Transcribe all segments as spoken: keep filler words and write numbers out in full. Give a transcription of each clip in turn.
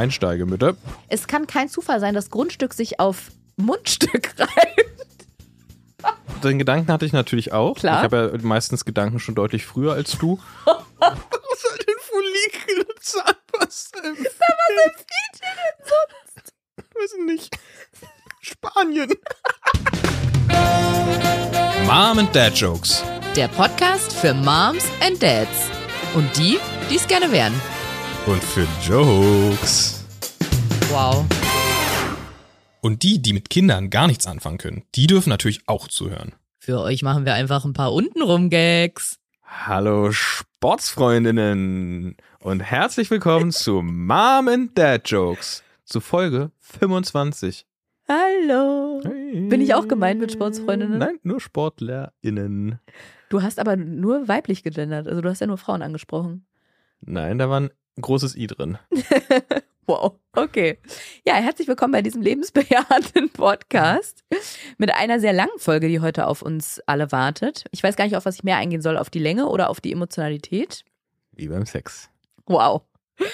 Einsteigemütter. Es kann kein Zufall sein, dass Grundstück sich auf Mundstück reimt. Den Gedanken hatte ich natürlich auch. Klar. Ich habe ja meistens Gedanken schon deutlich früher als du. Was soll denn Follikel und Zahnpasta empfehlen? Was empfiehlt ihr denn sonst? Weiß nicht. Spanien. Mom and Dad Jokes. Der Podcast für Moms and Dads. Und die, die es gerne wären. Und für Jokes. Wow. Und die, die mit Kindern gar nichts anfangen können, die dürfen natürlich auch zuhören. Für euch machen wir einfach ein paar untenrum Gags. Hallo Sportsfreundinnen und herzlich willkommen zu Mom and Dad Jokes, zu Folge fünfundzwanzig. Hallo. Hey. Bin ich auch gemeint mit Sportsfreundinnen? Nein, nur SportlerInnen. Du hast aber nur weiblich gegendert, also du hast ja nur Frauen angesprochen. Nein, da war ein großes I drin. Wow, okay. Ja, herzlich willkommen bei diesem lebensbejahenden Podcast mit einer sehr langen Folge, die heute auf uns alle wartet. Ich weiß gar nicht, auf was ich mehr eingehen soll, auf die Länge oder auf die Emotionalität. Wie beim Sex. Wow.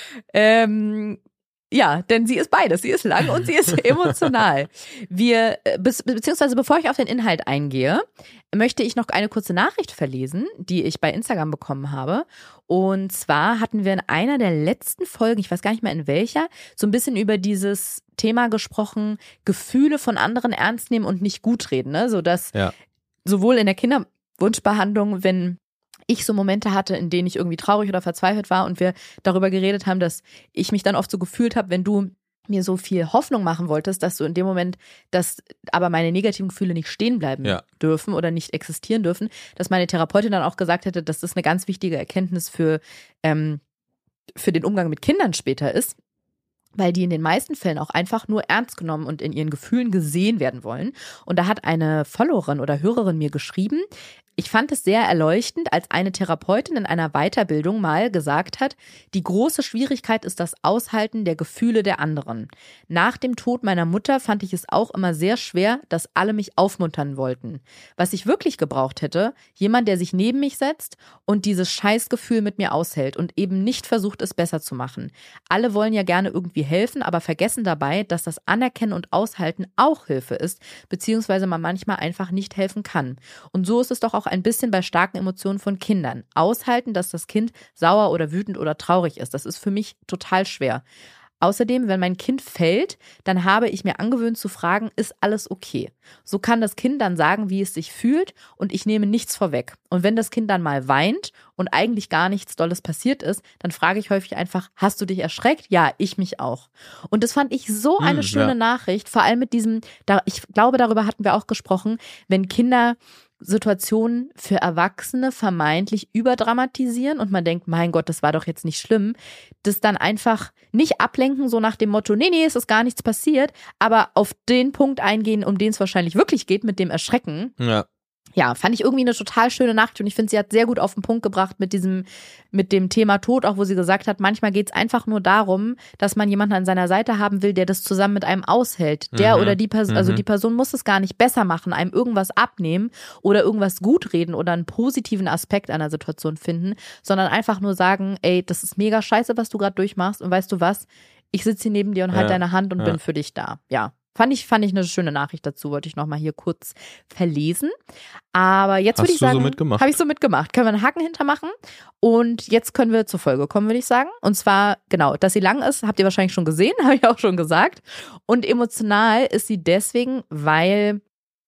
Ähm, ja, denn sie ist beides. Sie ist lang und sie ist emotional. Wir, be- beziehungsweise bevor ich auf den Inhalt eingehe, möchte ich noch eine kurze Nachricht verlesen, die ich bei Instagram bekommen habe. Und zwar hatten wir in einer der letzten Folgen, ich weiß gar nicht mehr in welcher, so ein bisschen über dieses Thema gesprochen, Gefühle von anderen ernst nehmen und nicht gut reden, ne? So dass Ja. sowohl in der Kinderwunschbehandlung, wenn ich so Momente hatte, in denen ich irgendwie traurig oder verzweifelt war und wir darüber geredet haben, dass ich mich dann oft so gefühlt habe, wenn du mir so viel Hoffnung machen wolltest, dass du in dem Moment, dass aber meine negativen Gefühle nicht stehen bleiben Ja. dürfen oder nicht existieren dürfen, dass meine Therapeutin dann auch gesagt hätte, dass das eine ganz wichtige Erkenntnis für, ähm, für den Umgang mit Kindern später ist, weil die in den meisten Fällen auch einfach nur ernst genommen und in ihren Gefühlen gesehen werden wollen. Und da hat eine Followerin oder Hörerin mir geschrieben, ich fand es sehr erleuchtend, als eine Therapeutin in einer Weiterbildung mal gesagt hat, die große Schwierigkeit ist das Aushalten der Gefühle der anderen. Nach dem Tod meiner Mutter fand ich es auch immer sehr schwer, dass alle mich aufmuntern wollten. Was ich wirklich gebraucht hätte, jemand, der sich neben mich setzt und dieses Scheißgefühl mit mir aushält und eben nicht versucht, es besser zu machen. Alle wollen ja gerne irgendwie helfen, aber vergessen dabei, dass das Anerkennen und Aushalten auch Hilfe ist, beziehungsweise man manchmal einfach nicht helfen kann. Und so ist es doch auch ein bisschen bei starken Emotionen von Kindern. Aushalten, dass das Kind sauer oder wütend oder traurig ist. Das ist für mich total schwer. Außerdem, wenn mein Kind fällt, dann habe ich mir angewöhnt zu fragen, ist alles okay? So kann das Kind dann sagen, wie es sich fühlt und ich nehme nichts vorweg. Und wenn das Kind dann mal weint und eigentlich gar nichts Dolles passiert ist, dann frage ich häufig einfach, hast du dich erschreckt? Ja, ich mich auch. Und das fand ich so eine Hm, schöne ja. Nachricht, vor allem mit diesem, da, ich glaube, darüber hatten wir auch gesprochen, wenn Kinder Situationen für Erwachsene vermeintlich überdramatisieren und man denkt, mein Gott, das war doch jetzt nicht schlimm, das dann einfach nicht ablenken, so nach dem Motto, nee, nee, es ist gar nichts passiert, aber auf den Punkt eingehen, um den es wahrscheinlich wirklich geht, mit dem Erschrecken. Ja. Ja, fand ich irgendwie eine total schöne Nachricht und ich finde, sie hat sehr gut auf den Punkt gebracht mit diesem, mit dem Thema Tod, auch wo sie gesagt hat, manchmal geht es einfach nur darum, dass man jemanden an seiner Seite haben will, der das zusammen mit einem aushält. Der Mhm. oder die Person, also Mhm. die Person muss es gar nicht besser machen, einem irgendwas abnehmen oder irgendwas gut reden oder einen positiven Aspekt einer Situation finden, sondern einfach nur sagen, ey, das ist mega scheiße, was du gerade durchmachst und weißt du was, ich sitze hier neben dir und halte Ja, deine Hand und ja. bin für dich da. Ja. Fand ich, fand ich eine schöne Nachricht dazu, wollte ich nochmal hier kurz verlesen. Aber jetzt würde Hast ich du so sagen, mitgemacht? habe ich so mitgemacht. Können wir einen Haken hintermachen? Und jetzt können wir zur Folge kommen, würde ich sagen. Und zwar, genau, dass sie lang ist, habt ihr wahrscheinlich schon gesehen, habe ich auch schon gesagt. Und emotional ist sie deswegen, weil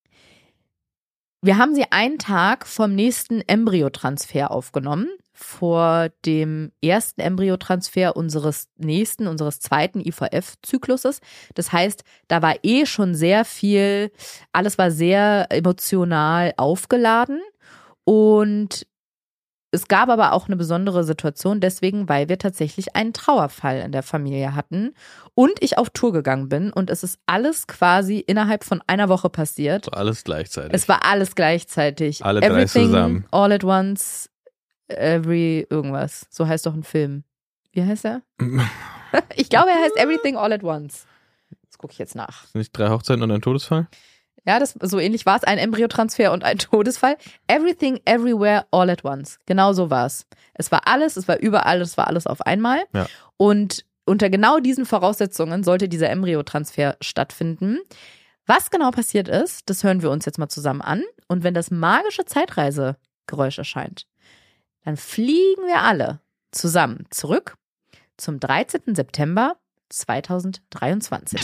wir haben sie einen Tag vom nächsten Embryotransfer aufgenommen, vor dem ersten Embryotransfer unseres nächsten, unseres zweiten I V F-Zykluses. Das heißt, da war eh schon sehr viel, alles war sehr emotional aufgeladen und es gab aber auch eine besondere Situation deswegen, weil wir tatsächlich einen Trauerfall in der Familie hatten und ich auf Tour gegangen bin und es ist alles quasi innerhalb von einer Woche passiert. So alles gleichzeitig. Es war alles gleichzeitig. Alle drei Everything, zusammen. all at once, every irgendwas. So heißt doch ein Film. Wie heißt er? Ich glaube, er heißt Everything All at Once. Das gucke ich jetzt nach. Nicht drei Hochzeiten und ein Todesfall? Ja, das, so ähnlich war es. Ein Embryotransfer und ein Todesfall. Everything, everywhere, all at once. Genau so war es. Es war alles, es war überall, es war alles auf einmal. Ja. Und unter genau diesen Voraussetzungen sollte dieser Embryotransfer stattfinden. Was genau passiert ist, das hören wir uns jetzt mal zusammen an. Und wenn das magische Zeitreisegeräusch erscheint, dann fliegen wir alle zusammen zurück zum dreizehnten September zweitausenddreiundzwanzig.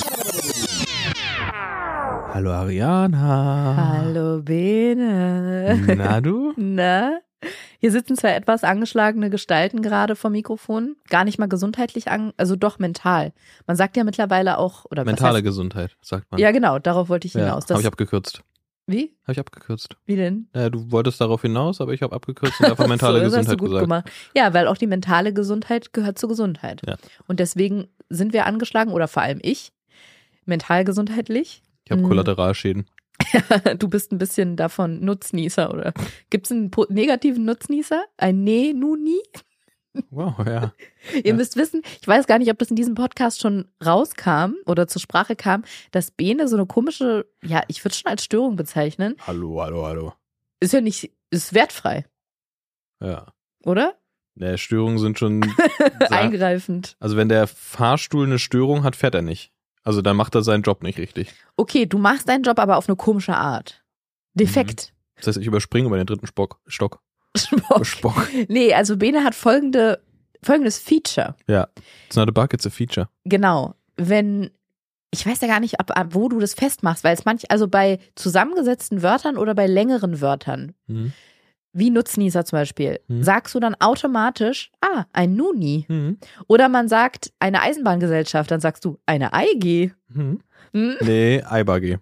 Hallo Ariana. Hallo Bene. Na du? Na? Hier sitzen zwei etwas angeschlagene Gestalten gerade vom Mikrofon. Gar nicht mal gesundheitlich, an, also doch mental. Man sagt ja mittlerweile auch, oder Mentale was heißt, Gesundheit, sagt man. Ja, genau, darauf wollte ich hinaus. Ja, habe ich abgekürzt. Wie? Habe ich abgekürzt. Wie denn? Ja, du wolltest darauf hinaus, aber ich habe abgekürzt und einfach mentale so, das Gesundheit hast du gut gesagt. Gemacht. Ja, weil auch die mentale Gesundheit gehört zur Gesundheit. Ja. Und deswegen sind wir angeschlagen, oder vor allem ich, mental gesundheitlich. Ich habe Kollateralschäden. Du bist ein bisschen davon Nutznießer, oder? Gibt es einen negativen Nutznießer? Ein Nee, nu, nie? Wow, ja. Ihr ja. müsst wissen, ich weiß gar nicht, ob das in diesem Podcast schon rauskam oder zur Sprache kam, dass Bene so eine komische, ja, ich würde es schon als Störung bezeichnen. Hallo, hallo, hallo. Ist ja nicht, ist wertfrei. Ja. Oder? Ne, Störungen sind schon eingreifend. Also wenn der Fahrstuhl eine Störung hat, fährt er nicht. Also dann macht er seinen Job nicht richtig. Okay, du machst deinen Job aber auf eine komische Art. Defekt. Mhm. Das heißt, ich überspringe über den dritten Spock, Stock. Spock. Spock. Nee, also Bene hat folgende, folgendes Feature. Ja, it's not a bug, it's a feature. Genau, wenn, ich weiß ja gar nicht, ab, ab wo du das festmachst, weil es manch, also bei zusammengesetzten Wörtern oder bei längeren Wörtern, Mhm. wie Nutznießer zum Beispiel, Mhm. sagst du dann automatisch, ah, ein Nuni. Mhm. Oder man sagt eine Eisenbahngesellschaft, dann sagst du eine I G. Mhm. Hm? Nee, I B A G.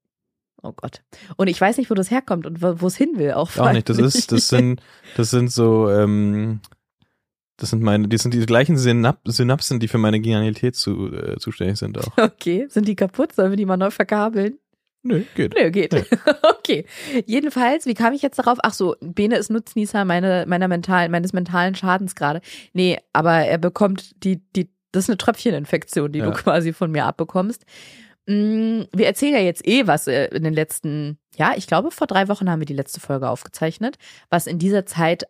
Oh Gott. Und ich weiß nicht, wo das herkommt und wo es hin will. Auch, Auch nicht, das ist, das sind, das sind so, ähm, das sind meine, die sind die gleichen Synap Synapsen, die für meine Genialität zu, äh, zuständig sind auch. Okay, sind die kaputt? Sollen wir die mal neu verkabeln? Nö, geht. Nö, geht. Nee. Okay. Jedenfalls, wie kam ich jetzt darauf? Ach so, Bene ist Nutznießer meine, meiner mentalen, meines mentalen Schadens gerade. Nee, aber er bekommt die, die, das ist eine Tröpfcheninfektion, die Ja. du quasi von mir abbekommst. Mm, Wir erzählen ja jetzt eh, was äh, in den letzten, ja, ich glaube, vor drei Wochen haben wir die letzte Folge aufgezeichnet, was in dieser Zeit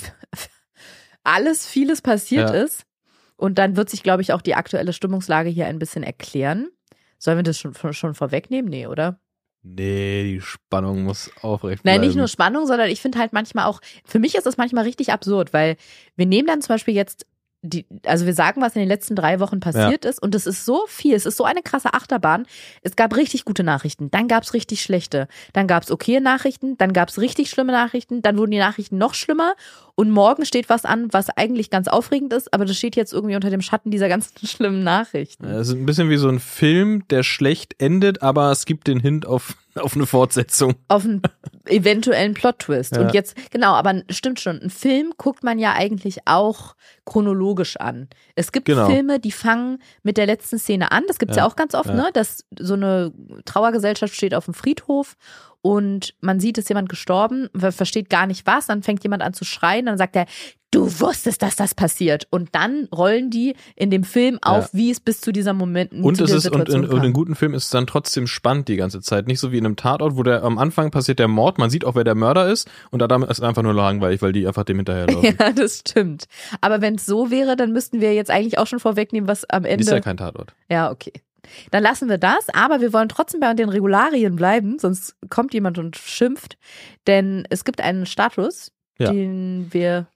alles, vieles passiert Ja. ist. Und dann wird sich, glaube ich, auch die aktuelle Stimmungslage hier ein bisschen erklären. Sollen wir das schon, schon vorwegnehmen? Nee, oder? Nee, die Spannung muss aufrecht Nein, bleiben. nicht nur Spannung, sondern ich finde halt manchmal auch, für mich ist es manchmal richtig absurd, weil wir nehmen dann zum Beispiel jetzt die, also wir sagen, was in den letzten drei Wochen passiert ist und es ist so viel, es ist so eine krasse Achterbahn. Es gab richtig gute Nachrichten, dann gab es richtig schlechte, dann gab es okaye Nachrichten, dann gab es richtig schlimme Nachrichten, dann wurden die Nachrichten noch schlimmer und morgen steht was an, was eigentlich ganz aufregend ist, aber das steht jetzt irgendwie unter dem Schatten dieser ganzen schlimmen Nachrichten. Es ist ein bisschen wie so ein Film, der schlecht endet, aber es gibt den Hint auf, auf eine Fortsetzung. Auf einen eventuellen Plot-Twist. Ja. Und jetzt, genau, aber stimmt schon, einen Film guckt man ja eigentlich auch chronologisch an. Es gibt Genau. Filme, die fangen mit der letzten Szene an. Das gibt's ja, Ja. auch ganz oft, Ja. ne? Dass so eine Trauergesellschaft steht auf dem Friedhof und man sieht, ist jemand gestorben, ver- versteht gar nicht was, dann fängt jemand an zu schreien, dann sagt er, du wusstest, dass das passiert. Und dann rollen die in dem Film auf, Ja. wie es bis zu dieser Moment Und zu es der ist und Situation in, und in kam. guten Filmen ist es dann trotzdem spannend die ganze Zeit. Nicht so wie in einem Tatort, wo der am Anfang passiert der Mord, man sieht auch, wer der Mörder ist und da ist es einfach nur langweilig, weil die einfach dem hinterherlaufen. Ja, das stimmt. Aber wenn es so wäre, dann müssten wir jetzt eigentlich auch schon vorwegnehmen, was am Ende. Ist ja kein Tatort. Ja, okay. Dann lassen wir das, aber wir wollen trotzdem bei den Regularien bleiben, sonst kommt jemand und schimpft. Denn es gibt einen Status, Ja. den wir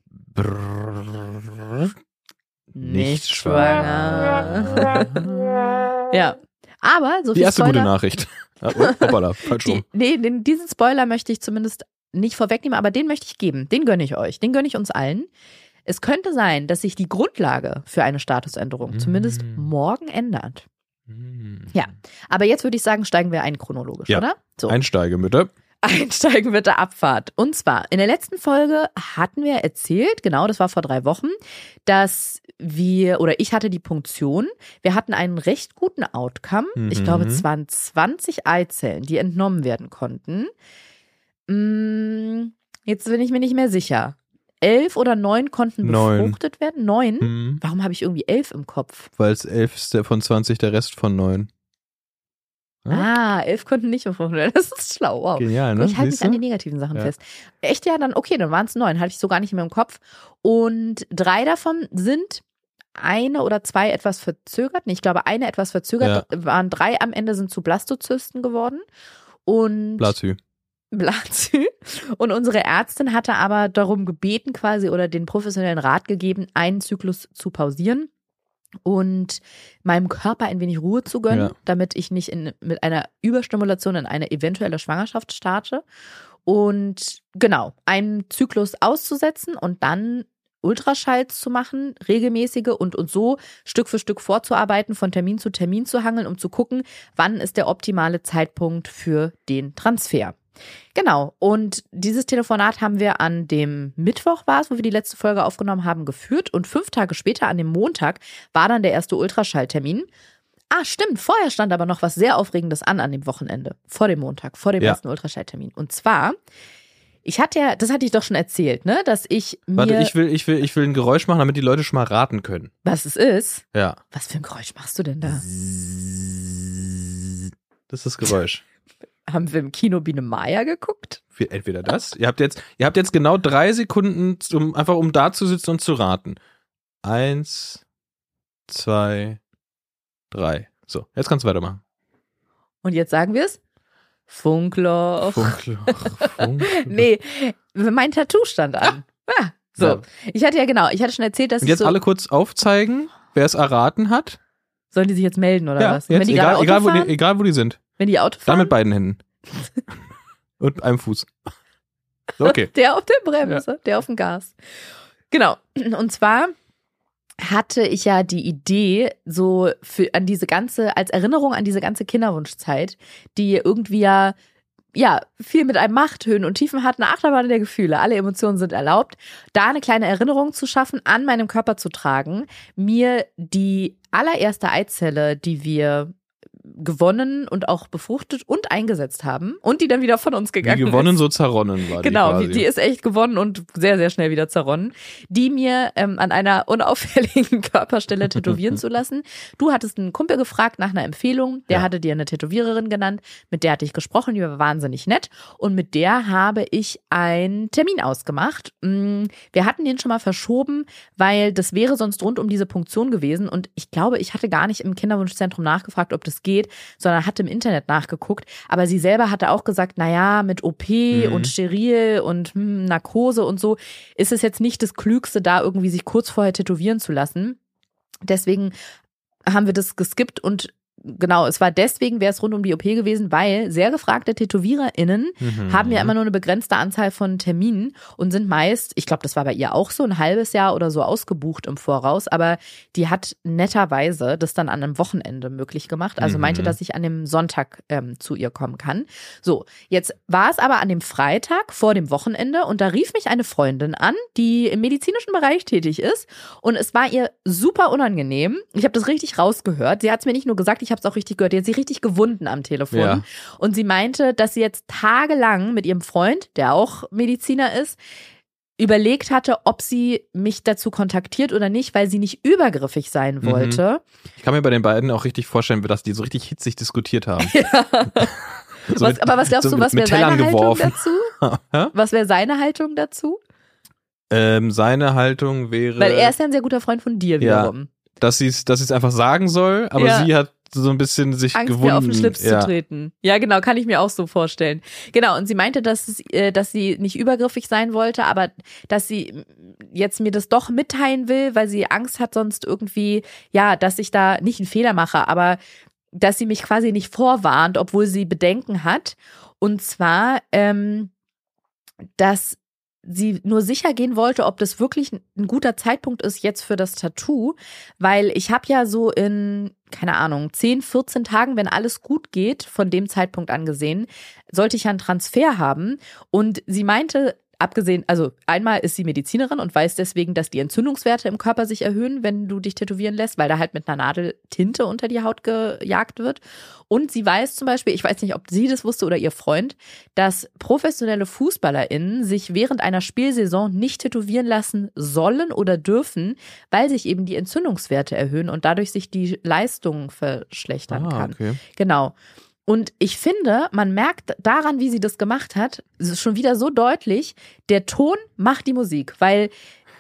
Brrr. nicht schwanger. Ja. Aber so Die viel erste Spoiler. gute Nachricht. Ah, oh, hoppala, falsch rum. Die, nee, den, diesen Spoiler möchte ich zumindest nicht vorwegnehmen, aber den möchte ich geben. Den gönne ich euch. Den gönne ich uns allen. Es könnte sein, dass sich die Grundlage für eine Statusänderung Mm. zumindest morgen ändert. Hm. Ja. Aber jetzt würde ich sagen, steigen wir ein chronologisch, Ja. oder? So. Einsteige bitte. Einsteigen mit der Abfahrt. Und zwar, in der letzten Folge hatten wir erzählt, genau, das war vor drei Wochen, dass wir, oder ich hatte die Punktion, wir hatten einen recht guten Outcome. Ich Mhm. glaube, es waren zwanzig Eizellen, die entnommen werden konnten. Mm, Jetzt bin ich mir nicht mehr sicher. Elf oder neun konnten Neun. befruchtet werden? Neun? Hm. Warum habe ich irgendwie elf im Kopf? Weil es elf ist der von zwanzig, der Rest von neun. Ja? Ah, elf konnten nicht befruchtet werden. Das ist schlau, wow. Genial, ne? Ich halte mich Siehst an du? die negativen Sachen Ja. fest. Echt, ja, dann, okay, dann waren es neun, hatte ich so gar nicht mehr im Kopf. Und drei davon sind eine oder zwei etwas verzögert. Nee, ich glaube, eine etwas verzögert. Ja. Waren drei am Ende, sind zu Blastozysten geworden. Und Blazü. Blazü. Und unsere Ärztin hatte aber darum gebeten quasi oder den professionellen Rat gegeben, einen Zyklus zu pausieren und meinem Körper ein wenig Ruhe zu gönnen, ja. damit ich nicht in, mit einer Überstimulation in eine eventuelle Schwangerschaft starte. Und genau, einen Zyklus auszusetzen und dann Ultraschalls zu machen, regelmäßige und, und so Stück für Stück vorzuarbeiten, von Termin zu Termin zu hangeln, um zu gucken, wann ist der optimale Zeitpunkt für den Transfer. Genau, und dieses Telefonat haben wir an dem Mittwoch, war es, wo wir die letzte Folge aufgenommen haben, geführt und fünf Tage später, an dem Montag, war dann der erste Ultraschalltermin. Ah, stimmt, vorher stand aber noch was sehr Aufregendes an an dem Wochenende, vor dem Montag, vor dem ja. ersten Ultraschalltermin. Und zwar, ich hatte ja, das hatte ich doch schon erzählt, ne, dass ich mir... Warte, ich will, ich will, ich will ein Geräusch machen, damit die Leute schon mal raten können. Was es ist? Ja. Was für ein Geräusch machst du denn da? Das ist das Geräusch. Haben wir im Kino Biene Maya geguckt? Entweder das. Ihr habt jetzt, ihr habt jetzt genau drei Sekunden, zum, einfach um da zu sitzen und zu raten. Eins, zwei, drei. So, jetzt kannst du weitermachen. Und jetzt sagen wir es? Funkloch. Funkloch. Funkloch. Nee, mein Tattoo stand an. Ah, so. Ja. Ich hatte ja genau, ich hatte schon erzählt, dass und ich jetzt so alle kurz aufzeigen, wer es erraten hat. Sollen die sich jetzt melden oder ja, was? Jetzt, Wenn die egal, Auto egal, wo fahren? die, egal wo die sind. Wenn die Auto fahren? Dann mit beiden Händen. Und einem Fuß. Okay. Der auf der Bremse, ja. der auf dem Gas. Genau. Und zwar hatte ich ja die Idee, so für, an diese ganze, als Erinnerung an diese ganze Kinderwunschzeit, die irgendwie ja, ja, viel mit einem macht, Höhen und Tiefen hat, eine Achterbahn der Gefühle, alle Emotionen sind erlaubt, da eine kleine Erinnerung zu schaffen, an meinem Körper zu tragen, mir die allererste Eizelle, die wir gewonnen und auch befruchtet und eingesetzt haben und die dann wieder von uns gegangen ist. Wie gewonnen, so zerronnen war die Genau, quasi. die ist echt gewonnen und sehr, sehr schnell wieder zerronnen, die mir ähm, an einer unauffälligen Körperstelle tätowieren zu lassen. Du hattest einen Kumpel gefragt nach einer Empfehlung, der ja. hatte dir eine Tätowiererin genannt, mit der hatte ich gesprochen, die war wahnsinnig nett und mit der habe ich einen Termin ausgemacht. Wir hatten den schon mal verschoben, weil das wäre sonst rund um diese Punktion gewesen und ich glaube, ich hatte gar nicht im Kinderwunschzentrum nachgefragt, ob das geht, sondern hatte im Internet nachgeguckt. Aber sie selber hatte auch gesagt, naja, mit O P mhm. und steril und hm, Narkose und so ist es jetzt nicht das Klügste, da irgendwie sich kurz vorher tätowieren zu lassen. Deswegen haben wir das geskippt und genau, es war deswegen, wäre es rund um die O P gewesen, weil sehr gefragte TätowiererInnen mhm. haben ja immer nur eine begrenzte Anzahl von Terminen und sind meist, ich glaube, das war bei ihr auch so, ein halbes Jahr oder so ausgebucht im Voraus, aber die hat netterweise das dann an einem Wochenende möglich gemacht, also meinte, mhm. dass ich an dem Sonntag ähm, zu ihr kommen kann. So, jetzt war es aber an dem Freitag vor dem Wochenende und da rief mich eine Freundin an, die im medizinischen Bereich tätig ist und es war ihr super unangenehm. Ich habe das richtig rausgehört. Sie hat es mir nicht nur gesagt, ich habe es auch richtig gehört, die hat sich richtig gewunden am Telefon. Ja. Und sie meinte, dass sie jetzt tagelang mit ihrem Freund, der auch Mediziner ist, überlegt hatte, ob sie mich dazu kontaktiert oder nicht, weil sie nicht übergriffig sein wollte. Mhm. Ich kann mir bei den beiden auch richtig vorstellen, dass die so richtig hitzig diskutiert haben. Ja. So was, mit, aber was glaubst so du, was wäre seine geworfen. Haltung dazu? Was wäre seine Haltung dazu? Ähm, seine Haltung wäre... Weil er ist ja ein sehr guter Freund von dir wiederum. Ja, dass sie es dass sie es einfach sagen soll, aber ja. sie hat so ein bisschen sich Angst, gewunden. mir auf den Schlips ja. zu treten. Ja, genau, kann ich mir auch so vorstellen. Genau, und sie meinte, dass, es, äh, dass sie nicht übergriffig sein wollte, aber dass sie jetzt mir das doch mitteilen will, weil sie Angst hat, sonst irgendwie, ja, dass ich da nicht einen Fehler mache, aber dass sie mich quasi nicht vorwarnt, obwohl sie Bedenken hat. Und zwar, ähm, dass sie nur sicher gehen wollte, ob das wirklich ein guter Zeitpunkt ist jetzt für das Tattoo, weil ich habe ja so in, keine Ahnung, zehn, vierzehn Tagen, wenn alles gut geht, von dem Zeitpunkt angesehen, sollte ich ja einen Transfer haben und sie meinte, abgesehen, also einmal ist sie Medizinerin und weiß deswegen, dass die Entzündungswerte im Körper sich erhöhen, wenn du dich tätowieren lässt, weil da halt mit einer Nadel Tinte unter die Haut gejagt wird. Und sie weiß zum Beispiel, ich weiß nicht, ob sie das wusste oder ihr Freund, dass professionelle FußballerInnen sich während einer Spielsaison nicht tätowieren lassen sollen oder dürfen, weil sich eben die Entzündungswerte erhöhen und dadurch sich die Leistung verschlechtern ah, kann. Okay. Genau. Und ich finde, man merkt daran, wie sie das gemacht hat, es ist schon wieder so deutlich, der Ton macht die Musik, weil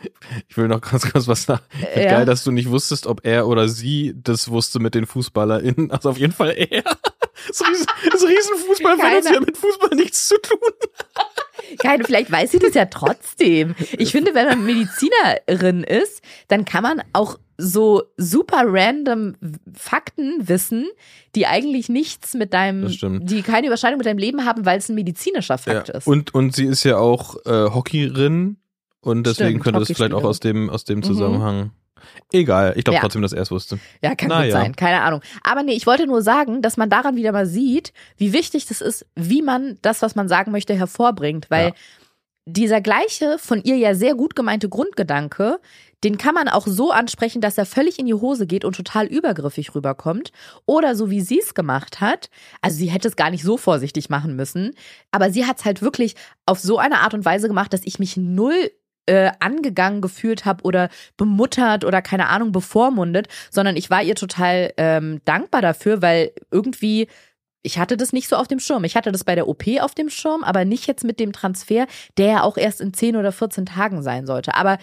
Ich will noch ganz kurz was sagen. Ja. Geil, dass du nicht wusstest, ob er oder sie das wusste mit den FußballerInnen. Also auf jeden Fall er. Das riesen, das Riesenfußballfan hat ja mit Fußball nichts zu tun. Keine, vielleicht weiß sie das ja trotzdem. Ich finde, wenn man Medizinerin ist, dann kann man auch so super random Fakten wissen, die eigentlich nichts mit deinem, die keine Überschneidung mit deinem Leben haben, weil es ein medizinischer Fakt ja. ist. Und, und sie ist ja auch äh, Hockeyerin und deswegen Stimmt, könnte das vielleicht auch aus dem, aus dem Zusammenhang. Mhm. Egal, ich glaube ja. trotzdem, dass er es wusste. Ja, kann Na, gut ja. sein, keine Ahnung. Aber nee, ich wollte nur sagen, dass man daran wieder mal sieht, wie wichtig das ist, wie man das, was man sagen möchte, hervorbringt. Weil ja. dieser gleiche, von ihr ja sehr gut gemeinte Grundgedanke, den kann man auch so ansprechen, dass er völlig in die Hose geht und total übergriffig rüberkommt. Oder so wie sie es gemacht hat, also sie hätte es gar nicht so vorsichtig machen müssen, aber sie hat es halt wirklich auf so eine Art und Weise gemacht, dass ich mich null Äh, angegangen gefühlt habe oder bemuttert oder keine Ahnung bevormundet, sondern ich war ihr total ähm, dankbar dafür, weil irgendwie ich hatte das nicht so auf dem Schirm. Ich hatte das bei der O P auf dem Schirm, aber nicht jetzt mit dem Transfer, der ja auch erst in zehn oder vierzehn Tagen sein sollte. Aber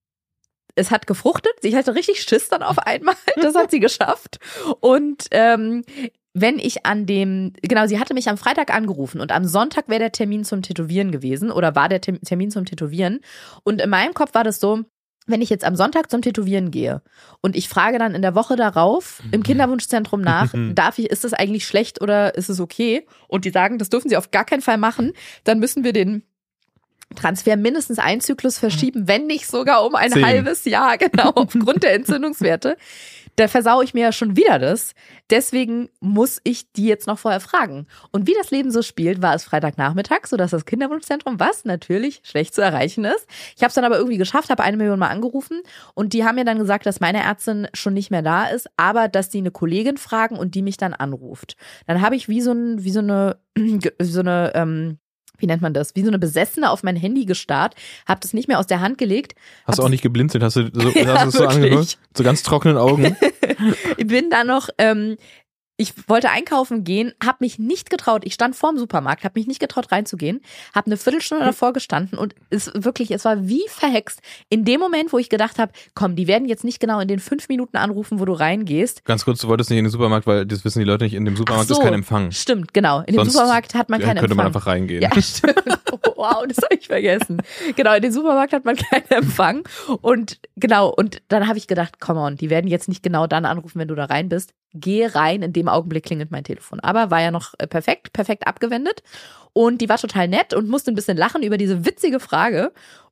es hat gefruchtet. Sie hatte richtig Schiss dann auf einmal. Das hat sie geschafft. Und ähm, wenn ich an dem, genau, sie hatte mich am Freitag angerufen und am Sonntag wäre der Termin zum Tätowieren gewesen oder war der Termin zum Tätowieren. Und in meinem Kopf war das so, wenn ich jetzt am Sonntag zum Tätowieren gehe und ich frage dann in der Woche darauf im Kinderwunschzentrum nach, darf ich, ist das eigentlich schlecht oder ist es okay? Und die sagen, das dürfen sie auf gar keinen Fall machen, dann müssen wir den Transfer mindestens ein Zyklus verschieben, wenn nicht sogar um ein Zehn. halbes Jahr, genau, aufgrund der Entzündungswerte. Da versau ich mir ja schon wieder das. Deswegen muss ich die jetzt noch vorher fragen. Und wie das Leben so spielt, war es Freitagnachmittag, sodass das Kinderwunschzentrum, was natürlich schlecht zu erreichen ist. Ich habe es dann aber irgendwie geschafft, habe eine Million Mal angerufen und die haben mir dann gesagt, dass meine Ärztin schon nicht mehr da ist, aber dass die eine Kollegin fragen und die mich dann anruft. Dann habe ich wie so, ein, wie so eine, so eine ähm, wie nennt man das, wie so eine Besessene auf mein Handy gestarrt, hab das nicht mehr aus der Hand gelegt. Hast du auch nicht geblinzelt? Hast du so, ja, hast du so angeguckt? So ganz trockenen Augen? Ich bin da noch, ähm, ich wollte einkaufen gehen, habe mich nicht getraut, ich stand vorm Supermarkt, habe mich nicht getraut reinzugehen, habe eine Viertelstunde davor gestanden und es wirklich, es war wie verhext. In dem Moment, wo ich gedacht habe, komm, die werden jetzt nicht genau in den fünf Minuten anrufen, wo du reingehst. Ganz kurz, du wolltest nicht in den Supermarkt, weil das wissen die Leute nicht, in dem Supermarkt so, ist kein Empfang. Stimmt, genau. In dem Sonst Supermarkt hat man keinen könnte Empfang. man einfach reingehen. Ja, stimmt. Wow, das habe ich vergessen. Genau, in dem Supermarkt hat man keinen Empfang. Und genau, und dann habe ich gedacht, come on, die werden jetzt nicht genau dann anrufen, wenn du da rein bist. Geh rein, in dem Augenblick klingelt mein Telefon. Aber war ja noch perfekt, perfekt abgewendet. Und die war total nett und musste ein bisschen lachen über diese witzige Frage.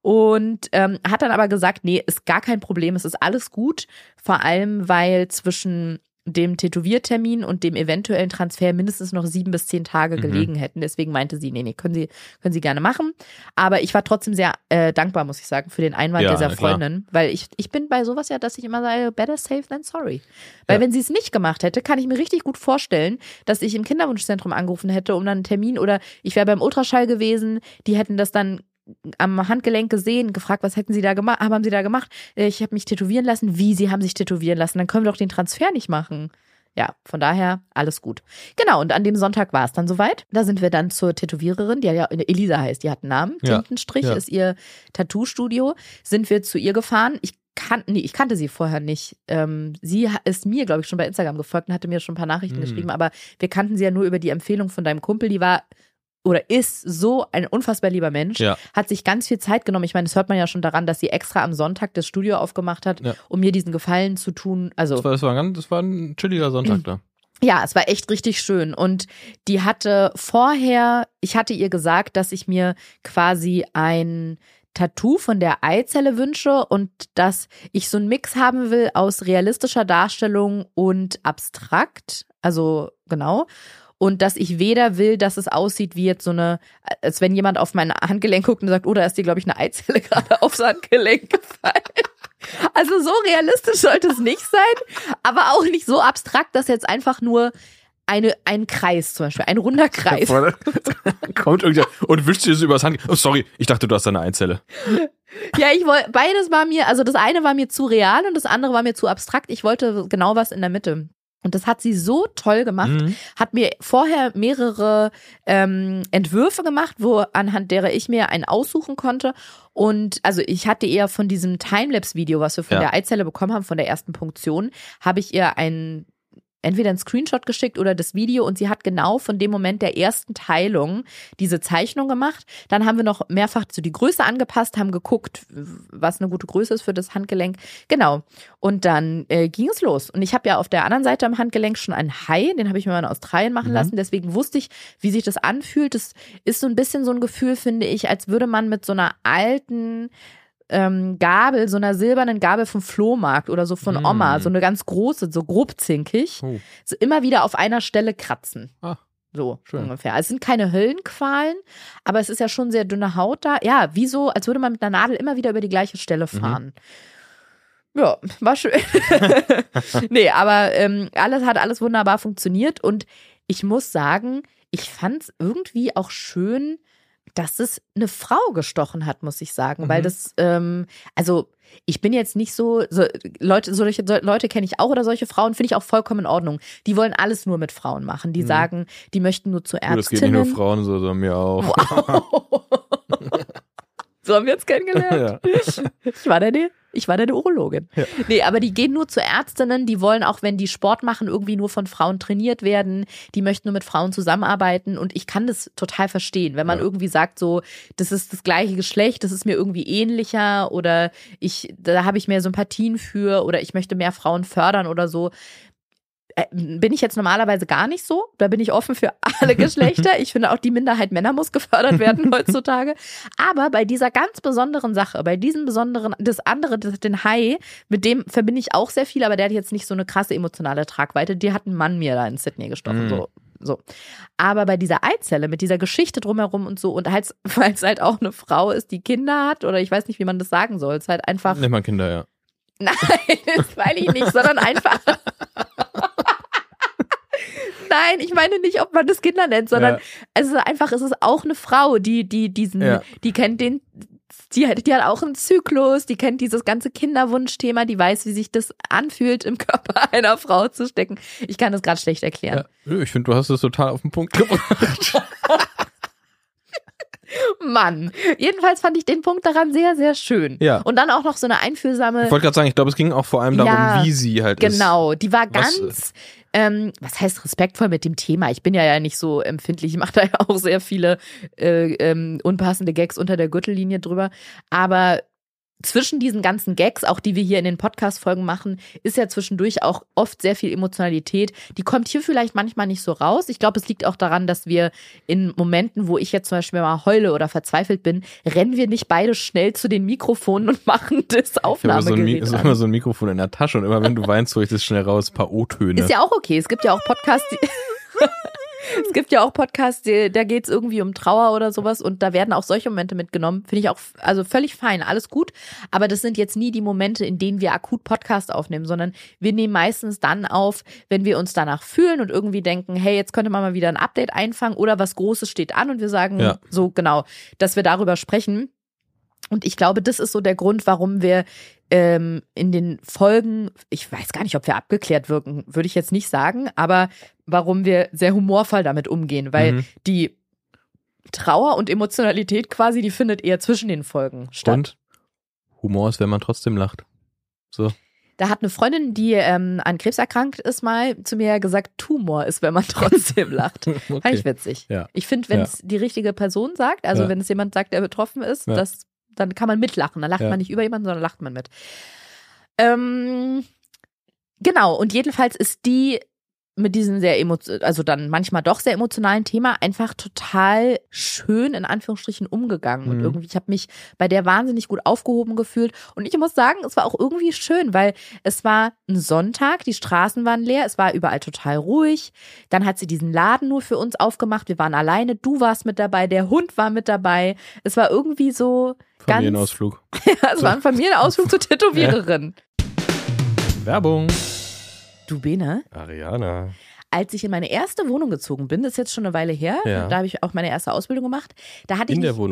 Und ähm, hat dann aber gesagt, nee, ist gar kein Problem, es ist alles gut. Vor allem, weil zwischen dem Tätowiertermin und dem eventuellen Transfer mindestens noch sieben bis zehn Tage Mhm. gelegen hätten. Deswegen meinte sie, nee, nee, können Sie, können Sie gerne machen. Aber ich war trotzdem sehr äh, dankbar, muss ich sagen, für den Einwand Ja, dieser na klar. Freundin. Weil ich, ich bin bei sowas ja, dass ich immer sage, better safe than sorry. Weil Ja. wenn sie es nicht gemacht hätte, kann ich mir richtig gut vorstellen, dass ich im Kinderwunschzentrum angerufen hätte, um dann einen Termin oder ich wäre beim Ultraschall gewesen, die hätten das dann am Handgelenk gesehen, gefragt, was hätten sie da gemacht, haben sie da gemacht? Ich habe mich tätowieren lassen. Wie, sie haben sich tätowieren lassen? Dann können wir doch den Transfer nicht machen. Ja, von daher alles gut. Genau, und an dem Sonntag war es dann soweit. Da sind wir dann zur Tätowiererin, die ja Elisa heißt, die hat einen Namen. Ja, Tintenstrich ja. ist ihr Tattoo-Studio. Sind wir zu ihr gefahren. Ich kan nee, ich kannte sie vorher nicht. Ähm, sie ha- ist mir, glaube ich, schon bei Instagram gefolgt und hatte mir schon ein paar Nachrichten Mhm. geschrieben, aber wir kannten sie ja nur über die Empfehlung von deinem Kumpel. Die war oder ist so ein unfassbar lieber Mensch, Ja. hat sich ganz viel Zeit genommen. Ich meine, das hört man ja schon daran, dass sie extra am Sonntag das Studio aufgemacht hat, Ja. um mir diesen Gefallen zu tun. Also Das war, das war, ein, ganz- das war ein chilliger Sonntag da. ja, es war echt richtig schön. Und die hatte vorher, ich hatte ihr gesagt, dass ich mir quasi ein Tattoo von der Eizelle wünsche und dass ich so einen Mix haben will aus realistischer Darstellung und abstrakt. Also genau. Und dass ich weder will, dass es aussieht wie jetzt so eine, als wenn jemand auf mein Handgelenk guckt und sagt, oh, da ist dir, glaube ich, eine Eizelle gerade aufs Handgelenk gefallen. Also so realistisch sollte es nicht sein, aber auch nicht so abstrakt, dass jetzt einfach nur eine, ein Kreis zum Beispiel, ein runder Kreis. Vorne kommt irgendjemand und wischt dir das übers Hand. Oh, sorry, ich dachte, du hast eine Einzelle. Ja, ich wollte, beides war mir, also das eine war mir zu real und das andere war mir zu abstrakt. Ich wollte genau was in der Mitte. Und das hat sie so toll gemacht, mhm. hat mir vorher mehrere ähm, Entwürfe gemacht, wo anhand derer ich mir einen aussuchen konnte. Und also ich hatte eher von diesem Timelapse-Video, was wir von ja. der Eizelle bekommen haben, von der ersten Punktion, habe ich ihr ein entweder einen Screenshot geschickt oder das Video und sie hat genau von dem Moment der ersten Teilung diese Zeichnung gemacht. Dann haben wir noch mehrfach so die Größe angepasst, haben geguckt, was eine gute Größe ist für das Handgelenk. Genau. Und dann äh, ging es los. Und ich habe ja auf der anderen Seite am Handgelenk schon einen Hai, den habe ich mir mal in Australien machen mhm. lassen. Deswegen wusste ich, wie sich das anfühlt. Das ist so ein bisschen so ein Gefühl, finde ich, als würde man mit so einer alten Ähm, Gabel, so einer silbernen Gabel vom Flohmarkt oder so von Oma, mm. so eine ganz große, so grobzinkig, oh. so immer wieder auf einer Stelle kratzen. Ah, so schön. ungefähr. Also es sind keine Höllenqualen, aber es ist ja schon sehr dünne Haut da. Ja, wie so, als würde man mit einer Nadel immer wieder über die gleiche Stelle fahren. Mhm. Ja, war schön. Nee, aber ähm, alles hat alles wunderbar funktioniert und ich muss sagen, ich fand es irgendwie auch schön, dass es eine Frau gestochen hat, muss ich sagen, mhm. weil das, ähm, also ich bin jetzt nicht so, so Leute, solche so Leute kenne ich auch oder solche Frauen finde ich auch vollkommen in Ordnung. Die wollen alles nur mit Frauen machen. Die mhm. sagen, die möchten nur zu Ärztinnen. Das geht nicht nur Frauen so, sondern mir auch. Wow. So haben wir uns kennengelernt. Ja. Ich war deine, ich war deine Urologin. Ja. Nee, aber die gehen nur zu Ärztinnen, die wollen auch, wenn die Sport machen, irgendwie nur von Frauen trainiert werden. Die möchten nur mit Frauen zusammenarbeiten und ich kann das total verstehen, wenn man ja. irgendwie sagt so, das ist das gleiche Geschlecht, das ist mir irgendwie ähnlicher oder ich, da habe ich mehr Sympathien für oder ich möchte mehr Frauen fördern oder so. Bin ich jetzt normalerweise gar nicht so. Da bin ich offen für alle Geschlechter. Ich finde auch die Minderheit Männer muss gefördert werden heutzutage. Aber bei dieser ganz besonderen Sache, bei diesem besonderen, das andere, das, den Hai, mit dem verbinde ich auch sehr viel, aber der hat jetzt nicht so eine krasse emotionale Tragweite. Die hat ein Mann mir da in Sydney gestochen. Mm. So. So. Aber bei dieser Eizelle, mit dieser Geschichte drumherum und so, und halt, weil es halt auch eine Frau ist, die Kinder hat, oder ich weiß nicht, wie man das sagen soll, es ist halt einfach. Nicht mal Kinder, ja. Nein, das meine ich nicht, sondern einfach. Nein, ich meine nicht, ob man das Kinder nennt, sondern ja. es ist einfach, es ist auch eine Frau, die, die diesen, ja. die kennt den, die hat, die hat auch einen Zyklus, die kennt dieses ganze Kinderwunschthema, die weiß, wie sich das anfühlt, im Körper einer Frau zu stecken. Ich kann das gerade schlecht erklären. Ja, ich finde, du hast es total auf den Punkt gebracht. Mann, jedenfalls fand ich den Punkt daran sehr, sehr schön. Ja. Und dann auch noch so eine einfühlsame. Ich wollte gerade sagen, ich glaube, es ging auch vor allem darum, ja, wie sie halt genau, ist. Genau, die war ganz, was, ähm, was heißt respektvoll mit dem Thema? Ich bin ja ja nicht so empfindlich, ich mache da ja auch sehr viele äh, ähm, unpassende Gags unter der Gürtellinie drüber. Aber zwischen diesen ganzen Gags, auch die wir hier in den Podcast-Folgen machen, ist ja zwischendurch auch oft sehr viel Emotionalität. Die kommt hier vielleicht manchmal nicht so raus. Ich glaube, es liegt auch daran, dass wir in Momenten, wo ich jetzt zum Beispiel mal heule oder verzweifelt bin, rennen wir nicht beide schnell zu den Mikrofonen und machen das Aufnahmegerät Ich habe so, so immer so ein Mikrofon in der Tasche und immer wenn du weinst, hole ich das schnell raus, ein paar O-Töne. Ist ja auch okay. Es gibt ja auch Podcasts, die Es gibt ja auch Podcasts, da geht es irgendwie um Trauer oder sowas und da werden auch solche Momente mitgenommen. Finde ich auch also völlig fein, alles gut. Aber das sind jetzt nie die Momente, in denen wir akut Podcast aufnehmen, sondern wir nehmen meistens dann auf, wenn wir uns danach fühlen und irgendwie denken, hey, jetzt könnte man mal wieder ein Update einfangen oder was Großes steht an und wir sagen ja. so genau, dass wir darüber sprechen. Und ich glaube, das ist so der Grund, warum wir ähm, in den Folgen, ich weiß gar nicht, ob wir abgeklärt wirken, würde ich jetzt nicht sagen, aber warum wir sehr humorvoll damit umgehen, weil mhm. die Trauer und Emotionalität quasi, die findet eher zwischen den Folgen statt. Und Humor ist, wenn man trotzdem lacht. So. Da hat eine Freundin, die ähm, an Krebs erkrankt ist, mal zu mir gesagt, Tumor ist, wenn man trotzdem lacht. Okay. Fand ich witzig. Ja. Ich finde, wenn es ja. die richtige Person sagt, also ja. wenn es jemand sagt, der betroffen ist, ja. das dann kann man mitlachen. Dann lacht ja. man nicht über jemanden, sondern lacht man mit. Ähm, genau, und jedenfalls ist die mit diesem sehr emotionalen, also dann manchmal doch sehr emotionalen Thema einfach total schön in Anführungsstrichen umgegangen. Und mhm. irgendwie, ich habe mich bei der wahnsinnig gut aufgehoben gefühlt. Und ich muss sagen, es war auch irgendwie schön, weil es war ein Sonntag, die Straßen waren leer, es war überall total ruhig. Dann hat sie diesen Laden nur für uns aufgemacht. Wir waren alleine, du warst mit dabei, der Hund war mit dabei. Es war irgendwie so Familienausflug. Ganz, ja, es war ein Familienausflug zur Tätowiererin. Ja. Werbung. Du Bene? Ariana. Als ich in meine erste Wohnung gezogen bin, das ist jetzt schon eine Weile her, ja. da habe ich auch meine erste Ausbildung gemacht. Da hatte in ich der nicht, Wohnung?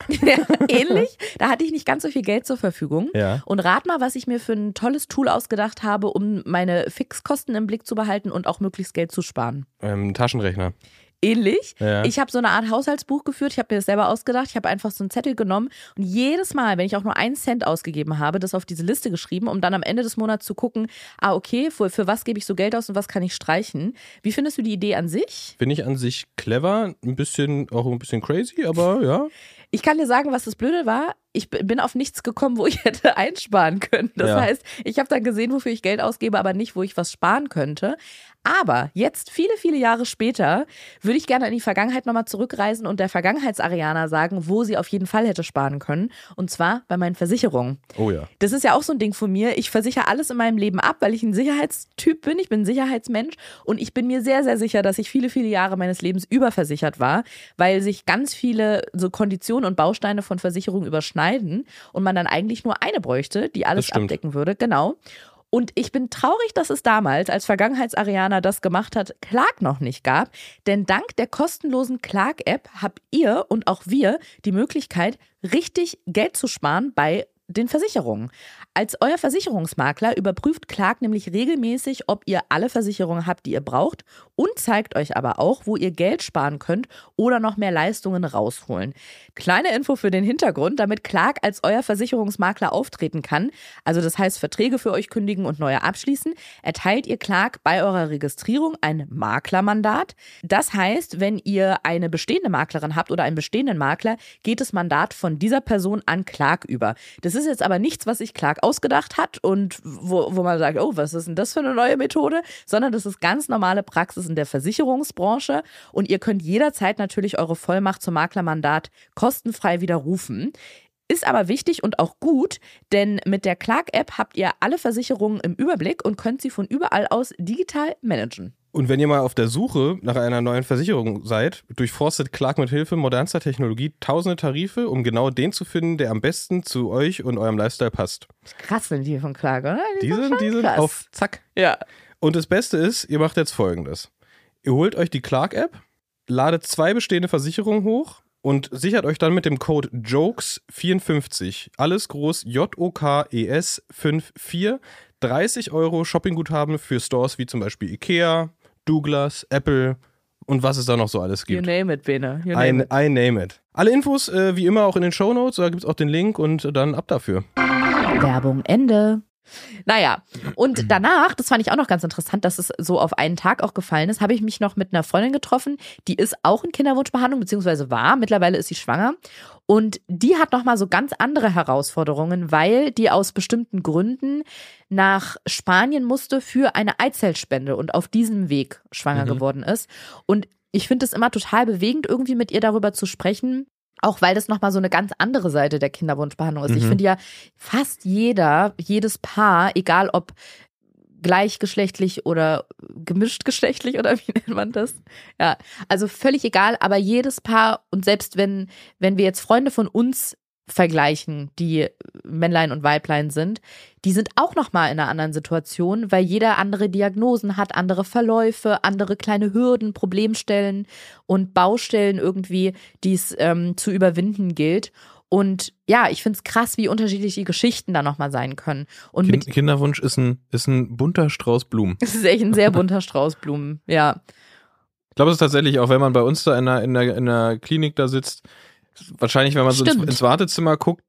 Ja, ähnlich. Da hatte ich nicht ganz so viel Geld zur Verfügung. Ja. Und rat mal, was ich mir für ein tolles Tool ausgedacht habe, um meine Fixkosten im Blick zu behalten und auch möglichst Geld zu sparen. Ähm, Taschenrechner. Ähnlich. Ja. Ich habe so eine Art Haushaltsbuch geführt. Ich habe mir das selber ausgedacht. Ich habe einfach so einen Zettel genommen und jedes Mal, wenn ich auch nur einen Cent ausgegeben habe, das auf diese Liste geschrieben, um dann am Ende des Monats zu gucken, ah okay, für, für was gebe ich so Geld aus und was kann ich streichen. Wie findest du die Idee an sich? Finde ich an sich clever, ein bisschen, auch ein bisschen crazy, aber ja. Ich kann dir sagen, was das Blöde war. Ich bin auf nichts gekommen, wo ich hätte einsparen können. Das Ja. heißt, ich habe dann gesehen, wofür ich Geld ausgebe, aber nicht, wo ich was sparen könnte. Aber jetzt, viele, viele Jahre später, würde ich gerne in die Vergangenheit nochmal zurückreisen und der Vergangenheits-Ariana sagen, wo sie auf jeden Fall hätte sparen können. Und zwar bei meinen Versicherungen. Oh ja. Das ist ja auch so ein Ding von mir. Ich versichere alles in meinem Leben ab, weil ich ein Sicherheitstyp bin. Ich bin ein Sicherheitsmensch und ich bin mir sehr, sehr sicher, dass ich viele, viele Jahre meines Lebens überversichert war, weil sich ganz viele so Konditionen und Bausteine von Versicherungen überschneiden und man dann eigentlich nur eine bräuchte, die alles Das stimmt. abdecken würde. Genau. Und ich bin traurig, dass es damals, als Vergangenheits-Ariana das gemacht hat, Clark noch nicht gab. Denn dank der kostenlosen Clark-App habt ihr und auch wir die Möglichkeit, richtig Geld zu sparen bei den Versicherungen. Als euer Versicherungsmakler überprüft Clark nämlich regelmäßig, ob ihr alle Versicherungen habt, die ihr braucht und zeigt euch aber auch, wo ihr Geld sparen könnt oder noch mehr Leistungen rausholen. Kleine Info für den Hintergrund, damit Clark als euer Versicherungsmakler auftreten kann, also das heißt Verträge für euch kündigen und neue abschließen, erteilt ihr Clark bei eurer Registrierung ein Maklermandat. Das heißt, wenn ihr eine bestehende Maklerin habt oder einen bestehenden Makler, geht das Mandat von dieser Person an Clark über. Das ist jetzt aber nichts, was sich Clark ausgedacht hat und wo, wo man sagt, oh, was ist denn das für eine neue Methode, sondern das ist ganz normale Praxis in der Versicherungsbranche und ihr könnt jederzeit natürlich eure Vollmacht zum Maklermandat kostenfrei widerrufen. Ist aber wichtig und auch gut, denn mit der Clark-App habt ihr alle Versicherungen im Überblick und könnt sie von überall aus digital managen. Und wenn ihr mal auf der Suche nach einer neuen Versicherung seid, durchforstet Clark mit Hilfe modernster Technologie tausende Tarife, um genau den zu finden, der am besten zu euch und eurem Lifestyle passt. Krass sind die von Clark, oder? Die sind, die sind krass. auf Zack. Ja. Und das Beste ist, ihr macht jetzt Folgendes. Ihr holt euch die Clark-App, ladet zwei bestehende Versicherungen hoch und sichert euch dann mit dem Code jokes vierundfünfzig, alles groß J O K E S vierundfünfzig, dreißig Euro Shoppingguthaben für Stores wie zum Beispiel Ikea, Douglas, Apple und was es da noch so alles You gibt. name it, Bene. You I, name it. I name it. Alle Infos äh, wie immer auch in den Shownotes, da gibt es auch den Link und äh, dann ab dafür. Werbung Ende. Naja, und danach, das fand ich auch noch ganz interessant, dass es so auf einen Tag auch gefallen ist, habe ich mich noch mit einer Freundin getroffen, die ist auch in Kinderwunschbehandlung, beziehungsweise war, mittlerweile ist sie schwanger. Und die hat nochmal so ganz andere Herausforderungen, weil die aus bestimmten Gründen nach Spanien musste für eine Eizellspende und auf diesem Weg schwanger Mhm. geworden ist. Und ich finde es immer total bewegend, irgendwie mit ihr darüber zu sprechen, auch weil das nochmal so eine ganz andere Seite der Kinderwunschbehandlung ist. Mhm. Ich finde ja, fast jeder, jedes Paar, egal ob gleichgeschlechtlich oder gemischtgeschlechtlich oder wie nennt man das? Ja, also völlig egal, aber jedes Paar und selbst wenn, wenn wir jetzt Freunde von uns vergleichen, die Männlein und Weiblein sind, die sind auch nochmal in einer anderen Situation, weil jeder andere Diagnosen hat, andere Verläufe, andere kleine Hürden, Problemstellen und Baustellen irgendwie, die es ähm, zu überwinden gilt. Und ja, ich finde es krass, wie unterschiedlich die Geschichten da nochmal sein können. Und Kind, mit Kinderwunsch ist ein, ist ein bunter Strauß Blumen. es ist echt ein sehr bunter Strauß Blumen, ja. Ich glaube, es ist tatsächlich auch, wenn man bei uns da in der, in der, in der Klinik da sitzt, wahrscheinlich, wenn man so ins, Stimmt. ins Wartezimmer guckt,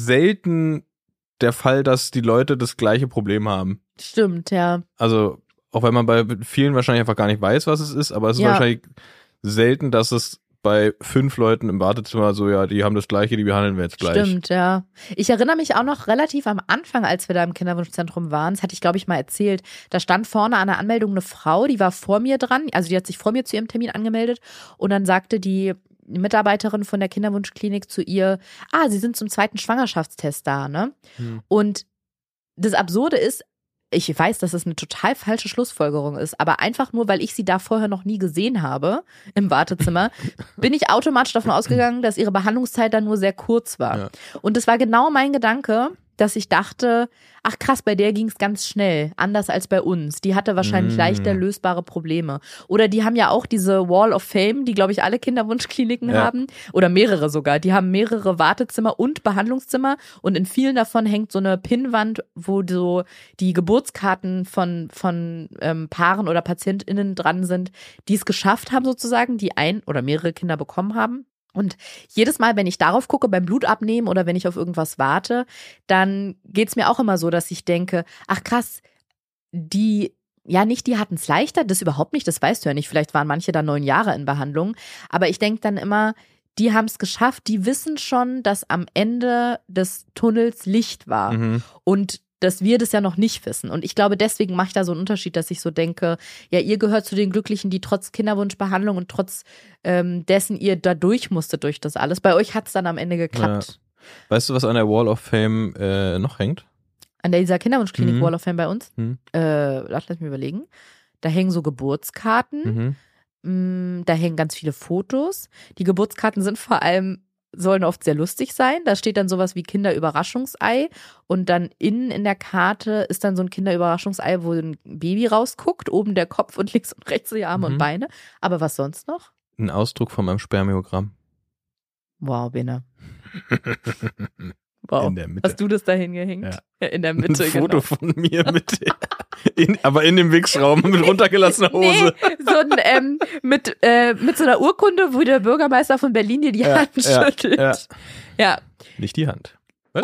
selten der Fall, dass die Leute das gleiche Problem haben. Stimmt, ja. Also, auch wenn man bei vielen wahrscheinlich einfach gar nicht weiß, was es ist, aber es ist Ja. wahrscheinlich selten, dass es bei fünf Leuten im Wartezimmer so, ja, die haben das Gleiche, die behandeln wir jetzt gleich. Stimmt, ja. Ich erinnere mich auch noch relativ am Anfang, als wir da im Kinderwunschzentrum waren, das hatte ich, glaube ich, mal erzählt, da stand vorne an der Anmeldung eine Frau, die war vor mir dran, also die hat sich vor mir zu ihrem Termin angemeldet und dann sagte die Mitarbeiterin von der Kinderwunschklinik zu ihr, ah, Sie sind zum zweiten Schwangerschaftstest da, ne? Hm. Und das Absurde ist, ich weiß, dass es eine total falsche Schlussfolgerung ist, aber einfach nur, weil ich sie da vorher noch nie gesehen habe im Wartezimmer, bin ich automatisch davon ausgegangen, dass ihre Behandlungszeit dann nur sehr kurz war. Ja. Und das war genau mein Gedanke, dass ich dachte, ach krass, bei der ging es ganz schnell, anders als bei uns. Die hatte wahrscheinlich mm. leichter lösbare Probleme. Oder die haben ja auch diese Wall of Fame, die, glaube ich, alle Kinderwunschkliniken ja. haben. Oder mehrere sogar. Die haben mehrere Wartezimmer und Behandlungszimmer. Und in vielen davon hängt so eine Pinnwand, wo so die Geburtskarten von, von ähm, Paaren oder PatientInnen dran sind, die es geschafft haben sozusagen, die ein oder mehrere Kinder bekommen haben. Und jedes Mal, wenn ich darauf gucke, beim Blutabnehmen oder wenn ich auf irgendwas warte, dann geht's mir auch immer so, dass ich denke, ach krass, die, ja nicht, die hatten es leichter, das überhaupt nicht, das weißt du ja nicht, vielleicht waren manche da neun Jahre in Behandlung, aber ich denke dann immer, die haben es geschafft, die wissen schon, dass am Ende des Tunnels Licht war mhm. und dass wir das ja noch nicht wissen. Und ich glaube, deswegen mache ich da so einen Unterschied, dass ich so denke, ja, ihr gehört zu den Glücklichen, die trotz Kinderwunschbehandlung und trotz ähm, dessen ihr da durch musstet durch das alles. Bei euch hat es dann am Ende geklappt. Ja. Weißt du, was an der Wall of Fame äh, noch hängt? An dieser Kinderwunschklinik mhm. Wall of Fame bei uns? Mhm. Äh, lass mich überlegen. Da hängen so Geburtskarten. Mhm. Da hängen ganz viele Fotos. Die Geburtskarten sind vor allem sollen oft sehr lustig sein. Da steht dann sowas wie Kinderüberraschungsei und dann innen in der Karte ist dann so ein Kinderüberraschungsei, wo ein Baby rausguckt, oben der Kopf und links und rechts die Arme mhm. und Beine. Aber was sonst noch? Ein Ausdruck von meinem Spermiogramm. Wow, Bene. Wow. In der Mitte. Hast du das da hingehängt? Ja. Ja, in der Mitte, ein Foto genau. von mir mit, in, aber in dem Wichsraum mit runtergelassener Hose. Nee, so ein, ähm, mit, äh, mit so einer Urkunde, wo der Bürgermeister von Berlin dir die ja, Hand ja, schüttelt. Ja. ja. Nicht die Hand. Was?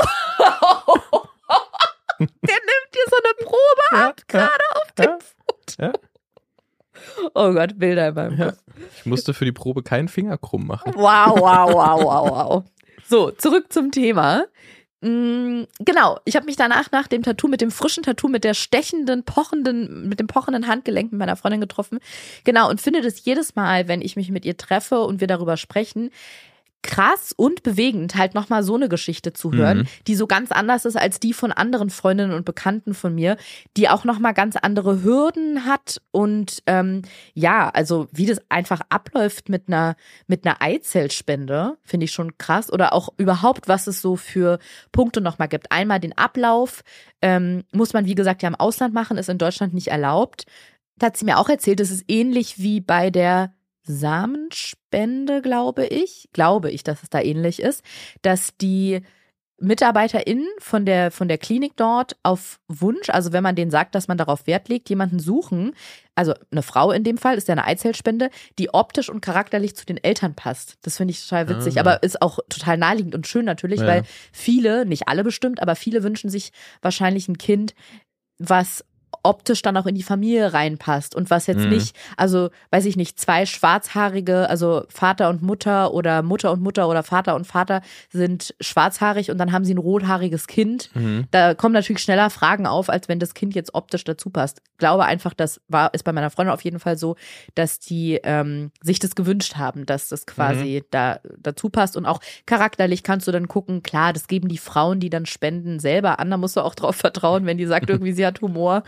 Der nimmt dir so eine Probe ja, ab, gerade ja, auf dem ja, Foto. Ja. Oh Gott, Bilder in meinem ja. Kopf. Ich musste für die Probe keinen Finger krumm machen. Wow, wow, wow, wow, wow. So, zurück zum Thema. Genau, ich habe mich danach nach dem Tattoo, mit dem frischen Tattoo, mit der stechenden, pochenden, mit dem pochenden Handgelenk mit meiner Freundin getroffen. Genau, und finde das jedes Mal, wenn ich mich mit ihr treffe und wir darüber sprechen, krass und bewegend, halt nochmal so eine Geschichte zu hören, mhm. die so ganz anders ist als die von anderen Freundinnen und Bekannten von mir, die auch nochmal ganz andere Hürden hat und ähm, ja, also wie das einfach abläuft mit einer mit einer Eizellspende, finde ich schon krass oder auch überhaupt, was es so für Punkte nochmal gibt. Einmal den Ablauf, ähm, muss man wie gesagt ja im Ausland machen, ist in Deutschland nicht erlaubt. Da hat sie mir auch erzählt, es ist ähnlich wie bei der Samenspende, glaube ich, glaube ich, dass es da ähnlich ist, dass die MitarbeiterInnen von der, von der Klinik dort auf Wunsch, also wenn man denen sagt, dass man darauf Wert legt, jemanden suchen, also eine Frau in dem Fall, ist ja eine Eizellspende, die optisch und charakterlich zu den Eltern passt. Das finde ich total witzig, ah, aber ist auch total naheliegend und schön natürlich, ja. weil viele, nicht alle bestimmt, aber viele wünschen sich wahrscheinlich ein Kind, was optisch dann auch in die Familie reinpasst und was jetzt mhm. nicht, also weiß ich nicht, zwei schwarzhaarige, also Vater und Mutter oder Mutter und Mutter oder Vater und Vater sind schwarzhaarig und dann haben sie ein rothaariges Kind. Mhm. Da kommen natürlich schneller Fragen auf, als wenn das Kind jetzt optisch dazu passt. Ich glaube einfach, das war ist bei meiner Freundin auf jeden Fall so, dass die ähm, sich das gewünscht haben, dass das quasi mhm. da dazu passt und auch charakterlich kannst du dann gucken, klar, das geben die Frauen, die dann spenden, selber an, da musst du auch drauf vertrauen, wenn die sagt, irgendwie sie hat Humor.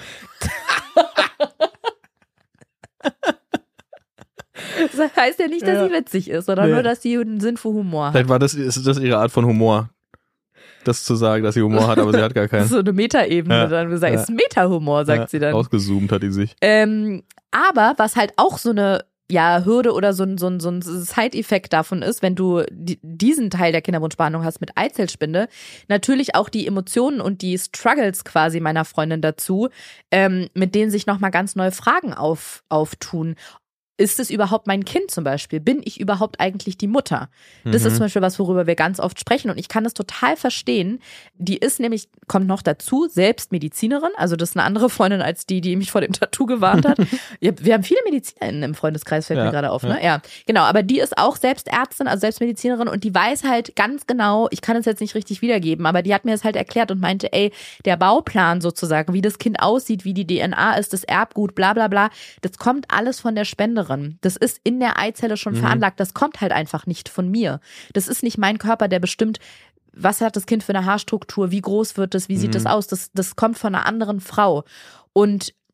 Das heißt ja nicht, dass ja. sie witzig ist, sondern nee. nur, dass sie einen Sinn für Humor hat. Vielleicht war das, ist das ihre Art von Humor, das zu sagen, dass sie Humor hat, aber sie hat gar keinen. So eine Metaebene ja. dann gesagt, ja. ist Meta-Humor, sagt ja. sie dann. Ausgezoomt hat die sich. Ähm, aber was halt auch so eine ja, Hürde oder so ein, so ein, so ein Side-Effekt davon ist, wenn du die, diesen Teil der Kinderwunschbehandlung hast mit Eizellspende, natürlich auch die Emotionen und die Struggles quasi meiner Freundin dazu, ähm, mit denen sich nochmal ganz neue Fragen auf, auftun. Ist es überhaupt mein Kind zum Beispiel? Bin ich überhaupt eigentlich die Mutter? Das mhm. ist zum Beispiel was, worüber wir ganz oft sprechen und ich kann das total verstehen. Die ist nämlich, kommt noch dazu, selbst Medizinerin, also das ist eine andere Freundin als die, die mich vor dem Tattoo gewarnt hat. Wir haben viele MedizinerInnen im Freundeskreis, fällt ja, mir gerade auf, ja. ne? Ja, genau, aber die ist auch selbst Ärztin, also selbst Medizinerin und die weiß halt ganz genau, ich kann es jetzt nicht richtig wiedergeben, aber die hat mir das halt erklärt und meinte, ey, der Bauplan sozusagen, wie das Kind aussieht, wie die D N A ist, das Erbgut, bla bla bla, das kommt alles von der Spenderin. Das ist in der Eizelle schon mhm. veranlagt. Das kommt halt einfach nicht von mir. Das ist nicht mein Körper, der bestimmt, was hat das Kind für eine Haarstruktur, wie groß wird es, wie sieht mhm. das aus. Das, das kommt von einer anderen Frau. Und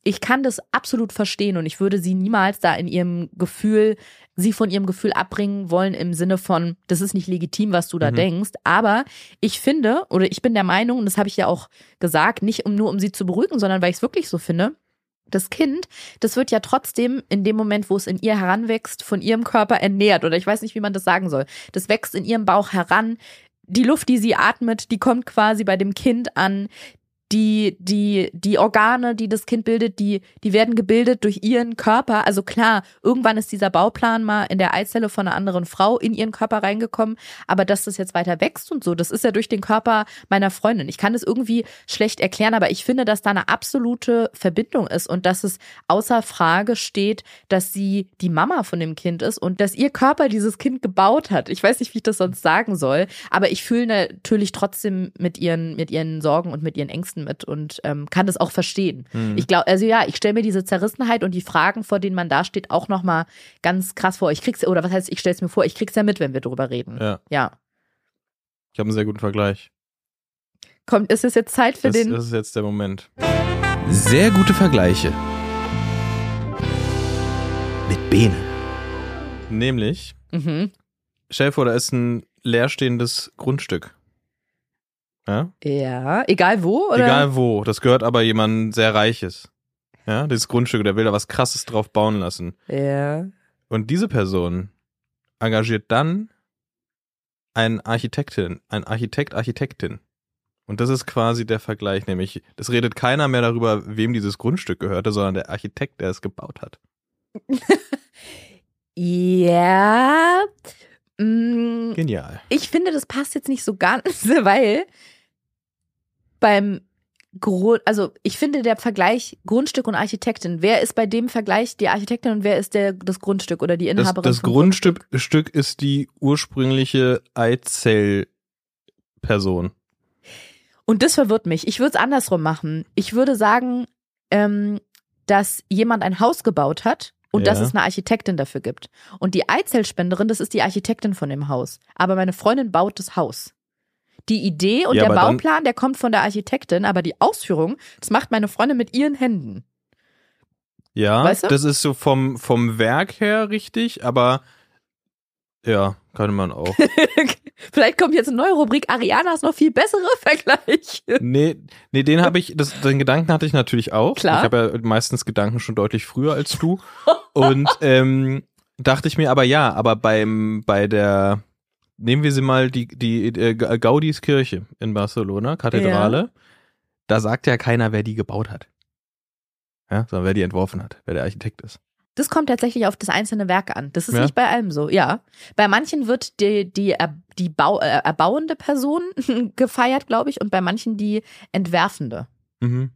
ich kann das absolut verstehen und ich würde sie niemals da in ihrem Gefühl, sie von ihrem Gefühl abbringen wollen im Sinne von, das ist nicht legitim, was du da Mhm. denkst. Aber ich finde, oder ich bin der Meinung, und das habe ich ja auch gesagt, nicht um nur um sie zu beruhigen, sondern weil ich es wirklich so finde, das Kind, das wird ja trotzdem in dem Moment, wo es in ihr heranwächst, von ihrem Körper ernährt. Oder ich weiß nicht, wie man das sagen soll. Das wächst in ihrem Bauch heran. Die Luft, die sie atmet, die kommt quasi bei dem Kind an. Die, die, die Organe, die das Kind bildet, die, die werden gebildet durch ihren Körper. Also klar, irgendwann ist dieser Bauplan mal in der Eizelle von einer anderen Frau in ihren Körper reingekommen. Aber dass das jetzt weiter wächst und so, das ist ja durch den Körper meiner Freundin. Ich kann das irgendwie schlecht erklären, aber ich finde, dass da eine absolute Verbindung ist und dass es außer Frage steht, dass sie die Mama von dem Kind ist und dass ihr Körper dieses Kind gebaut hat. Ich weiß nicht, wie ich das sonst sagen soll, aber ich fühle natürlich trotzdem mit ihren, mit ihren Sorgen und mit ihren Ängsten mit und ähm, kann das auch verstehen. Mhm. Ich glaube, also ja, ich stelle mir diese Zerrissenheit und die Fragen, vor denen man da steht, auch nochmal ganz krass vor. Ich krieg's, oder was heißt, ich stelle es mir vor, ich krieg's ja mit, wenn wir drüber reden. Ja. Ja. Ich habe einen sehr guten Vergleich. Kommt, ist es jetzt Zeit für Das, den? das ist jetzt der Moment. Sehr gute Vergleiche. Mit Bene. Nämlich, Mhm. stell dir vor, da ist ein leerstehendes Grundstück. Ja? Ja, egal wo, oder? Egal wo, das gehört aber jemandem sehr Reiches. Ja, dieses Grundstück, der will da was Krasses drauf bauen lassen. Ja. Und diese Person engagiert dann einen Architektin, ein Architekt, Architektin. Und das ist quasi der Vergleich, nämlich, es redet keiner mehr darüber, wem dieses Grundstück gehörte, sondern der Architekt, der es gebaut hat. Ja. Mm, Genial. Ich finde, das passt jetzt nicht so ganz, weil beim Grund, also ich finde der Vergleich Grundstück und Architektin, wer ist bei dem Vergleich die Architektin und wer ist der, das Grundstück oder die Das, Inhaberin? das vom Grundstück Stück ist die ursprüngliche Eizell-Person. Und das verwirrt mich. Ich würde es andersrum machen. Ich würde sagen, ähm, dass jemand ein Haus gebaut hat und Ja. dass es eine Architektin dafür gibt. Und die Eizellspenderin, das ist die Architektin von dem Haus. Aber meine Freundin baut das Haus. Die Idee und Ja, der aber dann- Bauplan, der kommt von der Architektin, aber die Ausführung, das macht meine Freundin mit ihren Händen. Ja, Weißt du? das ist so vom, vom Werk her richtig, aber ja, kann man auch. Vielleicht kommt jetzt eine neue Rubrik, Arianas noch viel bessere Vergleiche. Nee, nee, den habe ich, das, den Gedanken hatte ich natürlich auch. Klar. Ich habe ja meistens Gedanken schon deutlich früher als du. Und ähm, dachte ich mir, aber ja, aber beim, bei der, nehmen wir sie mal die, die äh, Gaudis Kirche in Barcelona, Kathedrale, da sagt ja keiner, wer die gebaut hat. Ja, sondern wer die entworfen hat, wer der Architekt ist. Das kommt tatsächlich auf das einzelne Werk an. Das ist Ja? nicht bei allem so, ja. Bei manchen wird die, die, er- die Bau, äh, erbauende Person gefeiert, glaube ich, und bei manchen die entwerfende. Mhm.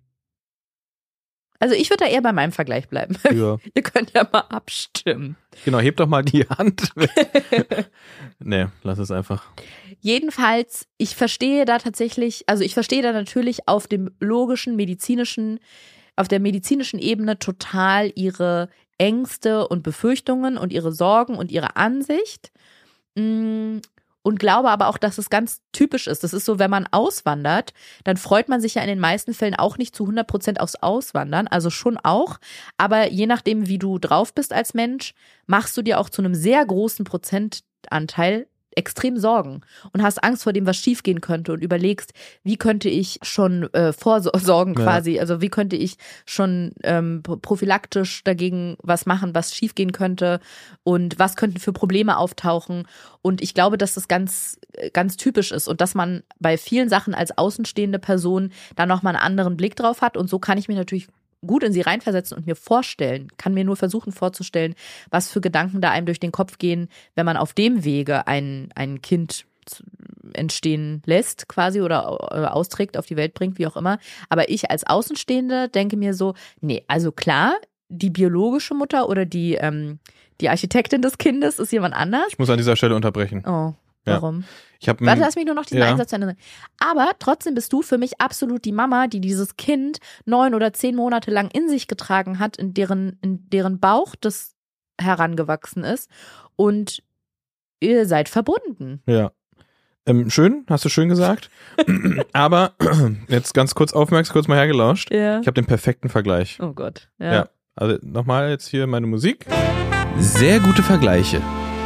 Also ich würde da eher bei meinem Vergleich bleiben. Ja. Ihr könnt ja mal abstimmen. Genau, heb doch mal die Hand. Nee, lass es einfach. Jedenfalls, ich verstehe da tatsächlich, also ich verstehe da natürlich auf dem logischen, medizinischen, auf der medizinischen Ebene total ihre Ängste und Befürchtungen und ihre Sorgen und ihre Ansicht. Mm, Und glaube aber auch, dass es ganz typisch ist. Das ist so, wenn man auswandert, dann freut man sich ja in den meisten Fällen auch nicht zu hundert Prozent aufs Auswandern, also schon auch. Aber je nachdem, wie du drauf bist als Mensch, machst du dir auch zu einem sehr großen Prozentanteil extrem Sorgen und hast Angst vor dem, was schiefgehen könnte und überlegst, wie könnte ich schon äh, vorsorgen Ja. quasi, also wie könnte ich schon ähm, prophylaktisch dagegen was machen, was schiefgehen könnte und was könnten für Probleme auftauchen. Und ich glaube, dass das ganz, ganz typisch ist und dass man bei vielen Sachen als außenstehende Person da nochmal einen anderen Blick drauf hat. Und so kann ich mich natürlich gut in sie reinversetzen und mir vorstellen, kann mir nur versuchen vorzustellen, was für Gedanken da einem durch den Kopf gehen, wenn man auf dem Wege ein, ein Kind entstehen lässt quasi oder austrägt, auf die Welt bringt, wie auch immer. Aber ich als Außenstehende denke mir so, nee, also klar, die biologische Mutter oder die, ähm, die Architektin des Kindes ist jemand anders. Ich muss an dieser Stelle unterbrechen. Oh, Ja. warum? Ich hab, Warte, lass mich nur noch diesen ja. Einsatz zu Ende sagen. Aber trotzdem bist du für mich absolut die Mama, die dieses Kind neun oder zehn Monate lang in sich getragen hat, in deren, in deren Bauch das herangewachsen ist. Und ihr seid verbunden. Ja. Ähm, schön, hast du schön gesagt. Aber jetzt ganz kurz aufmerksam, kurz mal hergelauscht. Ja. Ich habe den perfekten Vergleich. Oh Gott. Ja. Ja, also nochmal jetzt hier meine Musik. Sehr gute Vergleiche.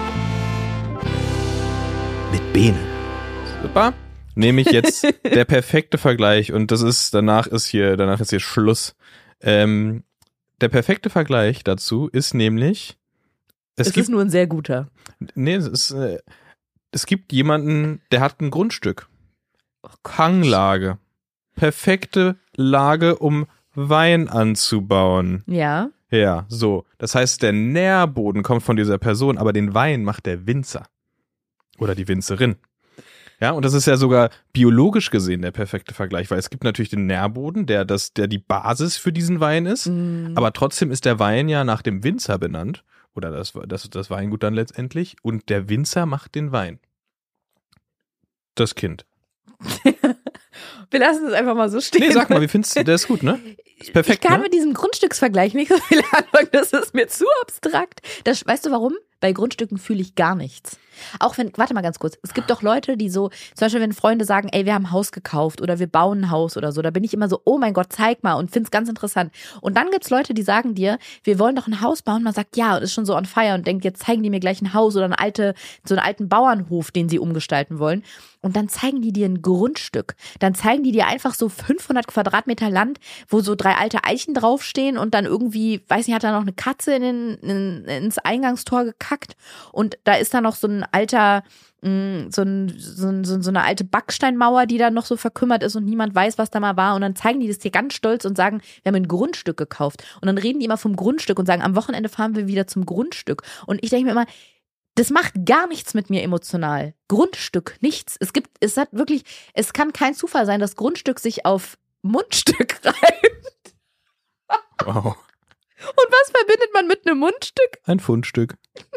Mit Bene. Super. Nehme ich jetzt der perfekte Vergleich und das ist, danach ist hier, danach ist hier Schluss. Ähm, der perfekte Vergleich dazu ist nämlich, es, Es gibt, ist nur ein sehr guter. nee, es ist, äh, es gibt jemanden, der hat ein Grundstück. Hanglage. Perfekte Lage, um Wein anzubauen. Ja. Ja, so. Das heißt, der Nährboden kommt von dieser Person, aber den Wein macht der Winzer. Oder die Winzerin. Ja, und das ist ja sogar biologisch gesehen der perfekte Vergleich, weil es gibt natürlich den Nährboden, der das, der die Basis für diesen Wein ist, Mm. aber trotzdem ist der Wein ja nach dem Winzer benannt, oder das, das, das Weingut dann letztendlich, und der Winzer macht den Wein. Das Kind. Wir lassen es einfach mal so stehen. Nee, sag mal, wie findest du, der ist gut, ne? Ist perfekt, ich kann ne? mit diesem Grundstücksvergleich nicht so viel anfangen, das ist mir zu abstrakt. Das, weißt du warum? Bei Grundstücken fühle ich gar nichts. Auch wenn, warte mal ganz kurz, es gibt doch Leute, die so, zum Beispiel wenn Freunde sagen, ey, wir haben ein Haus gekauft oder wir bauen ein Haus oder so, da bin ich immer so, oh mein Gott, zeig mal und find's ganz interessant. Und dann gibt's Leute, die sagen dir, wir wollen doch ein Haus bauen, man sagt ja und ist schon so on fire und denkt, jetzt zeigen die mir gleich ein Haus oder eine alte, so einen alten Bauernhof, den sie umgestalten wollen. Und dann zeigen die dir ein Grundstück. Dann zeigen die dir einfach so fünfhundert Quadratmeter Land, wo so drei alte Eichen draufstehen und dann irgendwie, weiß nicht, hat da noch eine Katze in den, in, ins Eingangstor gekackt und da ist da noch so ein alter, mh, so, ein, so, ein, so eine alte Backsteinmauer, die da noch so verkümmert ist und niemand weiß, was da mal war. Und dann zeigen die das dir ganz stolz und sagen, wir haben ein Grundstück gekauft. Und dann reden die immer vom Grundstück und sagen, am Wochenende fahren wir wieder zum Grundstück. Und ich denke mir immer, das macht gar nichts mit mir emotional. Grundstück, nichts. Es gibt, es hat wirklich, es kann kein Zufall sein, dass Grundstück sich auf Mundstück reimt. Wow. Und was verbindet man mit einem Mundstück? Ein Fundstück.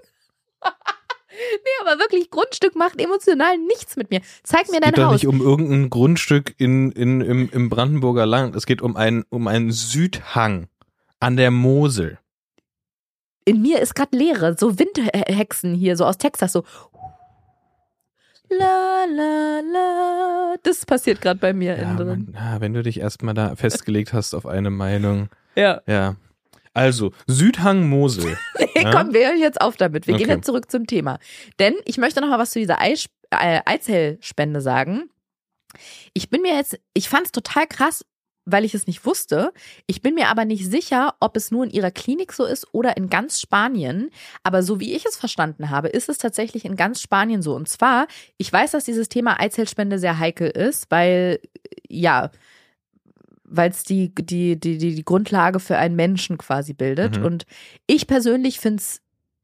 Nee, aber wirklich, Grundstück macht emotional nichts mit mir. Zeig mir Es dein geht doch Haus. nicht um irgendein Grundstück in, in, im, im Brandenburger Land. Es geht um einen, um einen Südhang an der Mosel. In mir ist gerade Leere, so Windhexen hier, so aus Texas, so la la la. Das passiert gerade bei mir Ja, innen drin. man, ja, wenn du dich erstmal da festgelegt hast auf eine Meinung. Ja. Ja. Also, Südhang Mosel. Nee, Ja? komm, wir hören jetzt auf damit. Wir gehen Okay. jetzt zurück zum Thema. Denn ich möchte noch mal was zu dieser Eis, äh, Eizellspende sagen. Ich bin mir jetzt, ich fand es total krass, weil ich es nicht wusste. Ich bin mir aber nicht sicher, ob es nur in ihrer Klinik so ist oder in ganz Spanien. Aber so wie ich es verstanden habe, ist es tatsächlich in ganz Spanien so. Und zwar, ich weiß, dass dieses Thema Eizellspende sehr heikel ist, weil, ja, weil es die, die, die, die, die Grundlage für einen Menschen quasi bildet. Mhm. Und ich persönlich finde es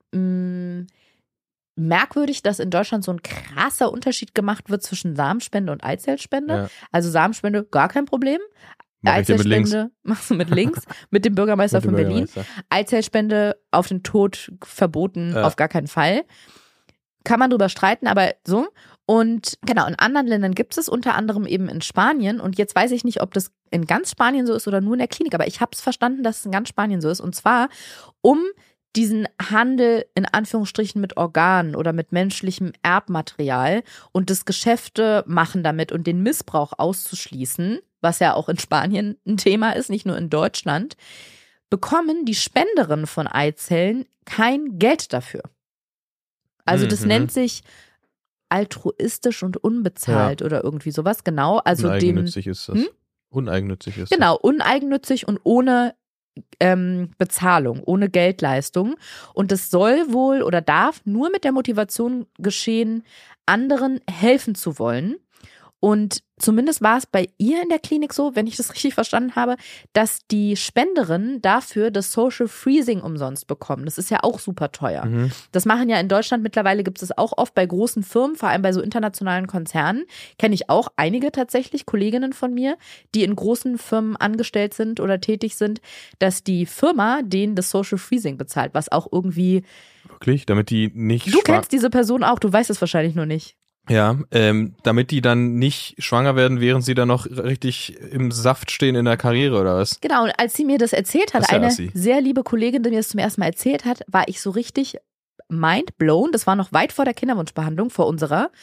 merkwürdig, dass in Deutschland so ein krasser Unterschied gemacht wird zwischen Samenspende und Eizellspende. Ja. Also Samenspende, gar kein Problem. Mach ich dir mit links. Eizellspende machst du mit links, mit dem Bürgermeister Mit dem von Berlin. Bürgermeister. Eizellspende auf den Tod verboten, Ja. auf gar keinen Fall. Kann man drüber streiten, aber so. Und genau, in anderen Ländern gibt es es, unter anderem eben in Spanien. Und jetzt weiß ich nicht, ob das in ganz Spanien so ist oder nur in der Klinik, aber ich habe es verstanden, dass es in ganz Spanien so ist. Und zwar, um diesen Handel in Anführungsstrichen mit Organen oder mit menschlichem Erbmaterial und das Geschäfte machen damit und den Missbrauch auszuschließen, was ja auch in Spanien ein Thema ist, nicht nur in Deutschland, bekommen die Spenderinnen von Eizellen kein Geld dafür. Also das Mhm. nennt sich altruistisch und unbezahlt oder irgendwie sowas, genau. Also dem, Uneigennützig ist das. Hm? Uneigennützig ist genau, uneigennützig und ohne ähm, Bezahlung, ohne Geldleistung. Und das soll wohl oder darf nur mit der Motivation geschehen, anderen helfen zu wollen. Und zumindest war es bei ihr in der Klinik so, wenn ich das richtig verstanden habe, dass die Spenderinnen dafür das Social Freezing umsonst bekommen. Das ist ja auch super teuer. das. Mhm. Das machen ja in Deutschland mittlerweile, gibt es auch oft bei großen Firmen, vor allem bei so internationalen Konzernen. Kenne ich auch einige tatsächlich, Kolleginnen von mir, die in großen Firmen angestellt sind oder tätig sind, dass die Firma denen das Social Freezing bezahlt, was auch irgendwie, Wirklich? Damit die nicht du schwa- kennst diese Person auch, du weißt es wahrscheinlich nur nicht. Ja, ähm, damit die dann nicht schwanger werden, während sie dann noch richtig im Saft stehen in der Karriere oder was? Genau, und als sie mir das erzählt hat, Das ist ja eine assi. sehr liebe Kollegin, die mir das zum ersten Mal erzählt hat, war ich so richtig mind blown. Das war noch weit vor der Kinderwunschbehandlung, vor unserer.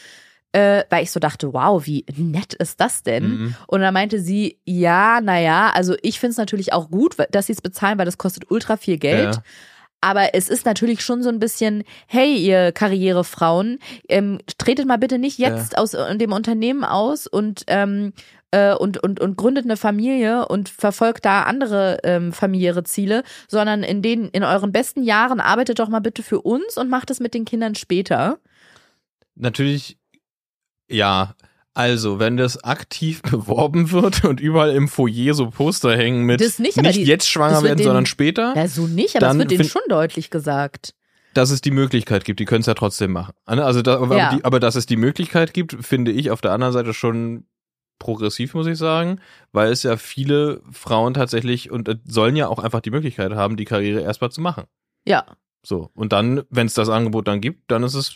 Äh, weil ich so dachte, wow, wie nett ist das denn? Mhm. Und dann meinte sie, ja, naja, also ich finde es natürlich auch gut, dass sie es bezahlen, weil das kostet ultra viel Geld. Ja. Aber es ist natürlich schon so ein bisschen, hey, ihr Karrierefrauen, ähm, tretet mal bitte nicht jetzt Ja. aus dem Unternehmen aus und ähm, äh, und, und, und gründet eine Familie und verfolgt da andere ähm, familiäre Ziele, sondern in den, in euren besten Jahren arbeitet doch mal bitte für uns und macht es mit den Kindern später. Natürlich, ja. Also, wenn das aktiv beworben wird und überall im Foyer so Poster hängen mit Das nicht, aber die- jetzt schwanger das wird werden, denen- sondern später, Ja, so nicht, aber es Dann wird denen find- schon deutlich gesagt. dass es die Möglichkeit gibt, die können es ja trotzdem machen. Also, da, aber, Ja. die, aber dass es die Möglichkeit gibt, finde ich auf der anderen Seite schon progressiv, muss ich sagen, weil es ja viele Frauen tatsächlich und äh, sollen ja auch einfach die Möglichkeit haben, die Karriere erstmal zu machen. Ja. So. Und dann, wenn es das Angebot dann gibt, dann ist es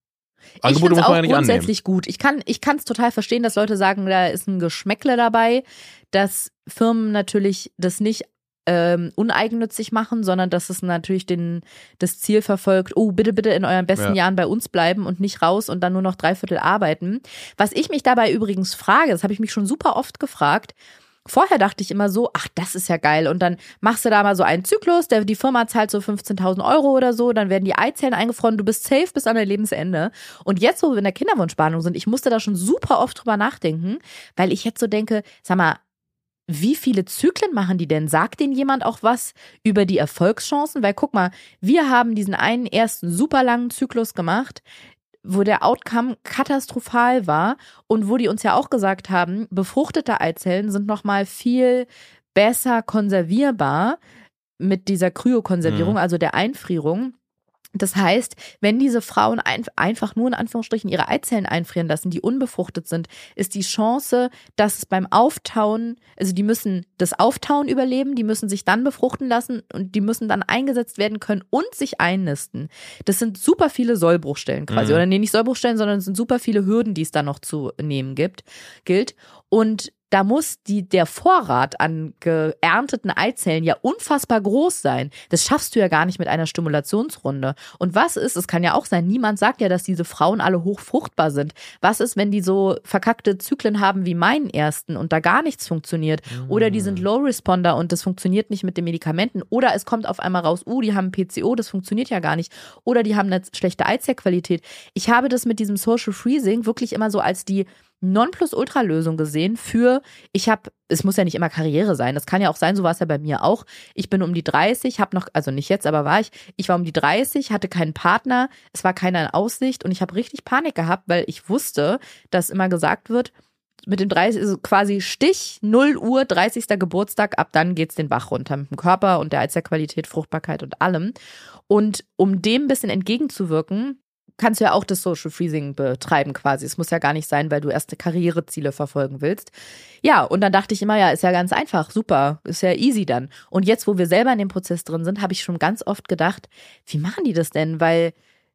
Ich Angebote finde es muss man ja auch nicht annehmen. grundsätzlich gut. Ich kann ich kann es total verstehen, dass Leute sagen, da ist ein Geschmäckle dabei, dass Firmen natürlich das nicht ähm, uneigennützig machen, sondern dass es natürlich den, das Ziel verfolgt, oh, bitte, bitte in euren besten Ja. Jahren bei uns bleiben und nicht raus und dann nur noch drei Viertel arbeiten. Was ich mich dabei übrigens frage, das habe ich mich schon super oft gefragt, vorher dachte ich immer so, ach, das ist ja geil. Und dann machst du da mal so einen Zyklus, der, die Firma zahlt so fünfzehntausend Euro oder so, dann werden die Eizellen eingefroren, du bist safe bis an dein Lebensende. Und jetzt, wo wir in der Kinderwunschbehandlung sind, ich musste da schon super oft drüber nachdenken, weil ich jetzt so denke, sag mal, wie viele Zyklen machen die denn? Sagt denen jemand auch was über die Erfolgschancen? Weil guck mal, wir haben diesen einen ersten super langen Zyklus gemacht, wo der Outcome katastrophal war und wo die uns ja auch gesagt haben, befruchtete Eizellen sind nochmal viel besser konservierbar mit dieser Kryokonservierung, Mhm. also der Einfrierung. Das heißt, wenn diese Frauen ein, einfach nur in Anführungsstrichen ihre Eizellen einfrieren lassen, die unbefruchtet sind, ist die Chance, dass es beim Auftauen, also die müssen das Auftauen überleben, die müssen sich dann befruchten lassen und die müssen dann eingesetzt werden können und sich einnisten. Das sind super viele Sollbruchstellen quasi. Mhm. Oder nee, nicht Sollbruchstellen, sondern es sind super viele Hürden, die es da noch zu nehmen gibt, gilt. Und da muss die, der Vorrat an geernteten Eizellen ja unfassbar groß sein. Das schaffst du ja gar nicht mit einer Stimulationsrunde. Und was ist, es kann ja auch sein, niemand sagt ja, dass diese Frauen alle hochfruchtbar sind. Was ist, wenn die so verkackte Zyklen haben wie meinen ersten und da gar nichts funktioniert? Oder die sind Low-Responder und das funktioniert nicht mit den Medikamenten. Oder es kommt auf einmal raus, uh, die haben P C O, das funktioniert ja gar nicht. Oder die haben eine schlechte Eizellqualität. Ich habe das mit diesem Social Freezing wirklich immer so als die Nonplusultra-Lösung gesehen für, ich habe, es muss ja nicht immer Karriere sein, das kann ja auch sein, so war es ja bei mir auch. Ich bin um die dreißig, habe noch, also nicht jetzt, aber war ich, ich war um die dreißig, hatte keinen Partner, es war keiner in Aussicht und ich habe richtig Panik gehabt, weil ich wusste, dass immer gesagt wird, mit dem dreißig, also quasi Stich, null Uhr, dreißigster Geburtstag, ab dann geht's den Bach runter mit dem Körper und der Eizellqualität, Fruchtbarkeit und allem. Und um dem ein bisschen entgegenzuwirken, kannst du ja auch das Social Freezing betreiben quasi. Es muss ja gar nicht sein, weil du erste Karriereziele verfolgen willst. Ja, und dann dachte ich immer, ja, ist ja ganz einfach, super, ist ja easy dann. Und jetzt, wo wir selber in dem Prozess drin sind, habe ich schon ganz oft gedacht, wie machen die das denn? Weil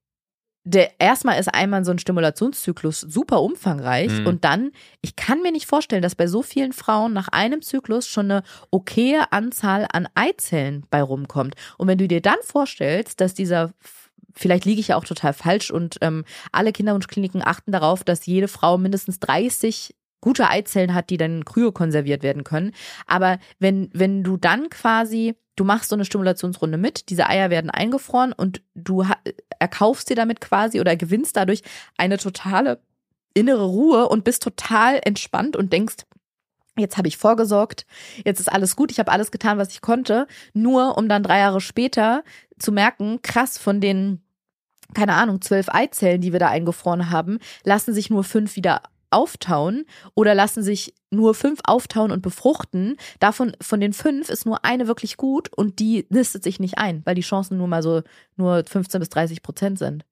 der erstmal ist einmal so ein Stimulationszyklus super umfangreich Mhm. und dann, ich kann mir nicht vorstellen, dass bei so vielen Frauen nach einem Zyklus schon eine okaye Anzahl an Eizellen bei rumkommt. Und wenn du dir dann vorstellst, dass dieser vielleicht liege ich ja auch total falsch und ähm, alle Kinderwunschkliniken achten darauf, dass jede Frau mindestens dreißig gute Eizellen hat, die dann kryokonserviert werden können. Aber wenn, wenn du dann quasi, du machst so eine Stimulationsrunde mit, diese Eier werden eingefroren und du ha- erkaufst dir damit quasi oder gewinnst dadurch eine totale innere Ruhe und bist total entspannt und denkst, jetzt habe ich vorgesorgt, jetzt ist alles gut, ich habe alles getan, was ich konnte, nur um dann drei Jahre später zu merken, krass, von den, keine Ahnung, zwölf Eizellen, die wir da eingefroren haben, lassen sich nur fünf wieder auftauen oder lassen sich nur fünf auftauen und befruchten. Davon, von den fünf ist nur eine wirklich gut und die nistet sich nicht ein, weil die Chancen nur mal so nur fünfzehn bis dreißig Prozent sind.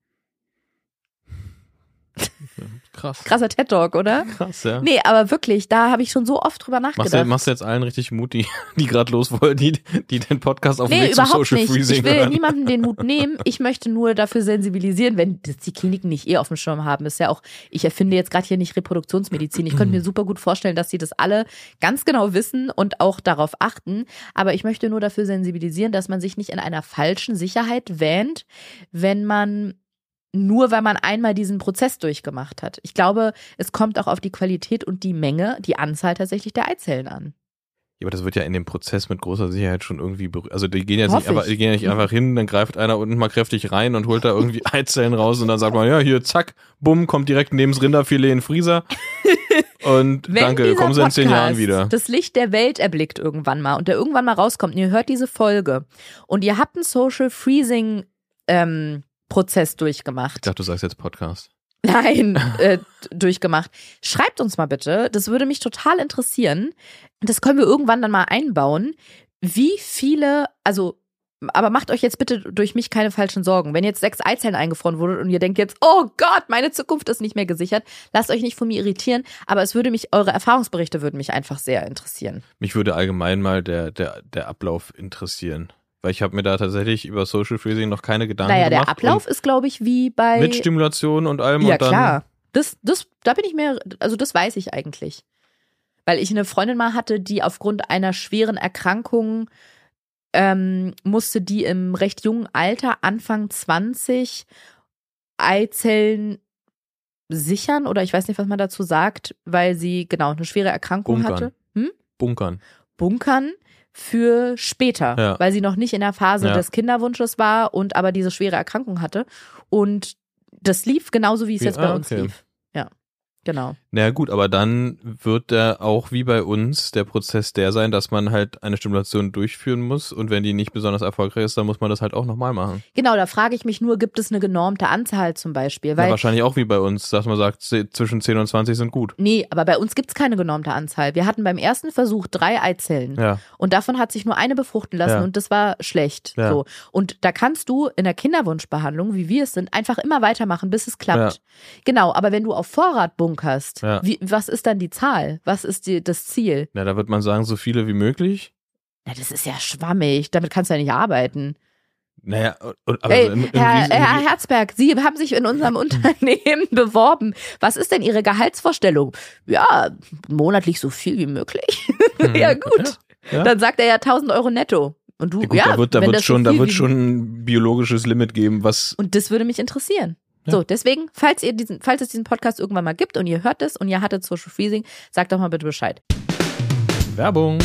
Krass. Krasser TED-Talk, oder? Krass, ja. Nee, aber wirklich, da habe ich schon so oft drüber Machst nachgedacht. du, machst du jetzt allen richtig Mut, die, die gerade los wollen, die, die den Podcast auf dem Nee, Weg zum überhaupt Social nicht. Freezing Ich will hören? niemandem den Mut nehmen. Ich möchte nur dafür sensibilisieren, wenn das die Kliniken nicht eh auf dem Schirm haben. Ist ja auch, ich erfinde jetzt gerade hier nicht Reproduktionsmedizin. Ich könnte mir super gut vorstellen, dass sie das alle ganz genau wissen und auch darauf achten. Aber ich möchte nur dafür sensibilisieren, dass man sich nicht in einer falschen Sicherheit wähnt, wenn man nur weil man einmal diesen Prozess durchgemacht hat. Ich glaube, es kommt auch auf die Qualität und die Menge, die Anzahl tatsächlich der Eizellen an. Ja, aber das wird ja in dem Prozess mit großer Sicherheit schon irgendwie berührt. Also die gehen jetzt Hoffe nicht, aber, ich. die gehen ja nicht einfach hin, dann greift einer unten mal kräftig rein und holt da irgendwie Eizellen raus und dann sagt man, ja, hier, zack, bumm, kommt direkt neben das Rinderfilet in den Freezer. Und Wenn danke, dieser kommen Sie in zehn Podcast Jahren wieder. das Licht der Welt erblickt irgendwann mal und der irgendwann mal rauskommt und ihr hört diese Folge und ihr habt einen Social Freezing ähm, Prozess durchgemacht. Ich dachte, du sagst jetzt Podcast. Nein, äh, durchgemacht. Schreibt uns mal bitte, das würde mich total interessieren. Das können wir irgendwann dann mal einbauen. Wie viele, also, aber macht euch jetzt bitte durch mich keine falschen Sorgen. Wenn jetzt sechs Eizellen eingefroren wurden und ihr denkt jetzt, oh Gott, meine Zukunft ist nicht mehr gesichert, lasst euch nicht von mir irritieren, aber es würde mich, eure Erfahrungsberichte würden mich einfach sehr interessieren. Mich würde allgemein mal der, der, der Ablauf interessieren. Weil ich habe mir da tatsächlich über Social Freezing noch keine Gedanken Naja, gemacht. der Ablauf ist, glaube ich, wie bei... Mit Stimulation und allem Ja, und dann. klar. Das, das, da bin ich mir, also das weiß ich eigentlich. Weil ich eine Freundin mal hatte, die aufgrund einer schweren Erkrankung ähm, musste die im recht jungen Alter, Anfang zwanzig, Eizellen sichern oder ich weiß nicht, was man dazu sagt, weil sie genau eine schwere Erkrankung Bunkern. hatte. Hm? Bunkern. Bunkern für später, Ja. weil sie noch nicht in der Phase Ja. des Kinderwunsches war und aber diese schwere Erkrankung hatte. Und das lief genauso, wie es Ja, jetzt bei ah, uns okay. lief. Ja, genau. Naja gut, aber dann wird der auch wie bei uns der Prozess der sein, dass man halt eine Stimulation durchführen muss und wenn die nicht besonders erfolgreich ist, dann muss man das halt auch nochmal machen. Genau, da frage ich mich nur, gibt es eine genormte Anzahl zum Beispiel? Ja, Weil, wahrscheinlich auch wie bei uns, dass man sagt, ze- zwischen zehn und zwanzig sind gut. nee, aber bei uns gibt es keine genormte Anzahl. Wir hatten beim ersten Versuch drei Eizellen Ja, und davon hat sich nur eine befruchten lassen Ja. und das war schlecht. Ja. So. Und da kannst du in der Kinderwunschbehandlung, wie wir es sind, einfach immer weitermachen, bis es klappt. Genau, aber wenn du auf Vorrat bunkerst, Ja. wie, was ist dann die Zahl? Was ist die, das Ziel? na, da wird man sagen, so viele wie möglich. Na, das ist ja schwammig, damit kannst du ja nicht arbeiten. Naja, und, aber Ey, im, im Herr, Riesen- Herr Herzberg, Sie haben sich in unserem Unternehmen beworben. Was ist denn Ihre Gehaltsvorstellung? Ja, monatlich so viel wie möglich. Ja, gut. Ja, ja. Dann sagt er ja tausend Euro netto. Und du, Ja, gut, ja, da wird, da wenn wird das so schon, da viel wird wie- schon ein biologisches Limit geben, was. Und das würde mich interessieren. Ja. So, deswegen, falls ihr diesen, falls es diesen Podcast irgendwann mal gibt und ihr hört es und ihr hattet Social Freezing, sagt doch mal bitte Bescheid. Werbung.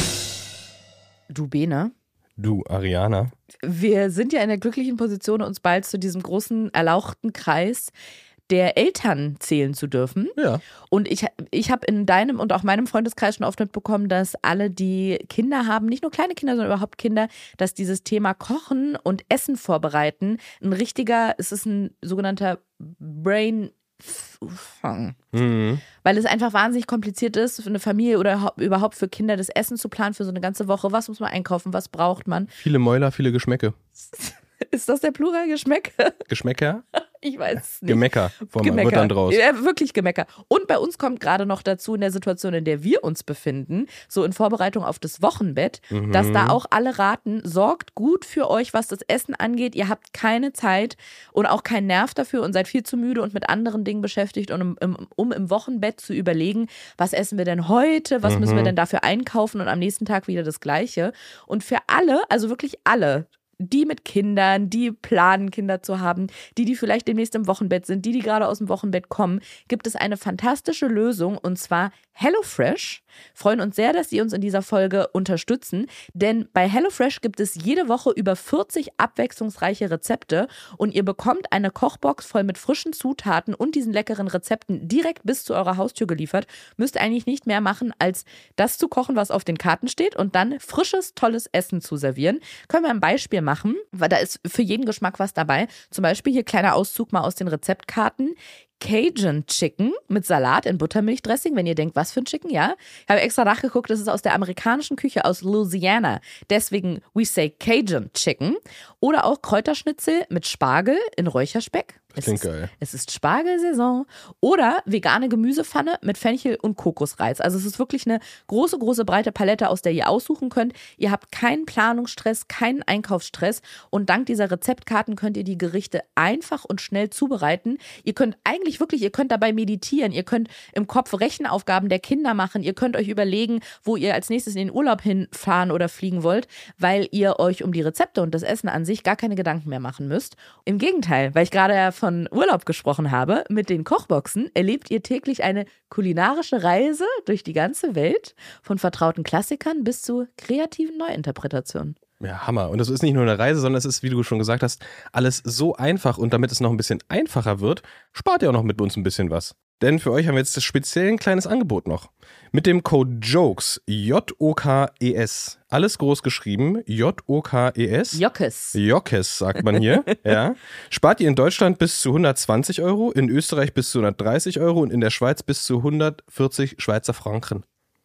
Du Bene, Du, Ariana. wir sind ja in der glücklichen Position, uns bald zu diesem großen, erlauchten Kreis der Eltern zählen zu dürfen. Ja. Und ich, ich habe in deinem und auch meinem Freundeskreis schon oft mitbekommen, dass alle, die Kinder haben, nicht nur kleine Kinder, sondern überhaupt Kinder, dass dieses Thema Kochen und Essen vorbereiten ein richtiger, es ist ein sogenannter Brain Fang. Mhm. Weil es einfach wahnsinnig kompliziert ist, für eine Familie oder hau- überhaupt für Kinder das Essen zu planen für so eine ganze Woche. Was muss man einkaufen? Was braucht man? Viele Mäuler, viele Geschmäcke. Ist das der Plural Geschmäcker? Geschmäcker? Ich weiß es nicht. Gemecker. Vom, Gemecker. Wird dann draus. Ja, wirklich Gemecker. Und bei uns kommt gerade noch dazu, in der Situation, in der wir uns befinden, so in Vorbereitung auf das Wochenbett, Mhm. dass da auch alle raten, sorgt gut für euch, was das Essen angeht. Ihr habt keine Zeit und auch keinen Nerv dafür und seid viel zu müde und mit anderen Dingen beschäftigt, um, im- um im Wochenbett zu überlegen, was essen wir denn heute, was müssen wir Mhm. denn dafür einkaufen und am nächsten Tag wieder das Gleiche. Und für alle, also wirklich alle, die mit Kindern, die planen, Kinder zu haben, die, die vielleicht demnächst im Wochenbett sind, die, die gerade aus dem Wochenbett kommen, gibt es eine fantastische Lösung und zwar HelloFresh. Freuen uns sehr, dass Sie uns in dieser Folge unterstützen, denn bei HelloFresh gibt es jede Woche über vierzig abwechslungsreiche Rezepte und ihr bekommt eine Kochbox voll mit frischen Zutaten und diesen leckeren Rezepten direkt bis zu eurer Haustür geliefert. Müsst eigentlich nicht mehr machen, als das zu kochen, was auf den Karten steht und dann frisches, tolles Essen zu servieren. Können wir ein Beispiel machen, weil da ist für jeden Geschmack was dabei. Zum Beispiel hier kleiner Auszug mal aus den Rezeptkarten. Cajun Chicken mit Salat in Buttermilchdressing, wenn ihr denkt, was für ein Chicken, ja. Ich habe extra nachgeguckt, das ist aus der amerikanischen Küche aus Louisiana. Deswegen, we say Cajun Chicken. Oder auch Kräuterschnitzel mit Spargel in Räucherspeck. Das Es klingt ist, geil. Es ist Spargelsaison. Oder vegane Gemüsepfanne mit Fenchel und Kokosreis. Also es ist wirklich eine große, große, breite Palette, aus der ihr aussuchen könnt. Ihr habt keinen Planungsstress, keinen Einkaufsstress. Und dank dieser Rezeptkarten könnt ihr die Gerichte einfach und schnell zubereiten. Ihr könnt eigentlich wirklich, ihr könnt dabei meditieren. Ihr könnt im Kopf Rechenaufgaben der Kinder machen. Ihr könnt euch überlegen, wo ihr als nächstes in den Urlaub hinfahren oder fliegen wollt, weil ihr euch um die Rezepte und das Essen an sich gar keine Gedanken mehr machen müsst. Im Gegenteil, weil ich gerade von Urlaub gesprochen habe, mit den Kochboxen erlebt ihr täglich eine kulinarische Reise durch die ganze Welt, von vertrauten Klassikern bis zu kreativen Neuinterpretationen. Ja, Hammer. Und das ist nicht nur eine Reise, sondern es ist, wie du schon gesagt hast, alles so einfach. Und damit es noch ein bisschen einfacher wird, spart ihr auch noch mit uns ein bisschen was. Denn für euch haben wir jetzt das speziell ein kleines Angebot noch. Mit dem Code JOKES, J O K E S, alles groß geschrieben, J O K E S. Jokes. Jokes, sagt man hier. Ja. Spart ihr in Deutschland bis zu hundertzwanzig Euro, in Österreich bis zu hundertdreißig Euro und in der Schweiz bis zu hundertvierzig Schweizer Franken.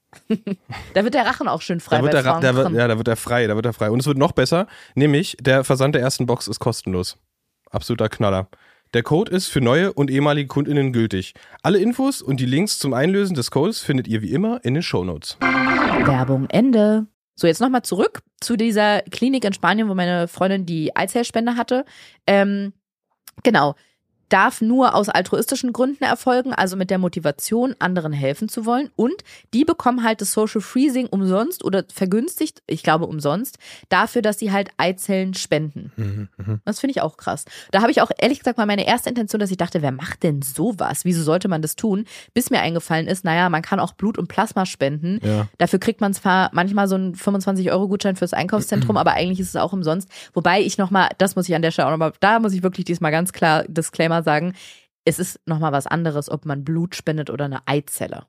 Da wird der Rachen auch schön frei. Da wird bei der, Ra- da wird, Franken. ja, da wird er frei, da wird er frei. Und es wird noch besser, nämlich der Versand der ersten Box ist kostenlos. Absoluter Knaller. Der Code ist für neue und ehemalige KundInnen gültig. Alle Infos und die Links zum Einlösen des Codes findet ihr wie immer in den Shownotes. Werbung Ende. So, jetzt nochmal zurück zu dieser Klinik in Spanien, wo meine Freundin die Eizellspende hatte. Ähm, genau. Darf nur aus altruistischen Gründen erfolgen, also mit der Motivation, anderen helfen zu wollen. Und die bekommen halt das Social Freezing umsonst oder vergünstigt, ich glaube umsonst, dafür, dass sie halt Eizellen spenden. Mhm, mhm. Das finde ich auch krass. Da habe ich auch ehrlich gesagt mal meine erste Intention, dass ich dachte, wer macht denn sowas? Wieso sollte man das tun? Bis mir eingefallen ist, naja, man kann auch Blut und Plasma spenden. Ja. Dafür kriegt man zwar manchmal so einen fünfundzwanzig Euro Gutschein fürs Einkaufszentrum, aber eigentlich ist es auch umsonst. Wobei ich nochmal, das muss ich an der Stelle auch nochmal, da muss ich wirklich diesmal ganz klar Disclaimer sagen, es ist nochmal was anderes, ob man Blut spendet oder eine Eizelle.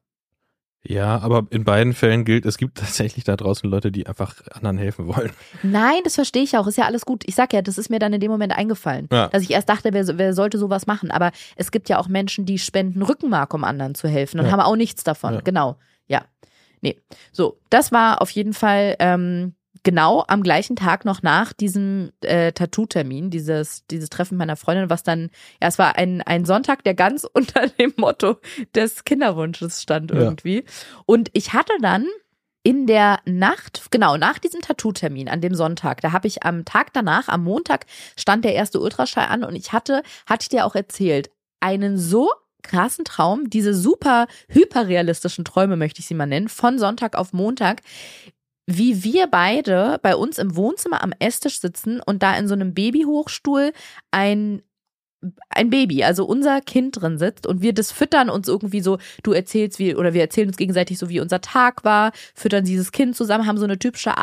Ja, aber in beiden Fällen gilt, es gibt tatsächlich da draußen Leute, die einfach anderen helfen wollen. Nein, das verstehe ich auch, ist ja alles gut. Ich sag ja, das ist mir dann in dem Moment eingefallen, Ja. dass ich erst dachte, wer, wer sollte sowas machen, aber es gibt ja auch Menschen, die spenden Rückenmark, um anderen zu helfen und Ja. haben auch nichts davon, Ja. genau, ja. Nee, so, das war auf jeden Fall ähm, genau am gleichen Tag noch nach diesem äh, Tattoo-Termin, dieses, dieses Treffen meiner Freundin, was dann, ja, es war ein, ein Sonntag, der ganz unter dem Motto des Kinderwunsches stand Ja. irgendwie. Und ich hatte dann in der Nacht, genau, nach diesem Tattoo-Termin an dem Sonntag, da habe ich am Tag danach, am Montag, stand der erste Ultraschall an und ich hatte, hatte ich dir auch erzählt, einen so krassen Traum, diese super hyperrealistischen Träume, möchte ich sie mal nennen, von Sonntag auf Montag, wie wir beide bei uns im Wohnzimmer am Esstisch sitzen und da in so einem Babyhochstuhl ein ein Baby, also unser Kind drin sitzt und wir das füttern uns irgendwie so, du erzählst wie, oder wir erzählen uns gegenseitig so, wie unser Tag war, füttern dieses Kind zusammen, haben so eine typische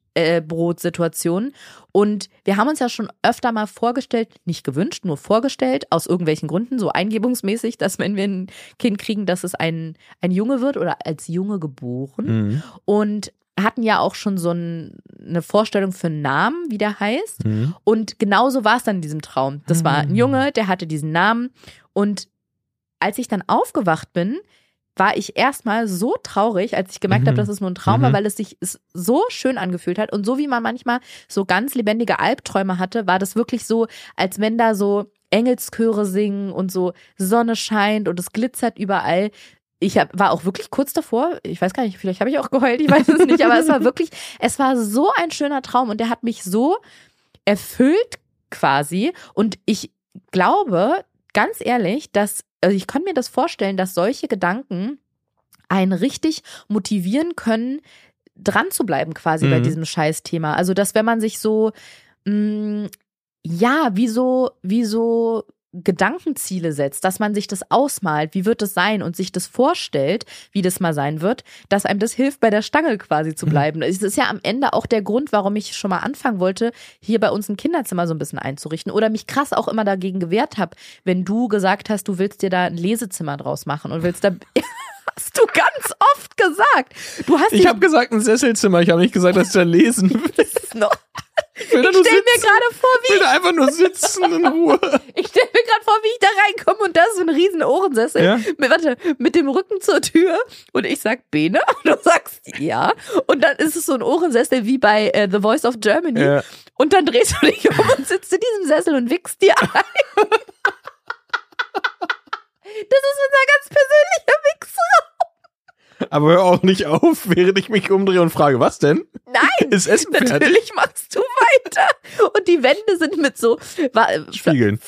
Abendbrotsituation und wir haben uns ja schon öfter mal vorgestellt, nicht gewünscht, nur vorgestellt, aus irgendwelchen Gründen, so eingebungsmäßig, dass wenn wir ein Kind kriegen, dass es ein, ein Junge wird oder als Junge geboren Mhm. und hatten ja auch schon so ein, eine Vorstellung für einen Namen, wie der heißt. Mhm. Und genauso war es dann in diesem Traum. Das war ein Junge, der hatte diesen Namen. Und als ich dann aufgewacht bin, war ich erstmal so traurig, als ich gemerkt Mhm. habe, dass es nur ein Traum war, Mhm. weil es sich so schön angefühlt hat. Und so wie man manchmal so ganz lebendige Albträume hatte, war das wirklich so, als wenn da so Engelschöre singen und so Sonne scheint und es glitzert überall. Ich hab, war auch wirklich kurz davor, ich weiß gar nicht, vielleicht habe ich auch geheult, ich weiß es nicht, aber es war wirklich, es war so ein schöner Traum und der hat mich so erfüllt quasi und ich glaube, ganz ehrlich, dass, also ich kann mir das vorstellen, dass solche Gedanken einen richtig motivieren können, dran zu bleiben quasi Mhm. bei diesem Scheißthema. Also, dass wenn man sich so, mh, ja, wie so, wie so Gedankenziele setzt, dass man sich das ausmalt, wie wird es sein und sich das vorstellt, wie das mal sein wird, dass einem das hilft, bei der Stange quasi zu bleiben. Es ist ja am Ende auch der Grund, warum ich schon mal anfangen wollte, hier bei uns ein Kinderzimmer so ein bisschen einzurichten oder mich krass auch immer dagegen gewehrt habe, wenn du gesagt hast, du willst dir da ein Lesezimmer draus machen und willst da... Hast du ganz oft gesagt. Du hast Ich habe gesagt ein Sesselzimmer, ich habe nicht gesagt, dass ich da lesen will. das noch. Ich will da Ich nur stell mir sitzen. gerade vor, Ich will da einfach nur sitzen in Ruhe. Ich stelle mir gerade vor, wie ich da reinkomme und da ist so ein riesen Ohrensessel. Ja. Mit, warte, mit dem Rücken zur Tür und ich sag Bene und du sagst ja. Und dann ist es so ein Ohrensessel wie bei äh, The Voice of Germany. Ja. Und dann drehst du dich um und sitzt in diesem Sessel und wickst dir ein. Das ist unser ganz persönlicher Wichsraum. Aber hör auch nicht auf, während ich mich umdrehe und frage, was denn? Nein, Ist Essen fertig? natürlich machst du weiter. Und die Wände sind mit so... Wa- Spiegeln.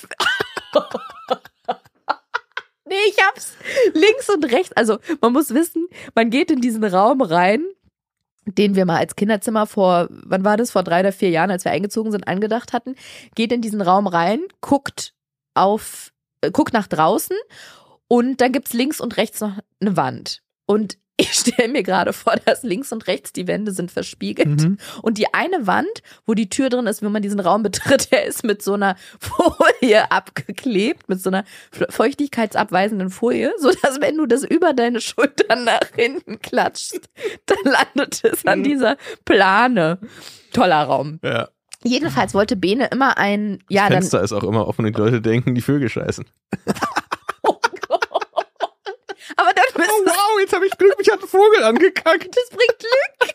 Nee, ich hab's links und rechts. Also man muss wissen, man geht in diesen Raum rein, den wir mal als Kinderzimmer vor, wann war das, vor drei oder vier Jahren, als wir eingezogen sind, angedacht hatten, geht in diesen Raum rein, guckt auf, äh, guckt nach draußen und dann gibt's links und rechts noch eine Wand. Und ich stelle mir gerade vor, dass links und rechts die Wände sind verspiegelt. Mhm. Und die eine Wand, wo die Tür drin ist, wenn man diesen Raum betritt, der ist mit so einer Folie abgeklebt, mit so einer feuchtigkeitsabweisenden Folie, sodass, wenn du das über deine Schultern nach hinten klatschst, dann landet es an dieser Plane. Toller Raum. Ja. Jedenfalls wollte Bene immer ein, ja, Das Fenster dann. ist auch immer offen und die Leute denken, die Vögel scheißen. Oh Gott. Aber dann bist Oh du, wow, jetzt habe ich Glück, mich hat ein Vogel angekackt. das bringt Glück.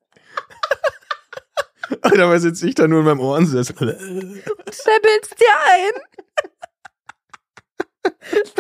Dabei sitze ich da nur in meinem Ohrensessel. Schnippelst dir ein.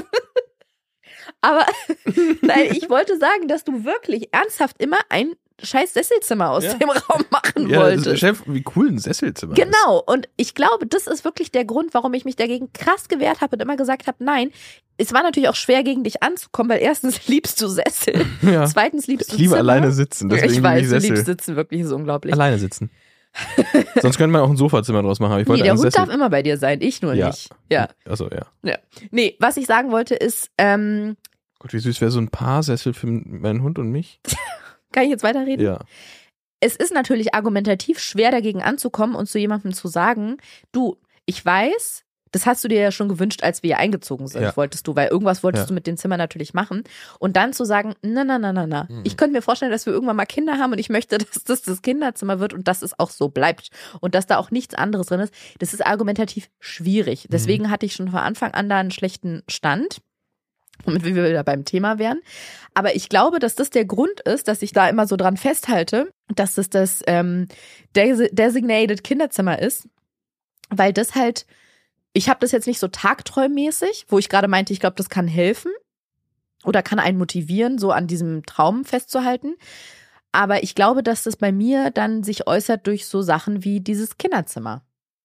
Aber nein, ich wollte sagen, dass du wirklich ernsthaft immer ein scheiß Sesselzimmer aus Ja. dem Raum machen Ja, das ist, wolltest. Chef, wie cool ein Sesselzimmer ist. Genau, und ich glaube, das ist wirklich der Grund, warum ich mich dagegen krass gewehrt habe und immer gesagt habe, nein, es war natürlich auch schwer, gegen dich anzukommen, weil erstens liebst du Sessel, Ja. zweitens liebst du Ich liebe Zimmer. alleine sitzen, deswegen Ich liebe weiß, ich du Sessel. liebst sitzen, wirklich so unglaublich. Alleine sitzen. Sonst könnte man auch ein Sofazimmer draus machen, aber ich Nee, wollte der einen Hund Sessel. darf immer bei dir sein, ich nur Ja. nicht. Ja. Achso, ja. Nee, was ich sagen wollte ist, ähm, Gott, wie süß wäre so ein Paarsessel für meinen Hund und mich. kann ich jetzt weiterreden? Ja. Es ist natürlich argumentativ schwer, dagegen anzukommen und zu jemandem zu sagen, du, ich weiß, das hast du dir ja schon gewünscht, als wir hier eingezogen sind, Ja. wolltest du, weil irgendwas wolltest Ja. du mit dem Zimmer natürlich machen. Und dann zu sagen, na, na, na, na, na. Mhm. Ich könnte mir vorstellen, dass wir irgendwann mal Kinder haben und ich möchte, dass das das Kinderzimmer wird und dass es auch so bleibt und dass da auch nichts anderes drin ist. Das ist argumentativ schwierig. Deswegen hatte ich schon von Anfang an da einen schlechten Stand. Womit wir wieder beim Thema wären. Aber ich glaube, dass das der Grund ist, dass ich da immer so dran festhalte, dass es das ähm, Desi- Designated Kinderzimmer ist, weil das halt, ich habe das jetzt nicht so tagträummäßig, wo ich gerade meinte, ich glaube, das kann helfen oder kann einen motivieren, so an diesem Traum festzuhalten. Aber ich glaube, dass das bei mir dann sich äußert durch so Sachen wie dieses Kinderzimmer.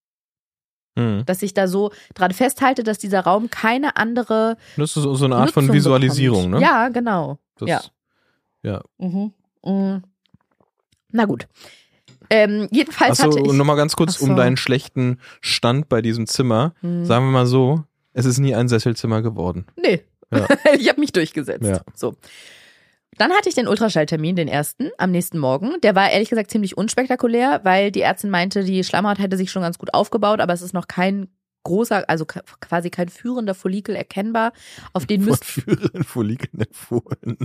Mhm. Dass ich da so dran festhalte, dass dieser Raum keine andere Das ist so so eine Art von Nutzung Visualisierung, bekommt. ne? Ja, genau. Das, ja. ja. Mhm. Mhm. Na gut. Ähm, jedenfalls Achso, hatte ich. und nochmal ganz kurz Ach so. um deinen schlechten Stand bei diesem Zimmer. Hm. Sagen wir mal so, es ist nie ein Sesselzimmer geworden. Nee. Ja. Ich habe mich durchgesetzt. Ja. So. Dann hatte ich den Ultraschalltermin, den ersten, am nächsten Morgen. Der war ehrlich gesagt ziemlich unspektakulär, weil die Ärztin meinte, die Schleimhaut hätte sich schon ganz gut aufgebaut, aber es ist noch kein großer, also k- quasi kein führender Follikel erkennbar. Auf den Von müsst führenden Follikeln empfohlen.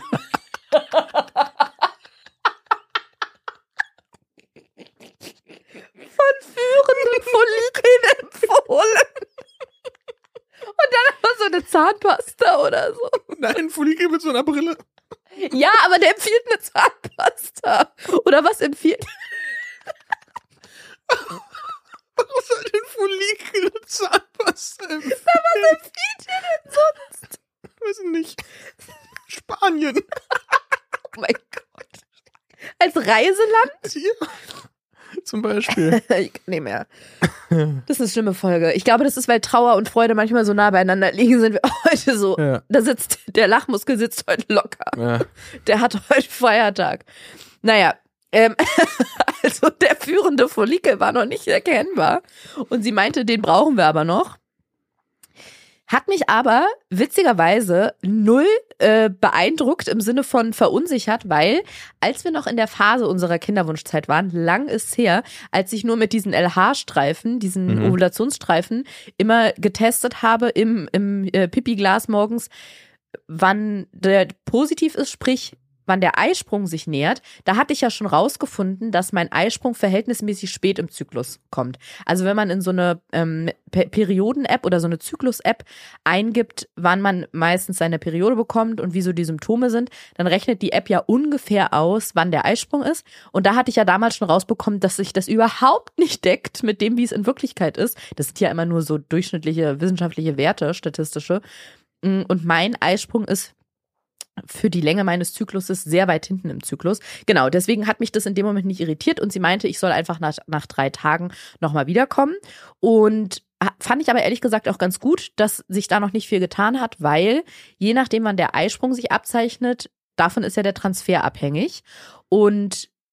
führenden Follikeln empfohlen. Und dann noch so eine Zahnpasta oder so. Nein, Follikel mit so einer Brille. Ja, aber der empfiehlt eine Zahnpasta. Oder was empfiehlt? Was soll denn Follikel und Zahnpasta empfehlen? Was empfiehlt ihr denn sonst? Weiß nicht. Spanien. Oh mein Gott. Als Reiseland? Ja. Zum Beispiel. Ich kann nicht mehr. Das ist eine schlimme Folge. Ich glaube, das ist, weil Trauer und Freude manchmal so nah beieinander liegen, sind wir heute so. Ja. Da sitzt, der Lachmuskel sitzt heute locker. Ja. Der hat heute Feiertag. Naja, ähm, also der führende Follikel war noch nicht erkennbar. Und sie meinte, den brauchen wir aber noch. Hat mich aber witzigerweise null äh, beeindruckt im Sinne von verunsichert, weil als wir noch in der Phase unserer Kinderwunschzeit waren, lang ist her, als ich nur mit diesen L H-Streifen, diesen Mhm. Ovulationsstreifen immer getestet habe im, im äh, Pipi-Glas morgens, wann der positiv ist, sprich wann der Eisprung sich nähert, da hatte ich ja schon rausgefunden, dass mein Eisprung verhältnismäßig spät im Zyklus kommt. Also wenn man in so eine ähm, Pe- Perioden-App oder so eine Zyklus-App eingibt, wann man meistens seine Periode bekommt und wie so die Symptome sind, dann rechnet die App ja ungefähr aus, wann der Eisprung ist. Und da hatte ich ja damals schon rausbekommen, dass sich das überhaupt nicht deckt mit dem, wie es in Wirklichkeit ist. Das sind ja immer nur so durchschnittliche wissenschaftliche Werte, statistische. Und mein Eisprung ist für die Länge meines Zykluses sehr weit hinten im Zyklus. Genau, deswegen hat mich das in dem Moment nicht irritiert und sie meinte, ich soll einfach nach, nach drei Tagen nochmal wiederkommen. Und fand ich aber ehrlich gesagt auch ganz gut, dass sich da noch nicht viel getan hat, weil je nachdem, wann der Eisprung sich abzeichnet, davon ist ja der Transfer abhängig. Und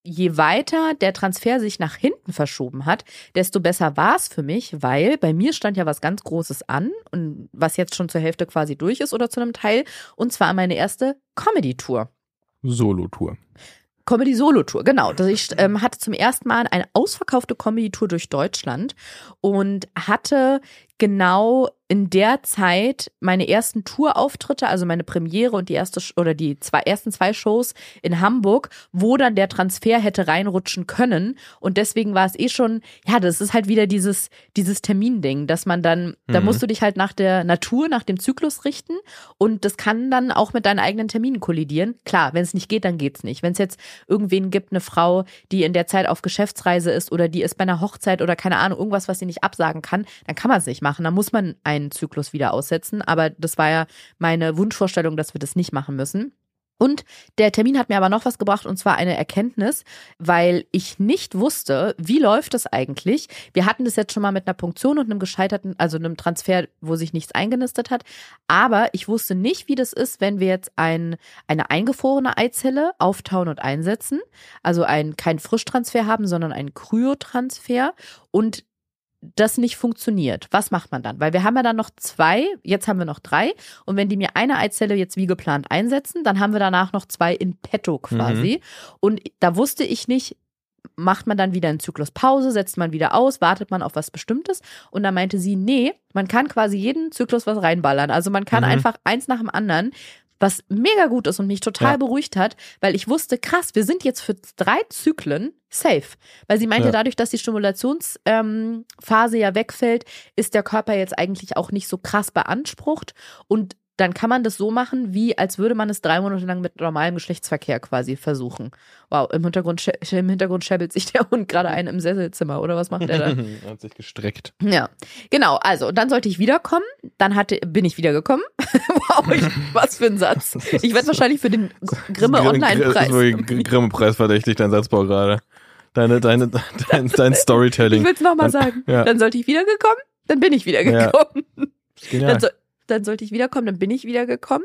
je weiter der Transfer sich nach hinten verschoben hat, desto besser war es für mich, weil bei mir stand ja was ganz Großes an und was jetzt schon zur Hälfte quasi durch ist oder zu einem Teil, und zwar meine erste Comedy-Tour. Solo-Tour. Comedy-Solo-Tour, genau. Ich ähm, hatte zum ersten Mal eine ausverkaufte Comedy-Tour durch Deutschland und hatte genau in der Zeit meine ersten Tourauftritte, also meine Premiere und die erste oder die zwei, ersten zwei Shows in Hamburg, wo dann der Transfer hätte reinrutschen können. Und deswegen war es eh schon, ja, das ist halt wieder dieses, dieses Terminding, dass man dann, mhm. da musst du dich halt nach der Natur, nach dem Zyklus richten und das kann dann auch mit deinen eigenen Terminen kollidieren. Klar, wenn es nicht geht, dann geht's nicht. Wenn es jetzt irgendwen gibt, eine Frau, die in der Zeit auf Geschäftsreise ist oder die ist bei einer Hochzeit oder keine Ahnung, irgendwas, was sie nicht absagen kann, dann kann man es nicht machen. Dann muss man einen Zyklus wieder aussetzen. Aber das war ja meine Wunschvorstellung, dass wir das nicht machen müssen. Und der Termin hat mir aber noch was gebracht, und zwar eine Erkenntnis, weil ich nicht wusste, wie läuft das eigentlich. Wir hatten das jetzt schon mal mit einer Punktion und einem gescheiterten, also einem Transfer, wo sich nichts eingenistet hat. Aber ich wusste nicht, wie das ist, wenn wir jetzt ein, eine eingefrorene Eizelle auftauen und einsetzen. Also ein, kein Frischtransfer haben, sondern einen Kryotransfer. Und das nicht funktioniert. Was macht man dann? Weil wir haben ja dann noch zwei, jetzt haben wir noch drei, und wenn die mir eine Eizelle jetzt wie geplant einsetzen, dann haben wir danach noch zwei in petto quasi. Mhm. Und da wusste ich nicht, macht man dann wieder einen Zyklus Pause, setzt man wieder aus, wartet man auf was Bestimmtes? Und da meinte sie, nee, man kann quasi jeden Zyklus was reinballern. Also man kann mhm. einfach eins nach dem anderen, was mega gut ist und mich total ja. beruhigt hat, weil ich wusste, krass, wir sind jetzt für drei Zyklen safe. Weil sie meinte, ja. dadurch, dass die Stimulationsphase ähm, ja wegfällt, ist der Körper jetzt eigentlich auch nicht so krass beansprucht und dann kann man das so machen, wie als würde man es drei Monate lang mit normalem Geschlechtsverkehr quasi versuchen. Wow, im Hintergrund, im Hintergrund schäbelt sich der Hund gerade ein im Sesselzimmer, oder was macht der da? Er hat sich gestreckt. Ja, genau, also dann sollte ich wiederkommen, dann hatte, bin ich wiedergekommen. Wow, ich, was für ein Satz. Ich werde wahrscheinlich für den Grimme-Online-Preis. Grimme-Preis verdächtig, dein Satzbau gerade. Deine, deine, dein, dein Storytelling. Ich will es nochmal sagen. Ja. Dann sollte ich wiedergekommen, dann bin ich wiedergekommen. Ja. Dann, so, dann sollte ich wiederkommen, dann bin ich wiedergekommen.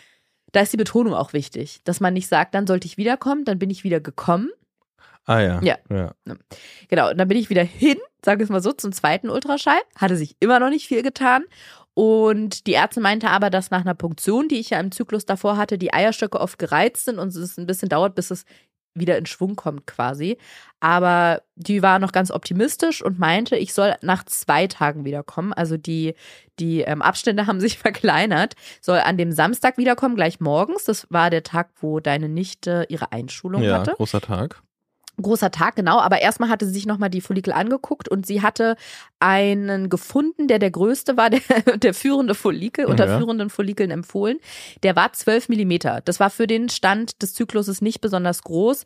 Da ist die Betonung auch wichtig, dass man nicht sagt, dann sollte ich wiederkommen, dann bin ich wieder gekommen. Ah ja. Ja. ja. Genau, und dann bin ich wieder hin, sagen wir es mal so, zum zweiten Ultraschall. Hatte sich immer noch nicht viel getan. Und die Ärztin meinte aber, dass nach einer Punktion, die ich ja im Zyklus davor hatte, die Eierstöcke oft gereizt sind und es ein bisschen dauert, bis es wieder in Schwung kommt quasi. Aber die war noch ganz optimistisch und meinte, ich soll nach zwei Tagen wiederkommen. Also die, die ähm, Abstände haben sich verkleinert. Soll an dem Samstag wiederkommen, gleich morgens. Das war der Tag, wo deine Nichte ihre Einschulung ja, hatte. Ja, großer Tag. Großer Tag, genau. Aber erstmal hatte sie sich nochmal die Follikel angeguckt und sie hatte einen gefunden, der der größte war, der, der führende Follikel, unter ja. führenden Follikeln empfohlen. Der war zwölf Millimeter. Das war für den Stand des Zykluses nicht besonders groß.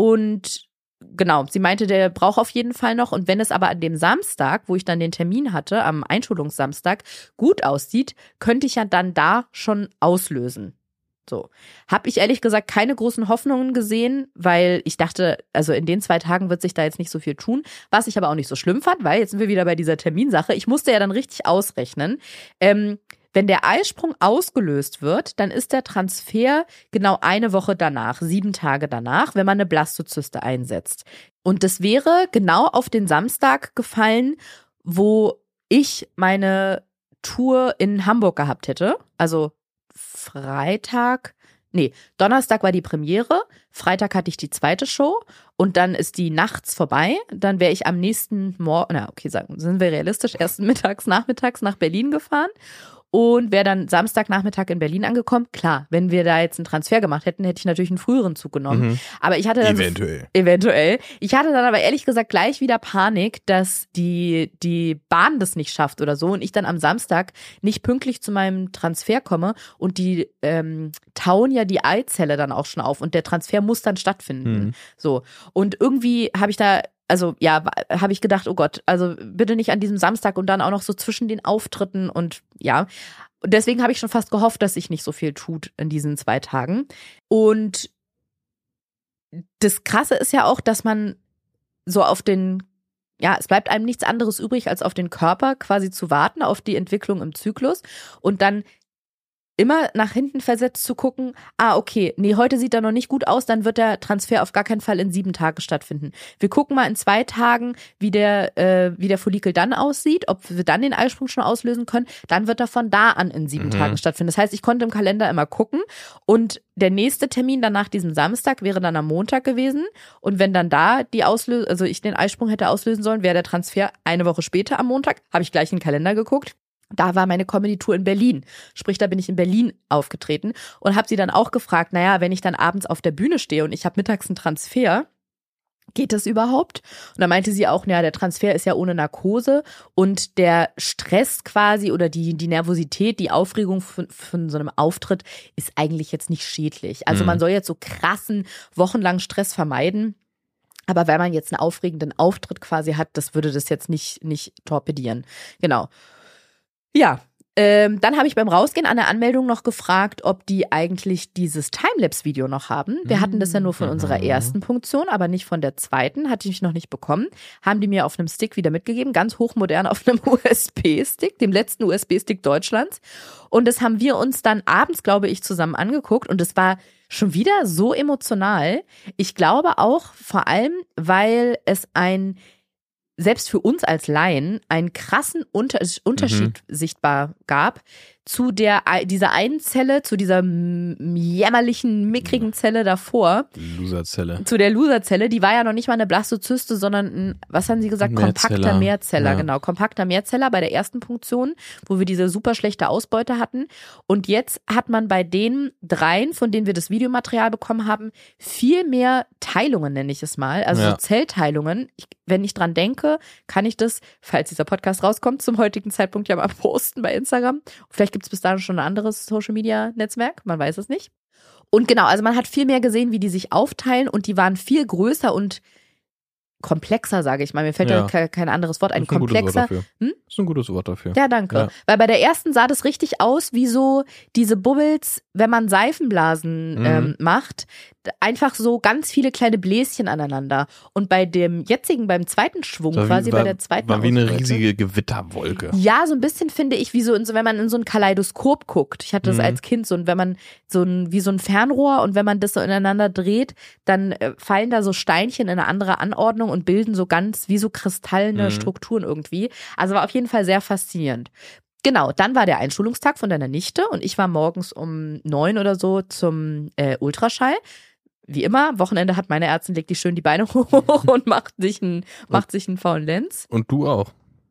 Und genau, sie meinte, der braucht auf jeden Fall noch. Und wenn es aber an dem Samstag, wo ich dann den Termin hatte, am Einschulungssamstag, gut aussieht, könnte ich ja dann da schon auslösen. So. Habe ich ehrlich gesagt keine großen Hoffnungen gesehen, weil ich dachte, also in den zwei Tagen wird sich da jetzt nicht so viel tun, was ich aber auch nicht so schlimm fand, weil jetzt sind wir wieder bei dieser Terminsache. Ich musste ja dann richtig ausrechnen. Ähm, wenn der Eisprung ausgelöst wird, dann ist der Transfer genau eine Woche danach, sieben Tage danach, wenn man eine Blastozyste einsetzt. Und das wäre genau auf den Samstag gefallen, wo ich meine Tour in Hamburg gehabt hätte. Also Freitag, nee, Donnerstag war die Premiere, Freitag hatte ich die zweite Show und dann ist die nachts vorbei. Dann wäre ich am nächsten Morgen, na okay, sagen, sind wir realistisch, erst mittags, nachmittags nach Berlin gefahren und wäre dann Samstagnachmittag in Berlin angekommen. Klar, wenn wir da jetzt einen Transfer gemacht hätten, hätte ich natürlich einen früheren Zug genommen. Mhm. Aber ich hatte dann eventuell. So, eventuell. Ich hatte dann aber ehrlich gesagt gleich wieder Panik, dass die, die Bahn das nicht schafft oder so und ich dann am Samstag nicht pünktlich zu meinem Transfer komme und die ähm, tauen ja die Eizelle dann auch schon auf und der Transfer muss dann stattfinden. Mhm. So. Und irgendwie habe ich da Also ja, habe ich gedacht, oh Gott, also bitte nicht an diesem Samstag und dann auch noch so zwischen den Auftritten und ja. Und deswegen habe ich schon fast gehofft, dass sich nicht so viel tut in diesen zwei Tagen. Und das Krasse ist ja auch, dass man so auf den, ja, es bleibt einem nichts anderes übrig, als auf den Körper quasi zu warten, auf die Entwicklung im Zyklus und dann immer nach hinten versetzt zu gucken, ah, okay, nee, heute sieht er noch nicht gut aus, dann wird der Transfer auf gar keinen Fall in sieben Tagen stattfinden. Wir gucken mal in zwei Tagen, wie der, äh, wie der Follikel dann aussieht, ob wir dann den Eisprung schon auslösen können, dann wird er von da an in sieben mhm. Tagen stattfinden. Das heißt, ich konnte im Kalender immer gucken und der nächste Termin dann nach diesem Samstag wäre dann am Montag gewesen und wenn dann da die Auslösung, also ich den Eisprung hätte auslösen sollen, wäre der Transfer eine Woche später am Montag, habe ich gleich in den Kalender geguckt. Da war meine Comedy-Tour in Berlin. Sprich, da bin ich in Berlin aufgetreten und habe sie dann auch gefragt, naja, wenn ich dann abends auf der Bühne stehe und ich habe mittags einen Transfer, geht das überhaupt? Und da meinte sie auch, naja, der Transfer ist ja ohne Narkose und der Stress quasi oder die, die Nervosität, die Aufregung von, von so einem Auftritt ist eigentlich jetzt nicht schädlich. Also mhm. man soll jetzt so krassen, wochenlangen Stress vermeiden. Aber wenn man jetzt einen aufregenden Auftritt quasi hat, das würde das jetzt nicht, nicht torpedieren. Genau. Ja, ähm, dann habe ich beim Rausgehen an der Anmeldung noch gefragt, ob die eigentlich dieses Timelapse-Video noch haben. Wir hatten das ja nur von unserer ersten Punktion, aber nicht von der zweiten. Hatte ich noch nicht bekommen. Haben die mir auf einem Stick wieder mitgegeben, ganz hochmodern auf einem U S B-Stick, dem letzten U S B-Stick Deutschlands. Und das haben wir uns dann abends, glaube ich, zusammen angeguckt. Und es war schon wieder so emotional. Ich glaube auch vor allem, weil es ein selbst für uns als Laien einen krassen Unter- Unterschied mhm. sichtbar gab zu der dieser einen Zelle, zu dieser jämmerlichen, mickrigen Zelle davor. Loserzelle. Zu der Loserzelle, die war ja noch nicht mal eine Blastozyste, sondern ein, was haben sie gesagt, kompakter Mehrzeller, ja. Genau, kompakter Mehrzeller bei der ersten Punktion, wo wir diese super schlechte Ausbeute hatten. Und jetzt hat man bei den dreien, von denen wir das Videomaterial bekommen haben, viel mehr Teilungen, nenne ich es mal, also ja. so Zellteilungen. Ich, wenn ich dran denke, kann ich das, falls dieser Podcast rauskommt, zum heutigen Zeitpunkt ja mal posten bei Instagram. Vielleicht gibt es bis dahin schon ein anderes Social-Media-Netzwerk, man weiß es nicht. Und genau, also man hat viel mehr gesehen, wie die sich aufteilen und die waren viel größer und komplexer, sage ich mal. Mir fällt ja, ja kein anderes Wort ein. Das ist ein komplexer. Gutes Wort dafür. Hm? Das ist ein gutes Wort dafür. Ja, danke. Ja. Weil bei der ersten sah das richtig aus, wie so diese Bubbles, wenn man Seifenblasen mhm. ähm, macht, einfach so ganz viele kleine Bläschen aneinander. Und bei dem jetzigen, beim zweiten Schwung, so quasi war, bei der zweiten war wie eine riesige Gewitterwolke. Ja, so ein bisschen finde ich, wie so, in so wenn man in so ein Kaleidoskop guckt. Ich hatte das mhm. als Kind so, und wenn man so ein, wie so ein Fernrohr und wenn man das so ineinander dreht, dann äh, fallen da so Steinchen in eine andere Anordnung und bilden so ganz wie so kristallene mhm. Strukturen irgendwie. Also war auf jeden Fall sehr faszinierend. Genau, dann war der Einschulungstag von deiner Nichte und ich war morgens um neun oder so zum äh, Ultraschall. Wie immer, Wochenende hat meine Ärztin, legt die schön die Beine hoch und macht sich einen, macht sich einen faulen Lenz. Und du auch.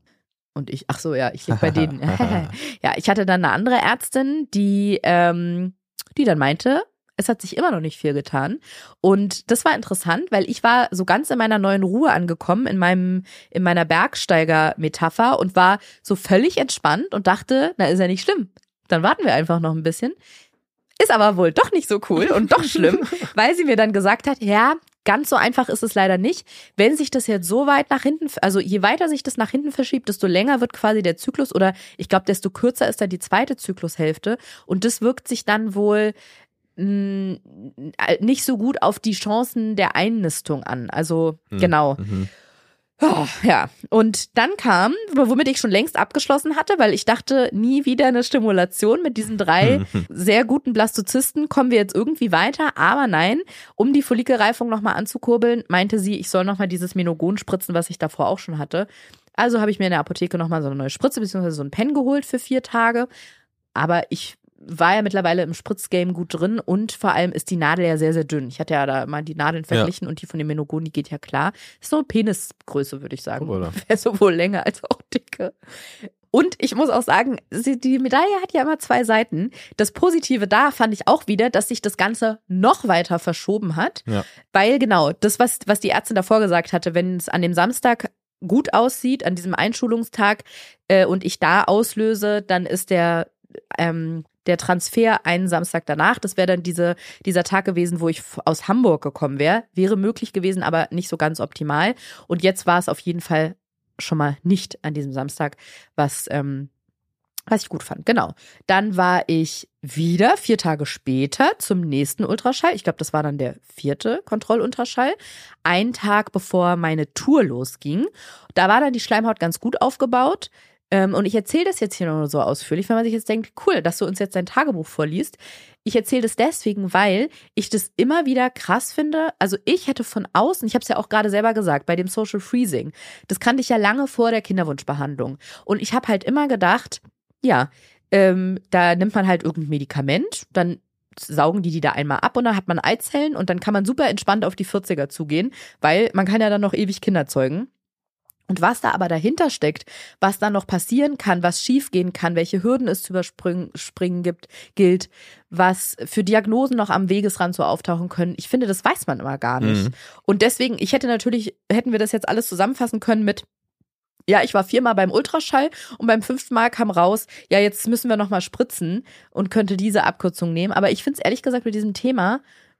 Und ich, ach so, ja, ich leg bei denen. Ja, ich hatte dann eine andere Ärztin, die, ähm, die dann meinte, es hat sich immer noch nicht viel getan. Und das war interessant, weil ich war so ganz in meiner neuen Ruhe angekommen, in meinem, in meiner Bergsteiger-Metapher und war so völlig entspannt und dachte, na, ist ja nicht schlimm. Dann warten wir einfach noch ein bisschen. Ist aber wohl doch nicht so cool und doch schlimm, weil sie mir dann gesagt hat, ja, ganz so einfach ist es leider nicht. Wenn sich das jetzt so weit nach hinten, also je weiter sich das nach hinten verschiebt, desto länger wird quasi der Zyklus oder ich glaube, desto kürzer ist dann die zweite Zyklushälfte und das wirkt sich dann wohl mh, nicht so gut auf die Chancen der Einnistung an. Also mhm. genau. Mhm. Oh, ja, und dann kam, womit ich schon längst abgeschlossen hatte, weil ich dachte, nie wieder eine Stimulation mit diesen drei sehr guten Blastozysten, kommen wir jetzt irgendwie weiter, aber nein, um die Follikelreifung nochmal anzukurbeln, meinte sie, ich soll nochmal dieses Menogon spritzen, was ich davor auch schon hatte. Also habe ich mir in der Apotheke nochmal so eine neue Spritze bzw. so ein Pen geholt für vier Tage, aber ich war ja mittlerweile im Spritzgame gut drin und vor allem ist die Nadel ja sehr, sehr dünn. Ich hatte ja da mal die Nadeln verglichen ja. und die von dem Menogon, die geht ja klar. Ist so eine Penisgröße, würde ich sagen. Wäre sowohl länger als auch dicke. Und ich muss auch sagen, die Medaille hat ja immer zwei Seiten. Das Positive da fand ich auch wieder, dass sich das Ganze noch weiter verschoben hat. Ja. Weil genau, das, was, was die Ärztin davor gesagt hatte, wenn es an dem Samstag gut aussieht, an diesem Einschulungstag äh, und ich da auslöse, dann ist der ähm, der Transfer einen Samstag danach, das wäre dann diese, dieser Tag gewesen, wo ich aus Hamburg gekommen wäre, wäre möglich gewesen, aber nicht so ganz optimal. Und jetzt war es auf jeden Fall schon mal nicht an diesem Samstag, was, ähm, was ich gut fand. Genau. Dann war ich wieder vier Tage später zum nächsten Ultraschall. Ich glaube, das war dann der vierte Kontrollultraschall. Ein Tag bevor meine Tour losging. Da war dann die Schleimhaut ganz gut aufgebaut. Ähm, und ich erzähle das jetzt hier nur so ausführlich, wenn man sich jetzt denkt, cool, dass du uns jetzt dein Tagebuch vorliest. Ich erzähle das deswegen, weil ich das immer wieder krass finde. Also ich hätte von außen, ich habe es ja auch gerade selber gesagt, bei dem Social Freezing, das kannte ich ja lange vor der Kinderwunschbehandlung. Und ich habe halt immer gedacht, ja, ähm, da nimmt man halt irgendein Medikament, dann saugen die die da einmal ab und dann hat man Eizellen und dann kann man super entspannt auf die vierziger zugehen, weil man kann ja dann noch ewig Kinder zeugen. Und was da aber dahinter steckt, was dann noch passieren kann, was schiefgehen kann, welche Hürden es zu überspringen springen gibt, gilt, was für Diagnosen noch am Wegesrand so auftauchen können, ich finde, das weiß man immer gar nicht. Mhm. Und deswegen, ich hätte natürlich, hätten wir das jetzt alles zusammenfassen können mit, ja, ich war viermal beim Ultraschall und beim fünften Mal kam raus, ja, jetzt müssen wir nochmal spritzen und könnte diese Abkürzung nehmen. Aber ich finde es ehrlich gesagt mit diesem Thema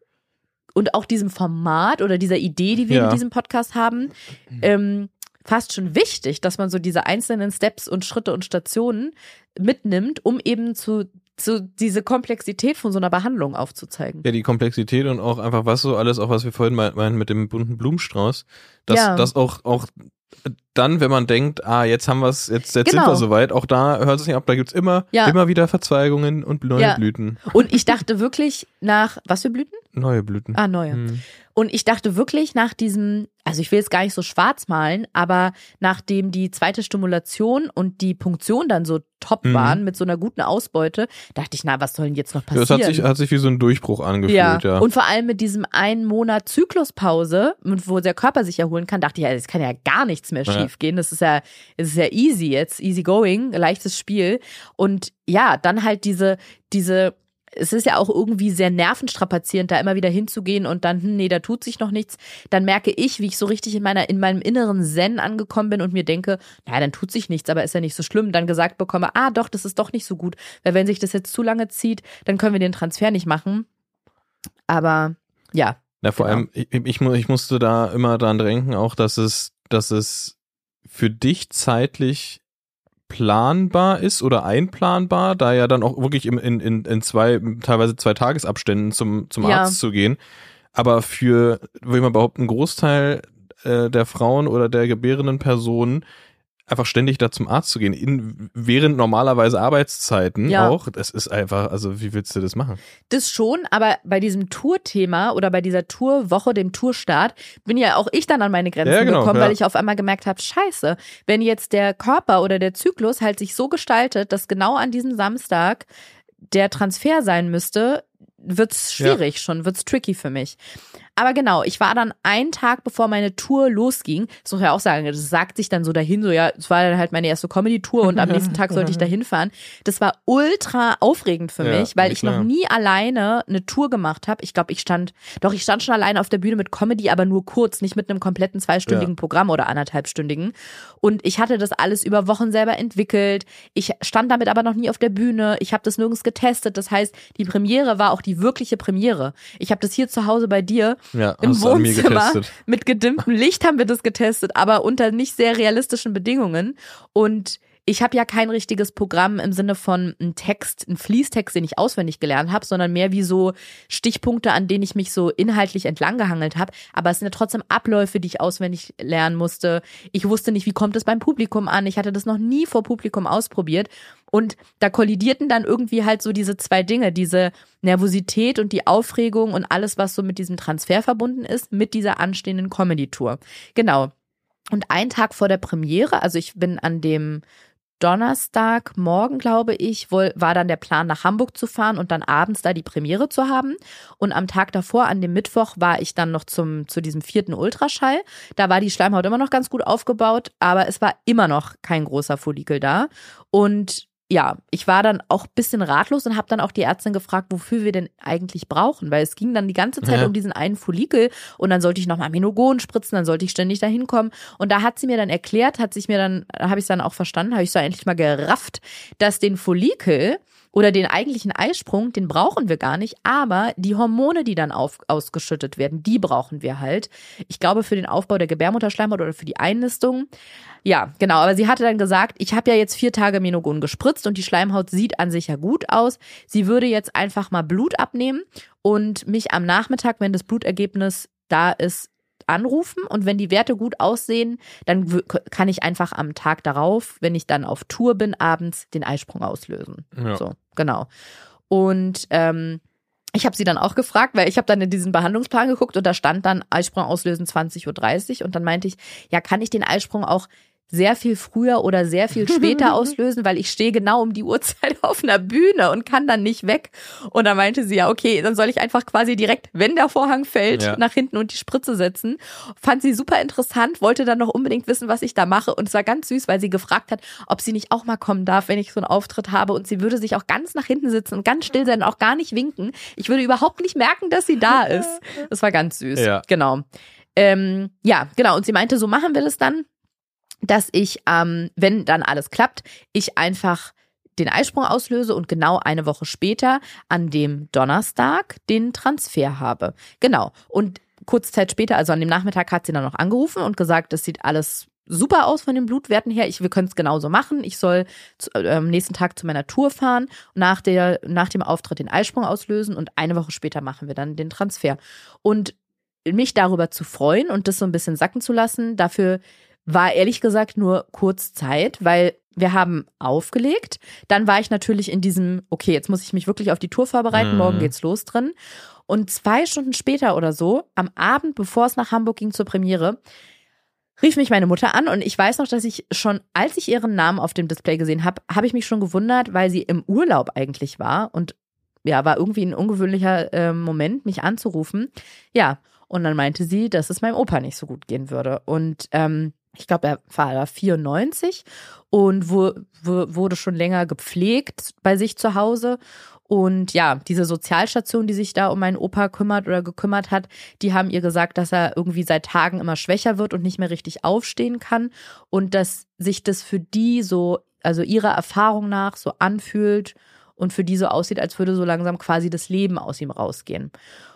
und auch diesem Format oder dieser Idee, die wir Ja. in diesem Podcast haben, ähm, fast schon wichtig, dass man so diese einzelnen Steps und Schritte und Stationen mitnimmt, um eben zu, zu diese Komplexität von so einer Behandlung aufzuzeigen. Ja, die Komplexität und auch einfach was so alles, auch was wir vorhin meinten mit dem bunten Blumenstrauß, dass Ja. das auch, auch dann, wenn man denkt, ah, jetzt haben wir es, jetzt, jetzt Genau. sind wir soweit, auch da hört es nicht ab, da gibt's immer, Ja. immer wieder Verzweigungen und neue Ja. Blüten. Und ich dachte wirklich nach, was für Blüten? Neue Blüten. Ah, neue. Hm. Und ich dachte wirklich nach diesem, also ich will jetzt gar nicht so schwarz malen, aber nachdem die zweite Stimulation und die Punktion dann so top Mhm. waren mit so einer guten Ausbeute, dachte ich, na, was soll denn jetzt noch Ja, das passieren? hat sich, hat sich wie so ein Durchbruch angefühlt, ja. ja. Und vor allem mit diesem einen Monat Zykluspause, wo der Körper sich erholen kann, dachte ich, ja, es kann ja gar nichts mehr Ja. schief gehen. Das ist ja, das ist ja easy jetzt, easy going, leichtes Spiel. Und ja, dann halt diese, diese, es ist ja auch irgendwie sehr nervenstrapazierend, da immer wieder hinzugehen und dann, hm, nee, da tut sich noch nichts. Dann merke ich, wie ich so richtig in meiner, in meinem inneren Zen angekommen bin und mir denke, naja, dann tut sich nichts, aber ist ja nicht so schlimm. Dann gesagt bekomme, ah, doch, das ist doch nicht so gut. Weil wenn sich das jetzt zu lange zieht, dann können wir den Transfer nicht machen. Aber, ja. Ja, vor genau. allem, ich, ich, mu- ich musste da immer dran denken, auch, dass es, dass es für dich zeitlich planbar ist oder einplanbar, da ja dann auch wirklich im, in, in, in zwei, teilweise zwei Tagesabständen zum, zum Ja. Arzt zu gehen. Aber für, würde ich mal behaupten, einen Großteil äh, der Frauen oder der gebärenden Personen einfach ständig da zum Arzt zu gehen, in, während normalerweise Arbeitszeiten Ja. auch, das ist einfach, also wie willst du das machen? Das schon, aber bei diesem Tourthema oder bei dieser Tourwoche, dem Tourstart, bin ja auch ich dann an meine Grenzen Ja, genau, gekommen, ja. weil ich auf einmal gemerkt habe, scheiße, wenn jetzt der Körper oder der Zyklus halt sich so gestaltet, dass genau an diesem Samstag der Transfer sein müsste, wird's schwierig schon, wird's tricky für mich. Aber genau, ich war dann einen Tag, bevor meine Tour losging, das muss ich ja auch sagen, das sagt sich dann so dahin, so ja, es war dann halt meine erste Comedy-Tour und am nächsten Tag sollte ich da hinfahren. Das war ultra aufregend für Ja, mich, weil ja, ich noch klar. nie alleine eine Tour gemacht habe. Ich glaube, ich stand, doch, ich stand schon alleine auf der Bühne mit Comedy, aber nur kurz, nicht mit einem kompletten zweistündigen Ja. Programm oder anderthalbstündigen. Und ich hatte das alles über Wochen selber entwickelt. Ich stand damit aber noch nie auf der Bühne. Ich habe das nirgends getestet. Das heißt, die Premiere war auch die wirkliche Premiere. Ich habe das hier zu Hause bei dir Ja, im hast du an mir Wohnzimmer getestet. mit gedimmtem Licht haben wir das getestet, aber unter nicht sehr realistischen Bedingungen. Und ich habe ja kein richtiges Programm im Sinne von einem Text, einen Fließtext, den ich auswendig gelernt habe, sondern mehr wie so Stichpunkte, an denen ich mich so inhaltlich entlanggehangelt habe. Aber es sind ja trotzdem Abläufe, die ich auswendig lernen musste. Ich wusste nicht, wie kommt es beim Publikum an. Ich hatte das noch nie vor Publikum ausprobiert. Und da kollidierten dann irgendwie halt so diese zwei Dinge, diese Nervosität und die Aufregung und alles, was so mit diesem Transfer verbunden ist, mit dieser anstehenden Comedy-Tour. Genau. Und einen Tag vor der Premiere, also ich bin an dem Donnerstagmorgen, glaube ich, wohl, war dann der Plan, nach Hamburg zu fahren und dann abends da die Premiere zu haben. Und am Tag davor, an dem Mittwoch, war ich dann noch zum, zu diesem vierten Ultraschall. Da war die Schleimhaut immer noch ganz gut aufgebaut, aber es war immer noch kein großer Follikel da. Und ja, ich war dann auch ein bisschen ratlos und habe dann auch die Ärztin gefragt, wofür wir denn eigentlich brauchen, weil es ging dann die ganze Zeit Ja. um diesen einen Follikel und dann sollte ich nochmal Minogon spritzen, dann sollte ich ständig da hinkommen und da hat sie mir dann erklärt, hat sich mir dann, habe ich es dann auch verstanden, habe ich so endlich mal gerafft, dass den Follikel oder den eigentlichen Eisprung, den brauchen wir gar nicht, aber die Hormone, die dann auf, ausgeschüttet werden, die brauchen wir halt. Ich glaube für den Aufbau der Gebärmutterschleimhaut oder für die Einnistung. Ja, genau, aber sie hatte dann gesagt, ich habe ja jetzt vier Tage Minogon gespritzt und die Schleimhaut sieht an sich ja gut aus. Sie würde jetzt einfach mal Blut abnehmen und mich am Nachmittag, wenn das Blutergebnis da ist, anrufen und wenn die Werte gut aussehen, dann w- kann ich einfach am Tag darauf, wenn ich dann auf Tour bin, abends den Eisprung auslösen. Ja. So, genau. Und ähm, ich habe sie dann auch gefragt, weil ich habe dann in diesen Behandlungsplan geguckt und da stand dann Eisprung auslösen zwanzig Uhr dreißig und dann meinte ich, ja, kann ich den Eisprung auch sehr viel früher oder sehr viel später auslösen, weil ich stehe genau um die Uhrzeit auf einer Bühne und kann dann nicht weg. Und dann meinte sie, ja, okay, dann soll ich einfach quasi direkt, wenn der Vorhang fällt, Ja. nach hinten und die Spritze setzen. Fand sie super interessant, wollte dann noch unbedingt wissen, was ich da mache. Und es war ganz süß, weil sie gefragt hat, ob sie nicht auch mal kommen darf, wenn ich so einen Auftritt habe. Und sie würde sich auch ganz nach hinten sitzen und ganz still sein und auch gar nicht winken. Ich würde überhaupt nicht merken, dass sie da ist. Das war ganz süß. Ja. Genau. Ähm, ja, genau. Und sie meinte, so machen wir das dann, dass ich, ähm, wenn dann alles klappt, ich einfach den Eisprung auslöse und genau eine Woche später an dem Donnerstag den Transfer habe. Genau. Und kurze Zeit später, also an dem Nachmittag, hat sie dann noch angerufen und gesagt, das sieht alles super aus von den Blutwerten her. Ich, wir können es genauso machen. Ich soll zu, äh, am nächsten Tag zu meiner Tour fahren, nach, der, nach dem Auftritt den Eisprung auslösen und eine Woche später machen wir dann den Transfer. Und mich darüber zu freuen und das so ein bisschen sacken zu lassen, dafür war ehrlich gesagt nur kurz Zeit, weil wir haben aufgelegt. Dann war ich natürlich in diesem, okay, jetzt muss ich mich wirklich auf die Tour vorbereiten, Mhm. morgen geht's los drin. Und zwei Stunden später oder so, am Abend, bevor es nach Hamburg ging zur Premiere, rief mich meine Mutter an und ich weiß noch, dass ich schon, als ich ihren Namen auf dem Display gesehen habe, habe ich mich schon gewundert, weil sie im Urlaub eigentlich war und ja, war irgendwie ein ungewöhnlicher äh, Moment, mich anzurufen. Ja, und dann meinte sie, dass es meinem Opa nicht so gut gehen würde. Und ähm, ich glaube, er war vierundneunzig und wo, wo, wurde schon länger gepflegt bei sich zu Hause. Und ja, diese Sozialstation, die sich da um meinen Opa kümmert oder gekümmert hat, die haben ihr gesagt, dass er irgendwie seit Tagen immer schwächer wird und nicht mehr richtig aufstehen kann. Und dass sich das für die so, also ihrer Erfahrung nach so anfühlt und für die so aussieht, als würde so langsam quasi das Leben aus ihm rausgehen.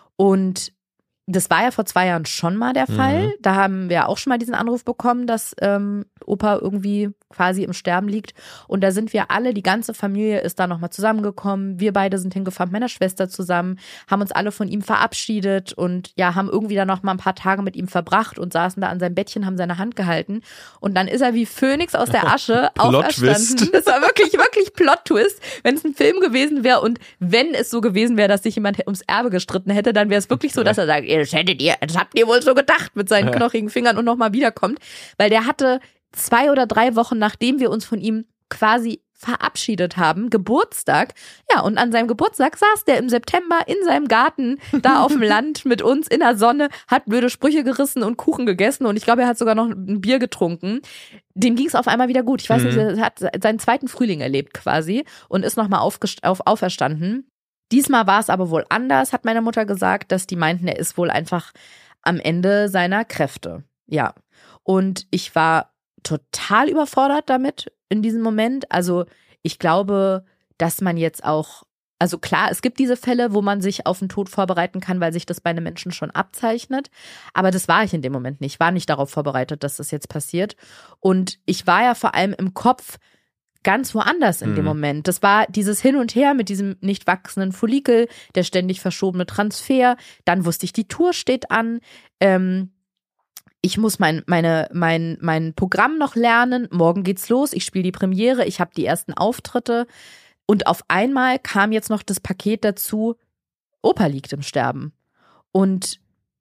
Und das war ja vor zwei Jahren schon mal der Fall. Mhm. Da haben wir auch schon mal diesen Anruf bekommen, dass ähm, Opa irgendwie quasi im Sterben liegt. Und da sind wir alle, die ganze Familie ist da nochmal zusammengekommen. Wir beide sind hingefahren mit meiner Schwester zusammen, haben uns alle von ihm verabschiedet und ja, haben irgendwie dann noch mal ein paar Tage mit ihm verbracht und saßen da an seinem Bettchen, haben seine Hand gehalten. Und dann ist er wie Phönix aus der Asche auferstanden. Das war wirklich, wirklich Plot-Twist. Wenn es ein Film gewesen wäre und wenn es so gewesen wäre, dass sich jemand ums Erbe gestritten hätte, dann wäre es wirklich so, dass er sagt, das hättet ihr, das habt ihr wohl so gedacht mit seinen knochigen Fingern und nochmal wiederkommt. Weil der hatte zwei oder drei Wochen, nachdem wir uns von ihm quasi verabschiedet haben, Geburtstag. Ja, und an seinem Geburtstag saß der im September in seinem Garten, da auf dem Land mit uns in der Sonne, hat blöde Sprüche gerissen und Kuchen gegessen und ich glaube, er hat sogar noch ein Bier getrunken. Dem ging es auf einmal wieder gut. Ich weiß Mhm. nicht, er hat seinen zweiten Frühling erlebt quasi und ist nochmal auf, auf, auferstanden. Diesmal war es aber wohl anders, hat meine Mutter gesagt, dass die meinten, er ist wohl einfach am Ende seiner Kräfte. Ja. Und ich war total überfordert damit in diesem Moment. Also ich glaube, dass man jetzt auch, also klar, es gibt diese Fälle, wo man sich auf den Tod vorbereiten kann, weil sich das bei einem Menschen schon abzeichnet. Aber das war ich in dem Moment nicht. Ich war nicht darauf vorbereitet, dass das jetzt passiert. Und ich war ja vor allem im Kopf ganz woanders in Mhm. dem Moment. Das war dieses Hin und Her mit diesem nicht wachsenden Follikel, der ständig verschobene Transfer. Dann wusste ich, die Tour steht an. Ähm, ich muss mein, meine, mein, mein Programm noch lernen. Morgen geht's los. Ich spiele die Premiere. Ich habe die ersten Auftritte. Und auf einmal kam jetzt noch das Paket dazu, Opa liegt im Sterben. Und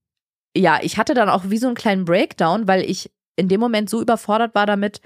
ja, ich hatte dann auch wie so einen kleinen Breakdown, weil ich in dem Moment so überfordert war damit,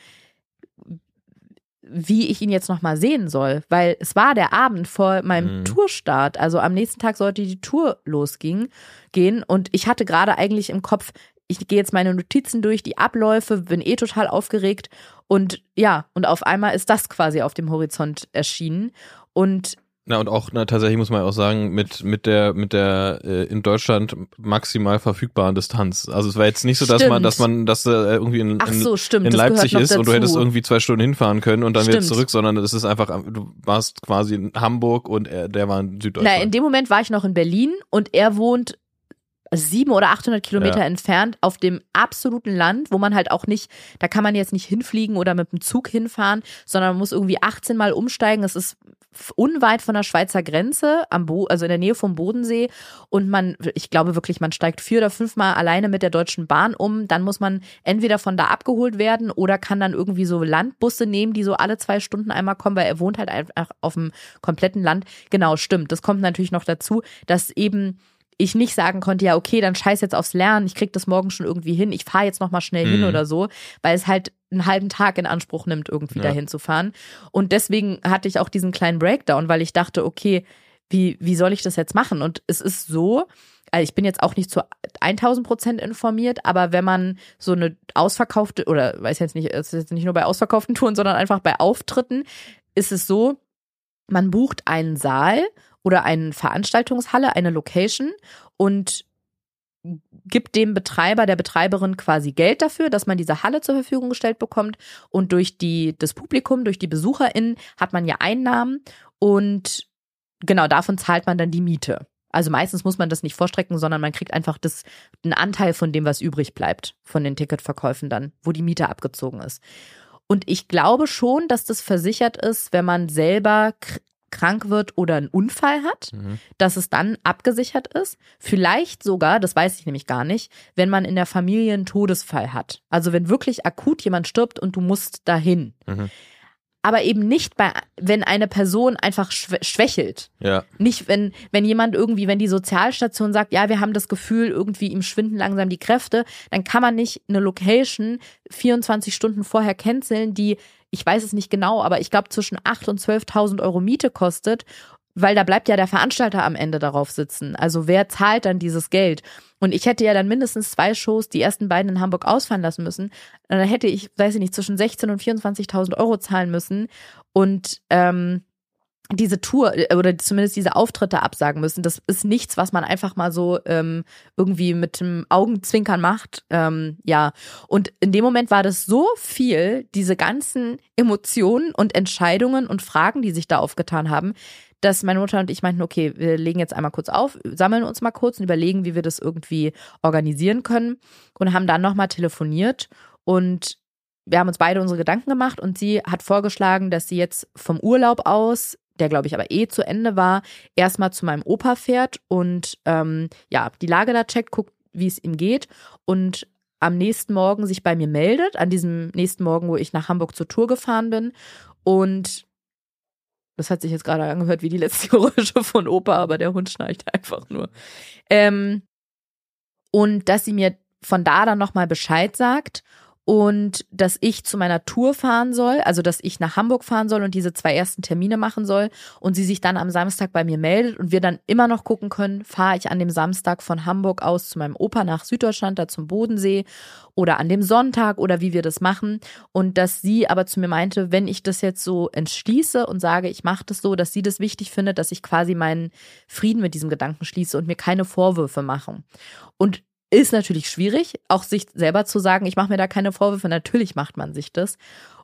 wie ich ihn jetzt noch mal sehen soll, weil es war der Abend vor meinem Mhm. Tourstart, also am nächsten Tag sollte die Tour losgehen gehen und ich hatte gerade eigentlich im Kopf, ich gehe jetzt meine Notizen durch, die Abläufe, bin eh total aufgeregt und ja, und auf einmal ist das quasi auf dem Horizont erschienen und Na und auch na, tatsächlich muss man auch sagen, mit mit der mit der äh, in Deutschland maximal verfügbaren Distanz. Also es war jetzt nicht so, dass Stimmt. man, dass man, dass äh, irgendwie in, ach in, so, stimmt, in das Leipzig gehört noch ist und du dazu. hättest irgendwie zwei Stunden hinfahren können und dann wieder Stimmt. zurück, sondern es ist einfach, du warst quasi in Hamburg und er, der war in Süddeutschland. Na, in dem Moment war ich noch in Berlin und er wohnt sieben oder achthundert Kilometer Ja. entfernt auf dem absoluten Land, wo man halt auch nicht, da kann man jetzt nicht hinfliegen oder mit dem Zug hinfahren, sondern man muss irgendwie achtzehn Mal umsteigen. Es ist unweit von der Schweizer Grenze, am Bo- also in der Nähe vom Bodensee und man, ich glaube wirklich, man steigt vier oder fünfmal alleine mit der Deutschen Bahn um, dann muss man entweder von da abgeholt werden oder kann dann irgendwie so Landbusse nehmen, die so alle zwei Stunden einmal kommen, weil er wohnt halt einfach auf dem kompletten Land. Genau, stimmt. Das kommt natürlich noch dazu, dass eben ich nicht sagen konnte, ja okay, dann scheiß jetzt aufs Lernen, ich krieg das morgen schon irgendwie hin, ich fahre jetzt nochmal schnell mhm. hin oder so, weil es halt einen halben Tag in Anspruch nimmt, irgendwie ja. dahin zu fahren. Und deswegen hatte ich auch diesen kleinen Breakdown, weil ich dachte, okay, wie, wie soll ich das jetzt machen? Und es ist so, also ich bin jetzt auch nicht zu tausend Prozent informiert, aber wenn man so eine ausverkaufte, oder weiß jetzt nicht, es ist jetzt nicht nur bei ausverkauften Touren, sondern einfach bei Auftritten, ist es so, man bucht einen Saal oder eine Veranstaltungshalle, eine Location und gibt dem Betreiber, der Betreiberin quasi Geld dafür, dass man diese Halle zur Verfügung gestellt bekommt und durch die, das Publikum, durch die BesucherInnen hat man ja Einnahmen und genau davon zahlt man dann die Miete. Also meistens muss man das nicht vorstrecken, sondern man kriegt einfach das, einen Anteil von dem, was übrig bleibt, von den Ticketverkäufen dann, wo die Miete abgezogen ist. Und ich glaube schon, dass das versichert ist, wenn man selber krank wird oder einen Unfall hat, mhm. dass es dann abgesichert ist. Vielleicht sogar, das weiß ich nämlich gar nicht, wenn man in der Familie einen Todesfall hat. Also wenn wirklich akut jemand stirbt und du musst dahin. Mhm. Aber eben nicht bei, wenn eine Person einfach schwächelt. Ja. Nicht, wenn, wenn jemand irgendwie, wenn die Sozialstation sagt, ja, wir haben das Gefühl, irgendwie ihm schwinden langsam die Kräfte, dann kann man nicht eine Location vierundzwanzig Stunden vorher canceln, die, ich weiß es nicht genau, aber ich glaube zwischen achttausend und zwölftausend Euro Miete kostet, weil da bleibt ja der Veranstalter am Ende darauf sitzen. Also wer zahlt dann dieses Geld? Und ich hätte ja dann mindestens zwei Shows, die ersten beiden in Hamburg ausfallen lassen müssen. Und dann hätte ich, weiß ich nicht, zwischen sechzehntausend und vierundzwanzigtausend Euro zahlen müssen und ähm, diese Tour oder zumindest diese Auftritte absagen müssen. Das ist nichts, was man einfach mal so ähm, irgendwie mit dem Augenzwinkern macht. Ähm, ja, und in dem Moment war das so viel, diese ganzen Emotionen und Entscheidungen und Fragen, die sich da aufgetan haben, dass meine Mutter und ich meinten, okay, wir legen jetzt einmal kurz auf, sammeln uns mal kurz und überlegen, wie wir das irgendwie organisieren können und haben dann nochmal telefoniert und wir haben uns beide unsere Gedanken gemacht und sie hat vorgeschlagen, dass sie jetzt vom Urlaub aus, der glaube ich aber eh zu Ende war, erstmal zu meinem Opa fährt und ähm, ja, die Lage da checkt, guckt, wie es ihm geht und am nächsten Morgen sich bei mir meldet, an diesem nächsten Morgen, wo ich nach Hamburg zur Tour gefahren bin und das hat sich jetzt gerade angehört wie die letzte Geräusche von Opa, aber der Hund schnarcht einfach nur. Ähm, und dass sie mir von da dann nochmal Bescheid sagt und dass ich zu meiner Tour fahren soll, also dass ich nach Hamburg fahren soll und diese zwei ersten Termine machen soll und sie sich dann am Samstag bei mir meldet und wir dann immer noch gucken können, fahre ich an dem Samstag von Hamburg aus zu meinem Opa nach Süddeutschland, da zum Bodensee oder an dem Sonntag oder wie wir das machen und dass sie aber zu mir meinte, wenn ich das jetzt so entschließe und sage, ich mache das so, dass sie das wichtig findet, dass ich quasi meinen Frieden mit diesem Gedanken schließe und mir keine Vorwürfe mache. Und ist natürlich schwierig, auch sich selber zu sagen, ich mache mir da keine Vorwürfe. Natürlich macht man sich das.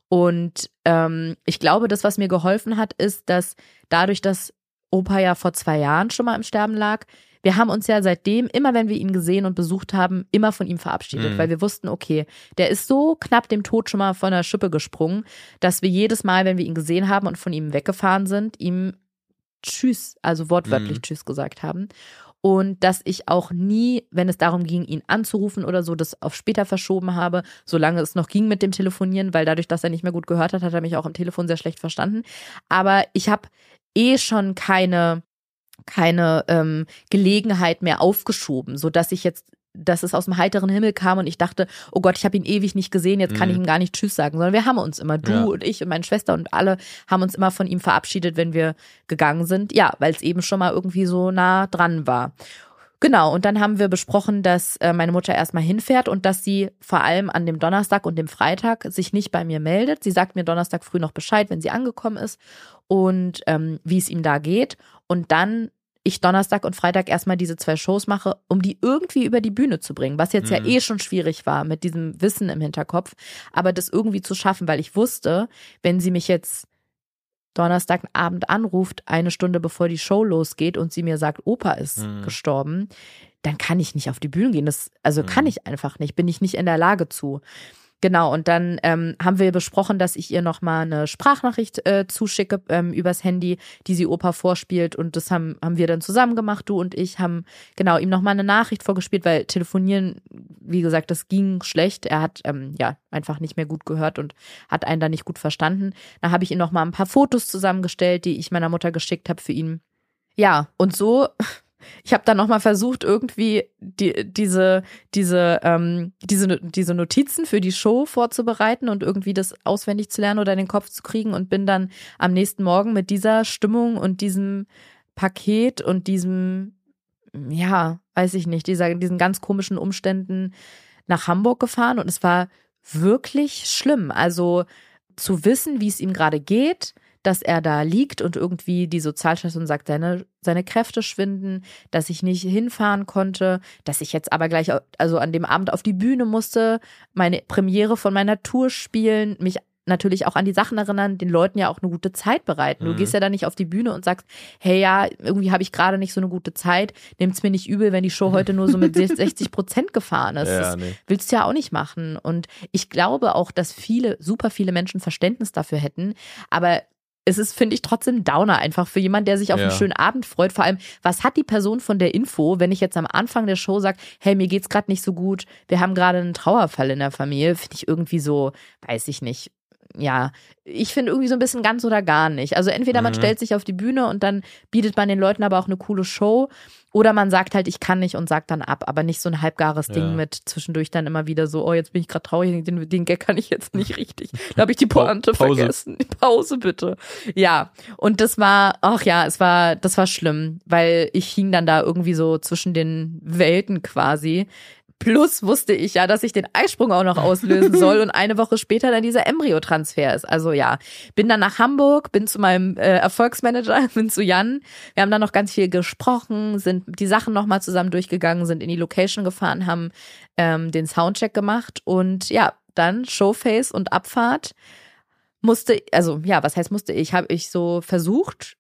Und ähm, ich glaube, das, was mir geholfen hat, ist, dass dadurch, dass Opa ja vor zwei Jahren schon mal im Sterben lag, wir haben uns ja seitdem, immer wenn wir ihn gesehen und besucht haben, immer von ihm verabschiedet, mhm. weil wir wussten, okay, der ist so knapp dem Tod schon mal von der Schippe gesprungen, dass wir jedes Mal, wenn wir ihn gesehen haben und von ihm weggefahren sind, ihm Tschüss, also wortwörtlich mhm. Tschüss gesagt haben. Und dass ich auch nie, wenn es darum ging, ihn anzurufen oder so, das auf später verschoben habe, solange es noch ging mit dem Telefonieren, weil dadurch, dass er nicht mehr gut gehört hat, hat er mich auch am Telefon sehr schlecht verstanden. Aber ich habe eh schon keine, keine ähm, Gelegenheit mehr aufgeschoben, sodass ich jetzt, dass es aus dem heiteren Himmel kam und ich dachte, oh Gott, ich habe ihn ewig nicht gesehen, jetzt kann mhm. ich ihm gar nicht Tschüss sagen, sondern wir haben uns immer, du ja. und ich und meine Schwester und alle haben uns immer von ihm verabschiedet, wenn wir gegangen sind, ja, weil es eben schon mal irgendwie so nah dran war. Genau, und dann haben wir besprochen, dass äh, meine Mutter erstmal hinfährt und dass sie vor allem an dem Donnerstag und dem Freitag sich nicht bei mir meldet. Sie sagt mir Donnerstag früh noch Bescheid, wenn sie angekommen ist und ähm, wie es ihm da geht und dann ich Donnerstag und Freitag erstmal diese zwei Shows mache, um die irgendwie über die Bühne zu bringen, was jetzt mhm. ja eh schon schwierig war mit diesem Wissen im Hinterkopf, aber das irgendwie zu schaffen, weil ich wusste, wenn sie mich jetzt Donnerstagabend anruft, eine Stunde bevor die Show losgeht und sie mir sagt, Opa ist mhm. gestorben, dann kann ich nicht auf die Bühne gehen. Das, also mhm. kann ich einfach nicht, bin ich nicht in der Lage zu. Genau, und dann ähm, haben wir besprochen, dass ich ihr nochmal eine Sprachnachricht äh, zuschicke ähm, übers Handy, die sie Opa vorspielt. Und das haben, haben wir dann zusammen gemacht, du und ich haben genau ihm nochmal eine Nachricht vorgespielt, weil telefonieren, wie gesagt, das ging schlecht. Er hat ähm, ja einfach nicht mehr gut gehört und hat einen da nicht gut verstanden. Da habe ich ihm nochmal ein paar Fotos zusammengestellt, die ich meiner Mutter geschickt habe für ihn. Ja, und so... Ich habe dann nochmal versucht, irgendwie die, diese, diese, ähm, diese, diese Notizen für die Show vorzubereiten und irgendwie das auswendig zu lernen oder in den Kopf zu kriegen und bin dann am nächsten Morgen mit dieser Stimmung und diesem Paket und diesem, ja, weiß ich nicht, dieser, diesen ganz komischen Umständen nach Hamburg gefahren und es war wirklich schlimm. Also zu wissen, wie es ihm gerade geht, dass er da liegt und irgendwie die Sozialstation sagt, seine, seine Kräfte schwinden, dass ich nicht hinfahren konnte, dass ich jetzt aber gleich, also an dem Abend auf die Bühne musste, meine Premiere von meiner Tour spielen, mich natürlich auch an die Sachen erinnern, den Leuten ja auch eine gute Zeit bereiten. Du Mhm. gehst ja dann nicht auf die Bühne und sagst, hey ja, irgendwie habe ich gerade nicht so eine gute Zeit, nehmt's mir nicht übel, wenn die Show heute nur so mit sechzig Prozent gefahren ist. Ja, Das nee. willst du ja auch nicht machen. Und ich glaube auch, dass viele, super viele Menschen Verständnis dafür hätten, aber es ist, finde ich, trotzdem Downer einfach für jemanden, der sich auf Ja. einen schönen Abend freut. Vor allem, was hat die Person von der Info, wenn ich jetzt am Anfang der Show sage, hey, mir geht's gerade nicht so gut, wir haben gerade einen Trauerfall in der Familie, finde ich irgendwie so, weiß ich nicht. Ja, ich finde irgendwie so ein bisschen ganz oder gar nicht. Also entweder man Mhm. stellt sich auf die Bühne und dann bietet man den Leuten aber auch eine coole Show oder man sagt halt, ich kann nicht und sagt dann ab, aber nicht so ein halbgares Ja. Ding mit zwischendurch dann immer wieder so, oh, jetzt bin ich gerade traurig, den, den Gag kann ich jetzt nicht richtig. Da habe ich die Pointe Pause. vergessen. Pause bitte. Ja, und das war, ach ja, es war, das war schlimm, weil ich hing dann da irgendwie so zwischen den Welten quasi. Plus wusste ich ja, dass ich den Eisprung auch noch auslösen soll und eine Woche später dann dieser Embryotransfer ist. Also ja, bin dann nach Hamburg, bin zu meinem äh, Erfolgsmanager, bin zu Jan. Wir haben dann noch ganz viel gesprochen, sind die Sachen nochmal zusammen durchgegangen, sind in die Location gefahren, haben ähm, den Soundcheck gemacht und ja, dann Showface und Abfahrt musste, also ja, was heißt musste ich, habe ich so versucht,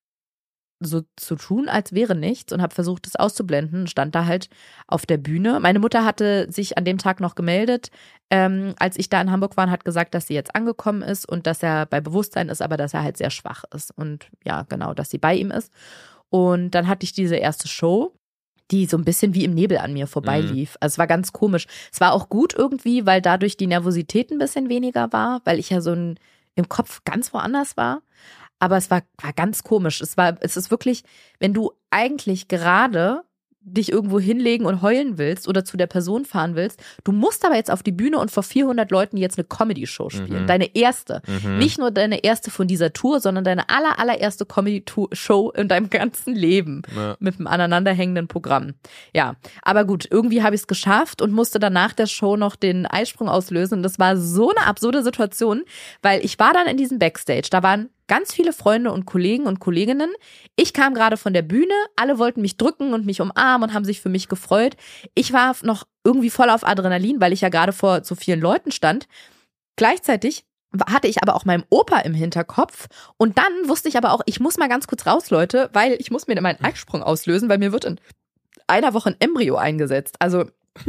so zu tun, als wäre nichts und habe versucht, das auszublenden, stand da halt auf der Bühne. Meine Mutter hatte sich an dem Tag noch gemeldet, ähm, als ich da in Hamburg war und hat gesagt, dass sie jetzt angekommen ist und dass er bei Bewusstsein ist, aber dass er halt sehr schwach ist und ja, genau, dass sie bei ihm ist. Und dann hatte ich diese erste Show, die so ein bisschen wie im Nebel an mir vorbeilief. Also es war ganz komisch. Es war auch gut irgendwie, weil dadurch die Nervosität ein bisschen weniger war, weil ich ja so ein, im Kopf ganz woanders war. Aber es war, war ganz komisch. Es war, es ist wirklich, wenn du eigentlich gerade dich irgendwo hinlegen und heulen willst oder zu der Person fahren willst, du musst aber jetzt auf die Bühne und vor vierhundert Leuten jetzt eine Comedy-Show spielen. Mhm. Deine erste. Mhm. Nicht nur deine erste von dieser Tour, sondern deine aller, allererste Comedy-Show in deinem ganzen Leben. Ja. Mit einem aneinanderhängenden Programm. Ja, aber gut, irgendwie habe ich es geschafft und musste dann nach der Show noch den Eisprung auslösen. Und das war so eine absurde Situation, weil ich war dann in diesem Backstage. Da waren ganz viele Freunde und Kollegen und Kolleginnen. Ich kam gerade von der Bühne, alle wollten mich drücken und mich umarmen und haben sich für mich gefreut. Ich war noch irgendwie voll auf Adrenalin, weil ich ja gerade vor so vielen Leuten stand. Gleichzeitig hatte ich aber auch meinen Opa im Hinterkopf und dann wusste ich aber auch, ich muss mal ganz kurz raus, Leute, weil ich muss mir meinen Eisprung auslösen, weil mir wird in einer Woche ein Embryo eingesetzt. Also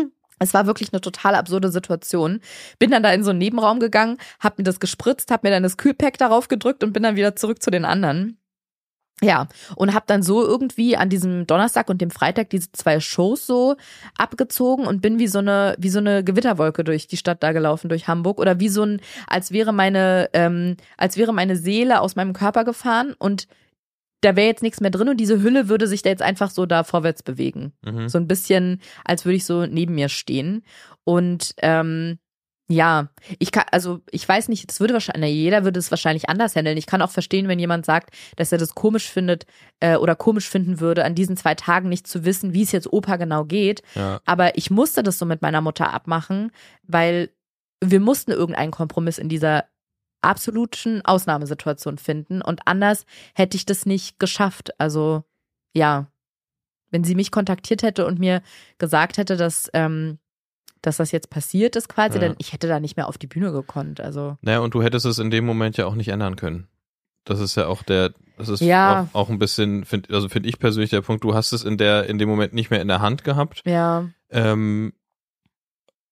es war wirklich eine total absurde Situation. Bin dann da in so einen Nebenraum gegangen, hab mir das gespritzt, hab mir dann das Kühlpack darauf gedrückt und bin dann wieder zurück zu den anderen. Ja, und hab dann so irgendwie an diesem Donnerstag und dem Freitag diese zwei Shows so abgezogen und bin wie so eine wie so eine Gewitterwolke durch die Stadt da gelaufen, durch Hamburg oder wie so ein, als wäre meine ähm, als wäre meine Seele aus meinem Körper gefahren und da wäre jetzt nichts mehr drin und diese Hülle würde sich da jetzt einfach so da vorwärts bewegen. Mhm. So ein bisschen, als würde ich so neben mir stehen. Und ähm, ja, ich kann, also ich weiß nicht, das würde wahrscheinlich, jeder würde es wahrscheinlich anders handeln. Ich kann auch verstehen, wenn jemand sagt, dass er das komisch findet äh, oder komisch finden würde, an diesen zwei Tagen nicht zu wissen, wie es jetzt Opa genau geht. Ja. Aber ich musste das so mit meiner Mutter abmachen, weil wir mussten irgendeinen Kompromiss in dieser absoluten Ausnahmesituation finden und anders hätte ich das nicht geschafft. Also ja, wenn sie mich kontaktiert hätte und mir gesagt hätte, dass, ähm, dass das jetzt passiert ist quasi, Ja. dann ich hätte da nicht mehr auf die Bühne gekonnt. Also Naja, und du hättest es in dem Moment ja auch nicht ändern können. Das ist ja auch der, das ist Ja. auch, auch ein bisschen, find, also finde ich persönlich der Punkt, du hast es in der, in dem Moment nicht mehr in der Hand gehabt. ja, Ähm,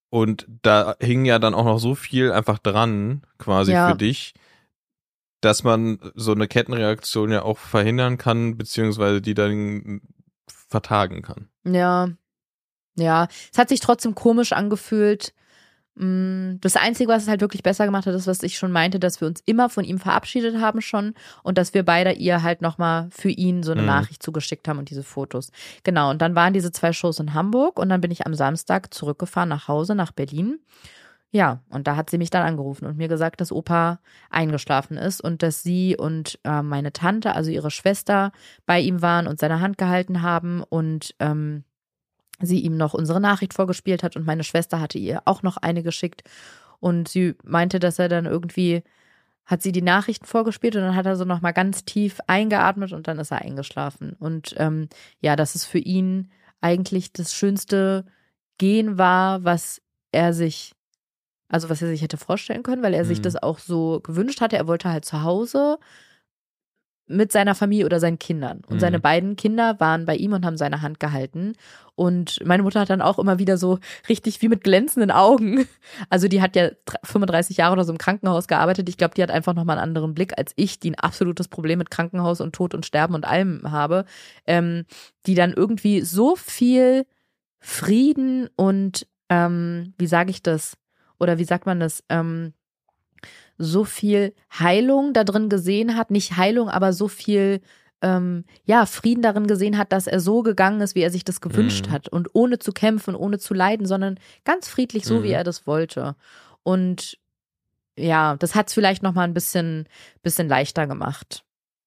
Und da hing ja dann auch noch so viel einfach dran, quasi Ja. für dich, dass man so eine Kettenreaktion ja auch verhindern kann, beziehungsweise die dann vertagen kann. Ja, ja. Es hat sich trotzdem komisch angefühlt. Das Einzige, was es halt wirklich besser gemacht hat, ist, was ich schon meinte, dass wir uns immer von ihm verabschiedet haben schon und dass wir beide ihr halt nochmal für ihn so eine Mhm. Nachricht zugeschickt haben und diese Fotos. Genau, und dann waren diese zwei Shows in Hamburg und dann bin ich am Samstag zurückgefahren nach Hause, nach Berlin. Ja, und da hat sie mich dann angerufen und mir gesagt, dass Opa eingeschlafen ist und dass sie und äh, meine Tante, also ihre Schwester, bei ihm waren und seine Hand gehalten haben und ähm, sie ihm noch unsere Nachricht vorgespielt hat und meine Schwester hatte ihr auch noch eine geschickt und sie meinte, dass er dann irgendwie, hat sie die Nachrichten vorgespielt und dann hat er so nochmal ganz tief eingeatmet und dann ist er eingeschlafen und ähm, ja, dass es für ihn eigentlich das schönste Gehen war, was er sich, also was er sich hätte vorstellen können, weil er sich Mhm. das auch so gewünscht hatte, er wollte halt zu Hause mit seiner Familie oder seinen Kindern. Und Mhm. seine beiden Kinder waren bei ihm und haben seine Hand gehalten. Und meine Mutter hat dann auch immer wieder so richtig wie mit glänzenden Augen. Also die hat ja fünfunddreißig Jahre oder so im Krankenhaus gearbeitet. Ich glaube, die hat einfach nochmal einen anderen Blick als ich, die ein absolutes Problem mit Krankenhaus und Tod und Sterben und allem habe. Ähm, die dann irgendwie so viel Frieden und, ähm, wie sage ich das? Oder wie sagt man das? Ähm, so viel Heilung da drin gesehen hat, nicht Heilung, aber so viel ähm, ja, Frieden darin gesehen hat, dass er so gegangen ist, wie er sich das gewünscht Mhm. hat und ohne zu kämpfen, ohne zu leiden, sondern ganz friedlich, so Mhm. wie er das wollte. Und ja, das hat es vielleicht nochmal ein bisschen, bisschen leichter gemacht.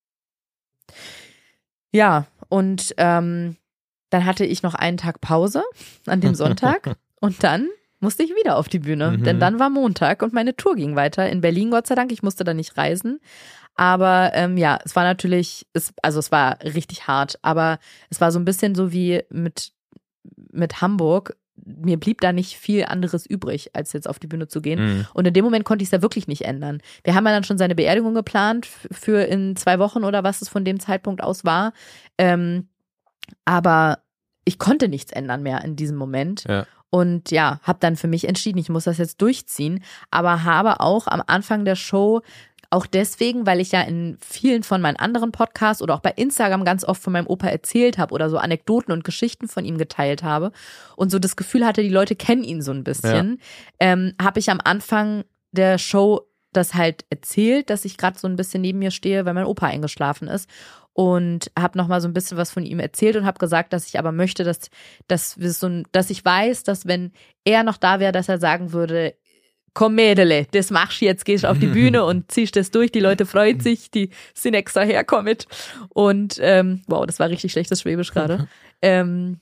Ja, und ähm, dann hatte ich noch einen Tag Pause an dem Sonntag und dann musste ich wieder auf die Bühne, Mhm. denn dann war Montag und meine Tour ging weiter in Berlin, Gott sei Dank. Ich musste da nicht reisen, aber ähm, ja, es war natürlich, es, also es war richtig hart, aber es war so ein bisschen so wie mit, mit Hamburg. Mir blieb da nicht viel anderes übrig, als jetzt auf die Bühne zu gehen. Mhm. Und in dem Moment konnte ich es ja wirklich nicht ändern. Wir haben ja dann schon seine Beerdigung geplant f- für in zwei Wochen oder was es von dem Zeitpunkt aus war. Ähm, aber ich konnte nichts ändern mehr in diesem Moment. Ja. Und ja, habe dann für mich entschieden, ich muss das jetzt durchziehen, aber habe auch am Anfang der Show, auch deswegen, weil ich ja in vielen von meinen anderen Podcasts oder auch bei Instagram ganz oft von meinem Opa erzählt habe oder so Anekdoten und Geschichten von ihm geteilt habe und so das Gefühl hatte, die Leute kennen ihn so ein bisschen, ähm, habe ich am Anfang der Show das halt erzählt, dass ich gerade so ein bisschen neben mir stehe, weil mein Opa eingeschlafen ist. Und habe nochmal so ein bisschen was von ihm erzählt und habe gesagt, dass ich aber möchte, dass, dass, wir so ein, dass ich weiß, dass wenn er noch da wäre, dass er sagen würde, komm Mädele, das machst du jetzt, gehst auf die Bühne und ziehst das durch, die Leute freuen sich, die sind extra herkommen. Und ähm, wow, das war richtig schlechtes Schwäbisch gerade. ähm,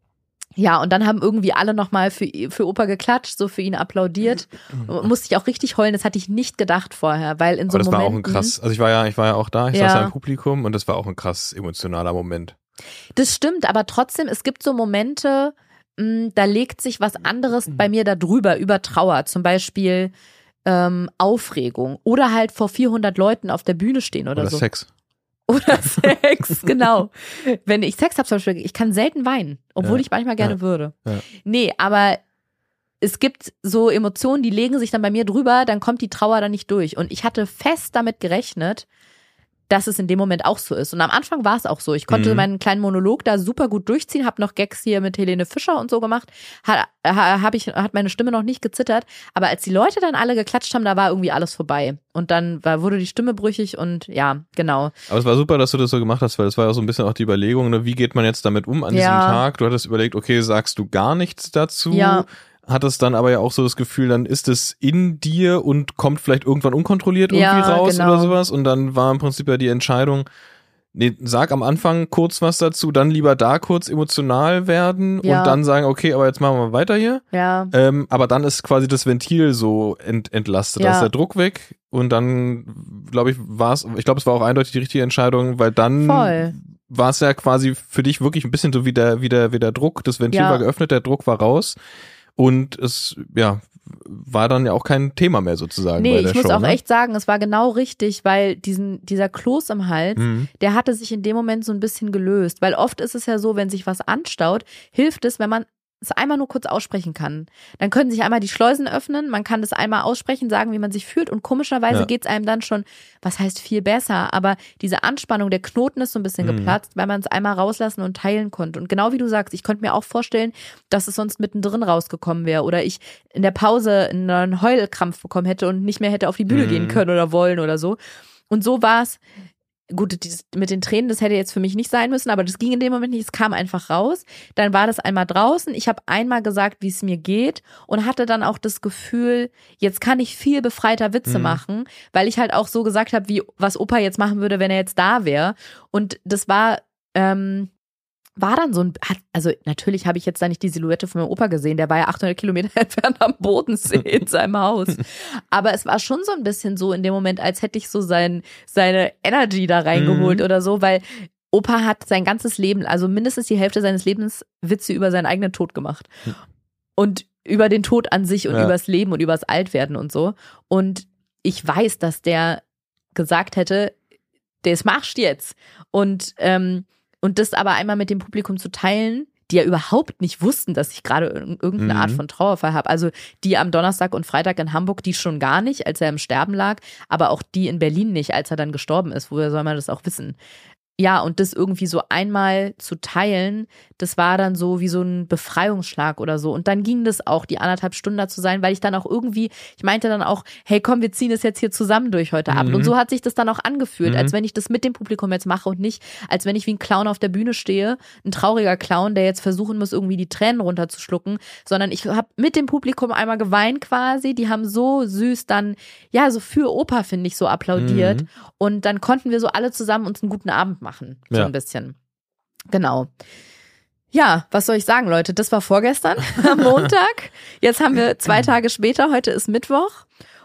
Ja, und dann haben irgendwie alle nochmal für, für Opa geklatscht, so für ihn applaudiert. Musste ich auch richtig heulen, das hatte ich nicht gedacht vorher, weil in so Aber das war auch ein Momenten, krass, also ich war ja, ich war ja auch da, ich Ja. saß ja im Publikum und das war auch ein krass emotionaler Moment. Das stimmt, aber trotzdem, es gibt so Momente, mh, da legt sich was anderes bei mir da drüber, über Trauer, zum Beispiel ähm, Aufregung oder halt vor vierhundert Leuten auf der Bühne stehen oder, Oder so. Sex. Oder Sex, genau. Wenn ich Sex habe zum Beispiel, ich kann selten weinen, obwohl Ja. ich manchmal gerne Ja. würde. Ja. Nee, aber es gibt so Emotionen, die legen sich dann bei mir drüber, dann kommt die Trauer dann nicht durch. Und ich hatte fest damit gerechnet, dass es in dem Moment auch so ist. Und am Anfang war es auch so. Ich konnte Mhm. meinen kleinen Monolog da super gut durchziehen, habe noch Gags hier mit Helene Fischer und so gemacht. Hat, hab ich, hat meine Stimme noch nicht gezittert. Aber als die Leute dann alle geklatscht haben, da war irgendwie alles vorbei. Und dann war, wurde die Stimme brüchig und ja, genau. Aber es war super, dass du das so gemacht hast, weil es war ja so ein bisschen auch die Überlegung, ne, wie geht man jetzt damit um an Ja. diesem Tag? Du hattest überlegt, okay, sagst du gar nichts dazu? Ja. Hattest dann aber ja auch so das Gefühl, dann ist es in dir und kommt vielleicht irgendwann unkontrolliert irgendwie Ja, raus genau. oder sowas. Und dann war im Prinzip ja die Entscheidung, nee, sag am Anfang kurz was dazu, dann lieber da kurz emotional werden Ja. und dann sagen, okay, aber jetzt machen wir weiter hier. Ja, Ähm, aber dann ist quasi das Ventil so ent, entlastet, Ja. da ist der Druck weg und dann, glaube ich, war es, ich glaube, es war auch eindeutig die richtige Entscheidung, weil dann voll. war es ja quasi für dich wirklich ein bisschen so wie der, wie der, wie der Druck, das Ventil Ja. war geöffnet, der Druck war raus und es, ja, war dann ja auch kein Thema mehr sozusagen Nee, bei der ich muss Show, auch ne? echt sagen, es war genau richtig, weil diesen, dieser Kloß im Hals, Mhm. der hatte sich in dem Moment so ein bisschen gelöst. Weil oft ist es ja so, wenn sich was anstaut, hilft es, wenn man es einmal nur kurz aussprechen kann. Dann können sich einmal die Schleusen öffnen, man kann das einmal aussprechen, sagen, wie man sich fühlt und komischerweise Ja. geht's einem dann schon, was heißt viel besser, aber diese Anspannung, der Knoten ist so ein bisschen Mhm. geplatzt, weil man es einmal rauslassen und teilen konnte. Und genau wie du sagst, ich konnte mir auch vorstellen, dass es sonst mittendrin rausgekommen wäre oder ich in der Pause einen Heulkrampf bekommen hätte und nicht mehr hätte auf die Bühne Mhm. gehen können oder wollen oder so. Und so war es. Gut, dieses, mit den Tränen, das hätte jetzt für mich nicht sein müssen, aber das ging in dem Moment nicht, es kam einfach raus. Dann war das einmal draußen, ich habe einmal gesagt, wie es mir geht und hatte dann auch das Gefühl, jetzt kann ich viel befreiter Witze Mhm. machen, weil ich halt auch so gesagt habe, wie was Opa jetzt machen würde, wenn er jetzt da wäre. Und das war, ähm, war dann so ein, hat, also natürlich habe ich jetzt da nicht die Silhouette von meinem Opa gesehen, der war ja achthundert Kilometer entfernt am Bodensee in seinem Haus. Aber es war schon so ein bisschen so in dem Moment, als hätte ich so sein, seine Energy da reingeholt Mhm. oder so, weil Opa hat sein ganzes Leben, also mindestens die Hälfte seines Lebens Witze über seinen eigenen Tod gemacht. Und über den Tod an sich und Ja. übers Leben und übers Altwerden und so. Und ich weiß, dass der gesagt hätte, das machst du jetzt. Und, ähm, und das aber einmal mit dem Publikum zu teilen, die ja überhaupt nicht wussten, dass ich gerade irg- irgendeine Mhm. Art von Trauerfall habe. Also die am Donnerstag und Freitag in Hamburg, die schon gar nicht, als er im Sterben lag, aber auch die in Berlin nicht, als er dann gestorben ist. Woher soll man das auch wissen? Ja, und das irgendwie so einmal zu teilen, das war dann so wie so ein Befreiungsschlag oder so. Und dann ging das auch, die anderthalb Stunden da zu sein, weil ich dann auch irgendwie, ich meinte dann auch, hey komm, wir ziehen es jetzt hier zusammen durch heute Abend. Mhm. Und so hat sich das dann auch angefühlt, Mhm. als wenn ich das mit dem Publikum jetzt mache und nicht, als wenn ich wie ein Clown auf der Bühne stehe, ein trauriger Clown, der jetzt versuchen muss, irgendwie die Tränen runterzuschlucken, sondern ich habe mit dem Publikum einmal geweint quasi. Die haben so süß dann, ja, so für Opa, finde ich, so applaudiert. Mhm. Und dann konnten wir so alle zusammen uns einen guten Abend machen. So Ja. ein bisschen. Genau. Ja, was soll ich sagen, Leute? Das war vorgestern am Montag. Jetzt haben wir zwei Tage später. Heute ist Mittwoch.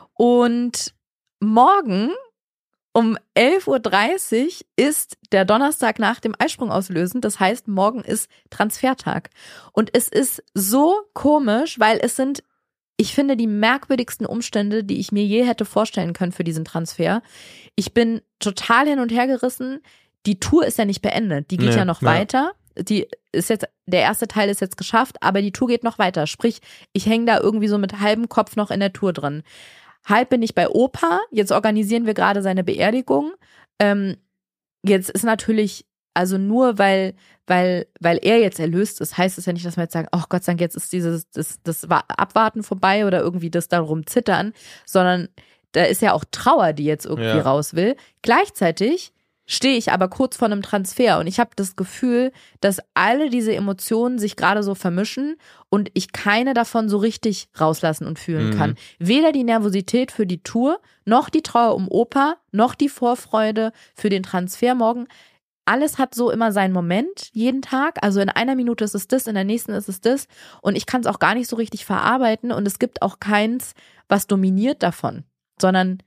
Und morgen um elf Uhr dreißig ist der Donnerstag nach dem Eisprung auslösen. Das heißt, morgen ist Transfertag. Und es ist so komisch, weil es sind, ich finde, die merkwürdigsten Umstände, die ich mir je hätte vorstellen können für diesen Transfer. Ich bin total hin und her gerissen. Die Tour ist ja nicht beendet. Die geht Nee, ja noch ja. weiter. Die ist jetzt, der erste Teil ist jetzt geschafft, aber die Tour geht noch weiter. Sprich, ich hänge da irgendwie so mit halbem Kopf noch in der Tour drin. Halb bin ich bei Opa. Jetzt organisieren wir gerade seine Beerdigung. Ähm, jetzt ist natürlich, also nur weil, weil, weil er jetzt erlöst ist, heißt es ja nicht, dass wir jetzt sagen, oh Gott sei Dank, jetzt ist dieses, das, das Abwarten vorbei oder irgendwie das darum zittern, sondern da ist ja auch Trauer, die jetzt irgendwie Ja. raus will. Gleichzeitig stehe ich aber kurz vor einem Transfer und ich habe das Gefühl, dass alle diese Emotionen sich gerade so vermischen und ich keine davon so richtig rauslassen und fühlen Mhm. kann. Weder die Nervosität für die Tour, noch die Trauer um Opa, noch die Vorfreude für den Transfer morgen. Alles hat so immer seinen Moment, jeden Tag. Also in einer Minute ist es das, in der nächsten ist es das. Und ich kann es auch gar nicht so richtig verarbeiten und es gibt auch keins, was dominiert davon, sondern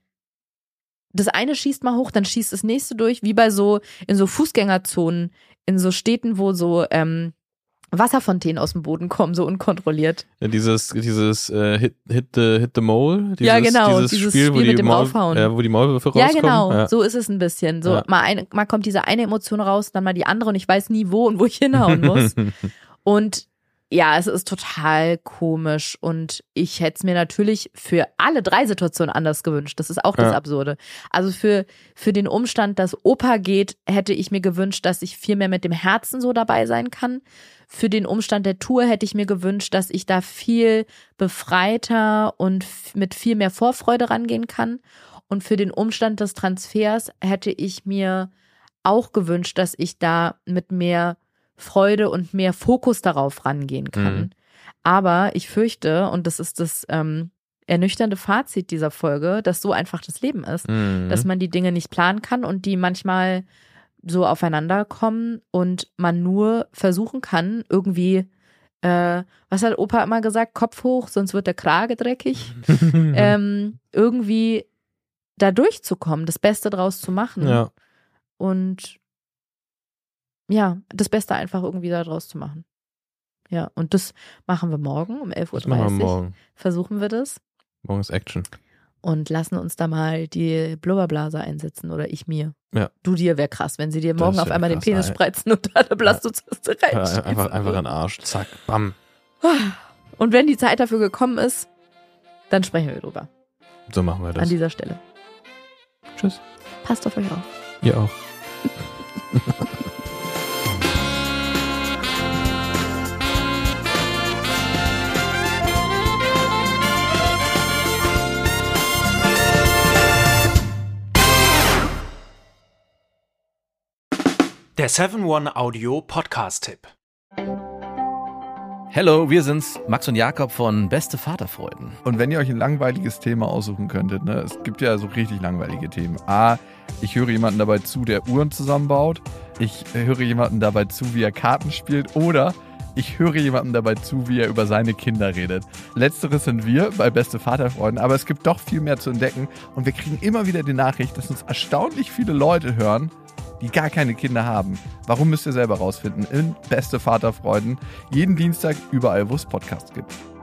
das eine schießt mal hoch, dann schießt das nächste durch, wie bei so, in so Fußgängerzonen, in so Städten, wo so ähm, Wasserfontänen aus dem Boden kommen, so unkontrolliert. Ja, dieses dieses äh, hit, hit, the, hit the Mole. Dieses, Ja, genau, Dieses, dieses Spiel, wo Spiel die mit dem Maul, Raufhauen. Ja, wo die Maulwürfe Ja, rauskommen. genau, Ja. so ist es ein bisschen. So Ja. mal, eine, mal kommt diese eine Emotion raus, dann mal die andere und ich weiß nie wo und wo ich hinhauen muss. Und ja, es ist total komisch und ich hätte es mir natürlich für alle drei Situationen anders gewünscht. Das ist auch das Ja. Absurde. Also für, für den Umstand, dass Opa geht, hätte ich mir gewünscht, dass ich viel mehr mit dem Herzen so dabei sein kann. Für den Umstand der Tour hätte ich mir gewünscht, dass ich da viel befreiter und f- mit viel mehr Vorfreude rangehen kann. Und für den Umstand des Transfers hätte ich mir auch gewünscht, dass ich da mit mehr Freude und mehr Fokus darauf rangehen kann. Mhm. Aber ich fürchte, und das ist das ähm, ernüchternde Fazit dieser Folge, dass so einfach das Leben ist, Mhm. dass man die Dinge nicht planen kann und die manchmal so aufeinander kommen und man nur versuchen kann, irgendwie, äh, was hat Opa immer gesagt, Kopf hoch, sonst wird der Krage dreckig, ähm, irgendwie da durchzukommen, das Beste draus zu machen ja. und ja, das Beste einfach irgendwie da draus zu machen. Ja, und das machen wir morgen um elf Uhr Das machen wir dreißig. morgen. Versuchen wir das Morgen ist Action. und lassen uns da mal die Blubberblase einsetzen oder ich mir. Ja. Du dir wäre krass, wenn sie dir Das morgen auf wär einmal den krass, Penis ey. spreizen und da eine Blastozyste Ja, reinschießen. einfach, einfach an den Arsch. Zack, bam. Und wenn die Zeit dafür gekommen ist, dann sprechen wir drüber. So machen wir das. An dieser Stelle. Tschüss. Passt auf euch auf. Ihr auch. Der seven one Audio Podcast-Tipp. Hallo, wir sind's, Max und Jakob von Beste Vaterfreuden. Und wenn ihr euch ein langweiliges Thema aussuchen könntet, ne, es gibt ja so richtig langweilige Themen. A, ich höre jemanden dabei zu, der Uhren zusammenbaut. Ich höre jemanden dabei zu, wie er Karten spielt. Oder ich höre jemanden dabei zu, wie er über seine Kinder redet. Letzteres sind wir bei Beste Vaterfreuden, aber es gibt doch viel mehr zu entdecken. Und wir kriegen immer wieder die Nachricht, dass uns erstaunlich viele Leute hören, die gar keine Kinder haben. Warum, müsst ihr selber rausfinden in Beste Vaterfreuden. Jeden Dienstag überall, wo es Podcasts gibt.